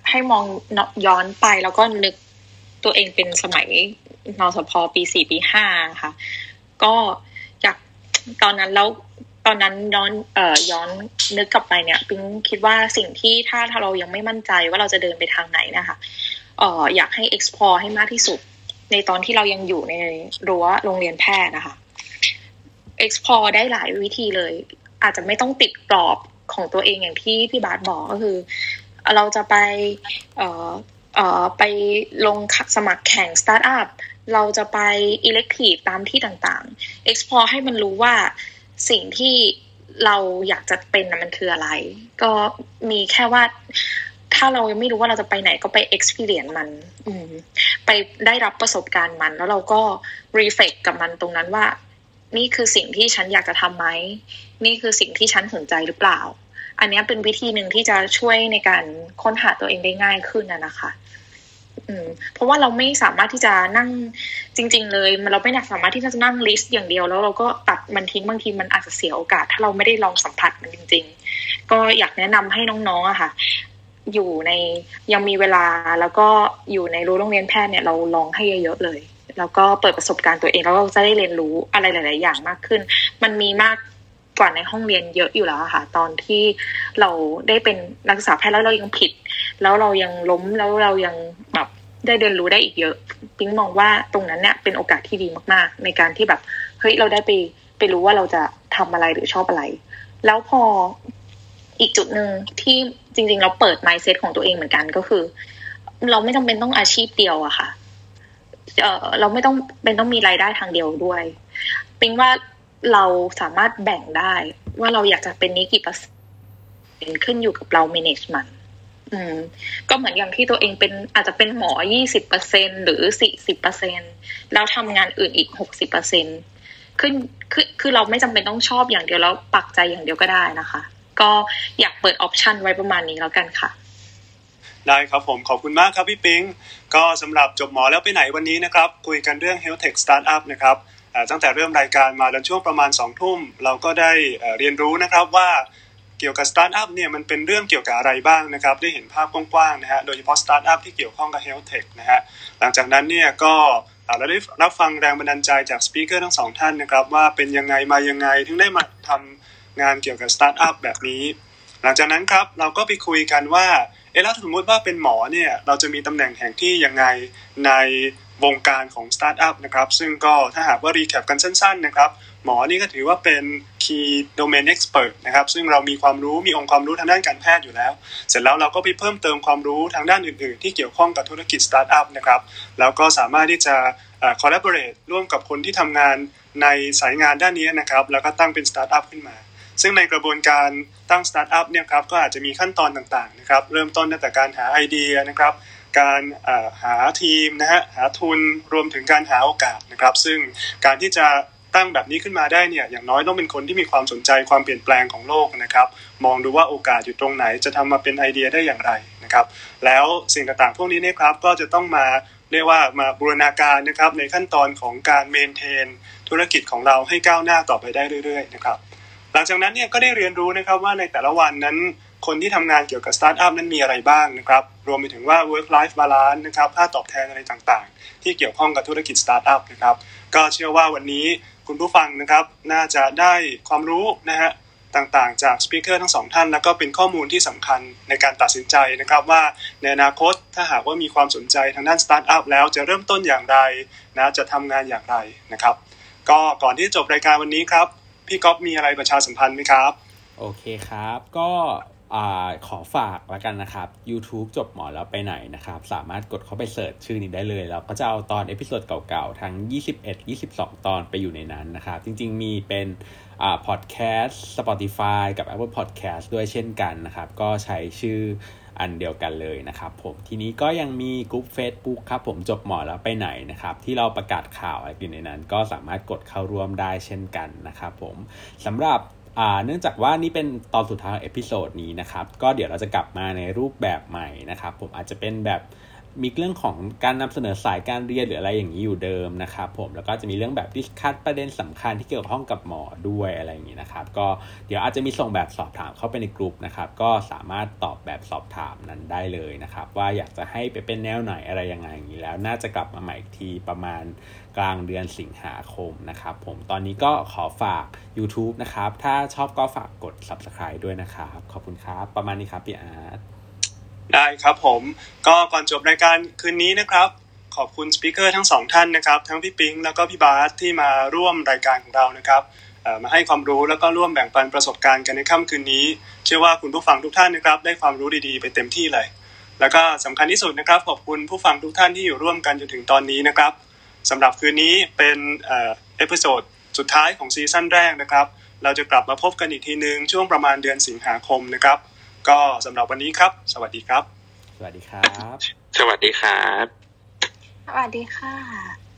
ให้มองย้อนไปแล้วก็นึกตัวเองเป็นสมัยนสพปีสี่ปีห้าค่ะก็อยากตอนนั้นแล้วตอนนั้นย้อนเอ่อย้อนนึกกลับไปเนี่ยปิ๊งคิดว่าสิ่งที่ถ้าถ้าเรายังไม่มั่นใจว่าเราจะเดินไปทางไหนนะคะเอ่ออยากให้ explore ให้มากที่สุดในตอนที่เรายังอยู่ในรั้วโรงเรียนแพทย์นะคะ explore ได้หลายวิธีเลยอาจจะไม่ต้องติดกรอบของตัวเองอย่างที่พี่บาสบอกก็คือเราจะไปเอ่อเอ่อไปลงสมัครแข่งสตาร์ทอัพเราจะไป elective ตามที่ต่างๆ explore ให้มันรู้ว่าสิ่งที่เราอยากจะเป็นนะมันคืออะไรก็มีแค่ว่าถ้าเรายังไม่รู้ว่าเราจะไปไหนก็ไป experience มันอืมไปได้รับประสบการณ์มันแล้วเราก็ reflect กับมันตรงนั้นว่านี่คือสิ่งที่ฉันอยากจะทำไหมนี่คือสิ่งที่ฉันสนใจหรือเปล่าอันนี้เป็นวิธีหนึ่งที่จะช่วยในการค้นหาตัวเองได้ง่ายขึ้นนะนะคะอืมเพราะว่าเราไม่สามารถที่จะนั่งจริงๆเลยมันเราไม่สามารถที่จะนั่งลิสต์อย่างเดียวแล้วเราก็ตัดมันทิ้งบางทีมันอาจจะเสียโอกาสถ้าเราไม่ได้ลองสัมผัสมันจริงๆก็อยากแนะนำให้น้องๆอะค่ะอยู่ในยังมีเวลาแล้วก็อยู่ในรั้วโรงเรียนแพทย์เนี่ยเราลองให้เยอะๆเลยแล้วก็เปิดประสบการณ์ตัวเองแล้วเราจะได้เรียนรู้อะไรหลายๆอย่างมากขึ้นมันมีมากกว่าในห้องเรียนเยอะอยู่แล้วค่ะตอนที่เราได้เป็นนักศึกษาแพทย์แล้วเรายังผิดแล้วเรายังล้มแล้วเรายังแบบได้เรียนรู้ได้อีกเยอะปิ๊งมองว่าตรงนั้นเนี่ยเป็นโอกาสที่ดีมากๆในการที่แบบเฮ้ยเราได้ไปไปรู้ว่าเราจะทำอะไรหรือชอบอะไรแล้วพออีกจุดนึงที่จริงๆเราเปิด mindset ของตัวเองเหมือนกันก็คือเราไม่จำเป็นต้องอาชีพเดียวอะค่ะเอ่อเราไม่ต้องเป็นต้องมีรายได้ทางเดียวด้วยปิ๊งว่าเราสามารถแบ่งได้ว่าเราอยากจะเป็นนี้กี่เปอร์เซ็นต์ขึ้นอยู่กับเรา manage มันอืมก็เหมือนอย่างที่ตัวเองเป็นอาจจะเป็นหมอ ยี่สิบเปอร์เซ็นต์ หรือ สี่สิบเปอร์เซ็นต์ แล้วทำงานอื่นอีก หกสิบเปอร์เซ็นต์ ขึ้นคือคือเราไม่จำเป็นต้องชอบอย่างเดียวแล้วปักใจอย่างเดียวก็ได้นะคะก็อยากเปิดออปชันไว้ประมาณนี้แล้วกันค่ะได้ครับผมขอบคุณมากครับพี่ปิ๊งก็สำหรับจบหมอแล้วไปไหนวันนี้นะครับคุยกันเรื่อง Health Tech Startup นะครับตั้งแต่เริ่มรายการมาจนช่วงประมาณสองทุ่มเราก็ได้เรียนรู้นะครับว่าเกี่ยวกับสตาร์ทอัพเนี่ยมันเป็นเรื่องเกี่ยวกับอะไรบ้างนะครับได้เห็นภาพกว้างๆนะฮะโดยเฉพาะสตาร์ทอัพที่เกี่ยวข้องกับ Health Tech นะฮะหลังจากนั้นเนี่ยก็เราได้รับฟังแรงบันดาลใจจากสปีกเกอร์ทั้งสองท่านนะครับว่าเป็นยังไงมายังไงถึงได้มาทำงานเกี่ยวกับสตาร์ทอัพแบบนี้หลังจากนั้นครับเราก็ไปคุยกันว่าเอ๊ะแล้วสมมติว่าเป็นหมอเนี่ยเราจะมีตำแหน่งแห่งที่ยังไงในวงการของสตาร์ทอัพนะครับซึ่งก็ถ้าหากว่ารีแคปกันสั้นๆนะครับหมอนี่ก็ถือว่าเป็น Key Domain Expert นะครับซึ่งเรามีความรู้มีองค์ความรู้ทางด้านการแพทย์อยู่แล้วเสร็จแล้วเราก็ไปเพิ่มเติมความรู้ทางด้านอื่นๆที่เกี่ยวข้องกับธุรกิจสตาร์ทอัพนะครับแล้วก็สามารถที่จะ collaborate ร่วมกับคนที่ทำงานในสายงานด้านนี้นะครับแล้วก็ตั้งเป็นสตาร์ทอัพขึ้นมาซึ่งในกระบวนการตั้งสตาร์ทอัพเนี่ยครับก็อาจจะมีขั้นตอนต่างๆนะครับเริ่มต้นตั้งแต่การหาไอเดียนะครับการหาทีมนะฮะหาทุนรวมถึงการหาโอกาสนะครับซึ่งการที่จะตั้งแบบนี้ขึ้นมาได้เนี่ยอย่างน้อยต้องเป็นคนที่มีความสนใจความเปลี่ยนแปลงของโลกนะครับมองดูว่าโอกาสอยู่ตรงไหนจะทำมาเป็นไอเดียได้อย่างไรนะครับแล้วสิ่งต่างๆพวกนี้เนี่ยครับก็จะต้องมาเรียกว่ามาบูรณาการนะครับในขั้นตอนของการเมนเทนธุรกิจของเราให้ก้าวหน้าต่อไปได้เรื่อยๆนะครับหลังจากนั้นเนี่ยก็ได้เรียนรู้นะครับว่าในแต่ละวันนั้นคนที่ทำงานเกี่ยวกับสตาร์ทอัพนั้นมีอะไรบ้างนะครับรวมไปถึงว่า work life balance นะครับค่าตอบแทนอะไรต่างๆที่เกี่ยวข้องกับธุรกิจสตาร์ทอัพนะครับก็เชื่อว่าวันนี้คุณผู้ฟังนะครับน่าจะได้ความรู้นะฮะต่างๆจากสปีกเกอร์ทั้งสองท่านแล้วก็เป็นข้อมูลที่สำคัญในการตัดสินใจนะครับว่าในอนาคตถ้าหากว่ามีความสนใจทางด้านสตาร์ทอัพแล้วจะเริ่มต้นอย่างไรนะจะทำงานอย่างไรนะครับก็ก่อนที่จะจบรายการวันนี้ครับพี่ก๊อฟมีอะไรประชาสัมพันธ์ไหมครับโอเคครับก็อ่าขอฝากแล้วกันนะครับ YouTube จบหมอแล้วไปไหนนะครับสามารถกดเข้าไปเสิร์ชชื่อนี้ได้เลยแล้วก็จะเอาตอนเอพิโซดเก่าๆทั้งยี่สิบเอ็ด ยี่สิบสองตอนไปอยู่ในนั้นนะครับจริงๆมีเป็นอ่าพอดแคสต์ Spotify กับ Apple Podcast ด้วยเช่นกันนะครับก็ใช้ชื่ออันเดียวกันเลยนะครับผมทีนี้ก็ยังมีกลุ่ม Facebook ครับผมจบหมอแล้วไปไหนนะครับที่เราประกาศข่าวอะไรอยู่ในนั้นก็สามารถกดเข้าร่วมได้เช่นกันนะครับผมสำหรับอ่าเนื่องจากว่านี่เป็นตอนสุดท้ายของเอพิโซดนี้นะครับก็เดี๋ยวเราจะกลับมาในรูปแบบใหม่นะครับผมอาจจะเป็นแบบมีเรื่องของการนำเสนอสายการเรียนหรืออะไรอย่างนี้อยู่เดิมนะครับผมแล้วก็จะมีเรื่องแบบดิสคัสประเด็นสำคัญที่เกี่ยวข้องกับหมอด้วยอะไรอย่างนี้นะครับก็เดี๋ยวอาจจะมีส่งแบบสอบถามเข้าไปในกลุ่มนะครับก็สามารถตอบแบบสอบถามนั้นได้เลยนะครับว่าอยากจะให้ไปเป็นแนวไหนอะไรยังไงอย่างนี้แล้วน่าจะกลับมาใหม่อีกทีประมาณกลางเดือนสิงหาคมนะครับผมตอนนี้ก็ขอฝาก YouTube นะครับถ้าชอบก็ฝากกด Subscribe ด้วยนะครับขอบคุณครับประมาณนี้ครับพี่อาร์ตได้ครับผมก็ก่อนจบรายการคืนนี้นะครับขอบคุณสปีกเกอร์ทั้งสองท่านนะครับทั้งพี่ปิ๊งแล้วก็พี่บาสที่มาร่วมรายการของเรานะครับมาให้ความรู้แล้วก็ร่วมแบ่งปันประสบการณ์กันในค่ำคืนนี้เชื่อว่าคุณผู้ฟังทุกท่านนะครับได้ความรู้ดีๆไปเต็มที่เลยแล้วก็สำคัญที่สุดนะครับขอบคุณผู้ฟังทุกท่านที่อยู่ร่วมกันจนถึงตอนนี้นะครับสำหรับคืนนี้เป็นเอ่อเอพิโซดสุดท้ายของซีซั่นแรกนะครับเราจะกลับมาพบกันอีกทีนึงช่วงประมาณเดือนสิงหาคมนะครับก็สำหรับวันนี้ครับสวัสดีครับสวัสดีครับสวัสดีครับสวัสดีค่ะ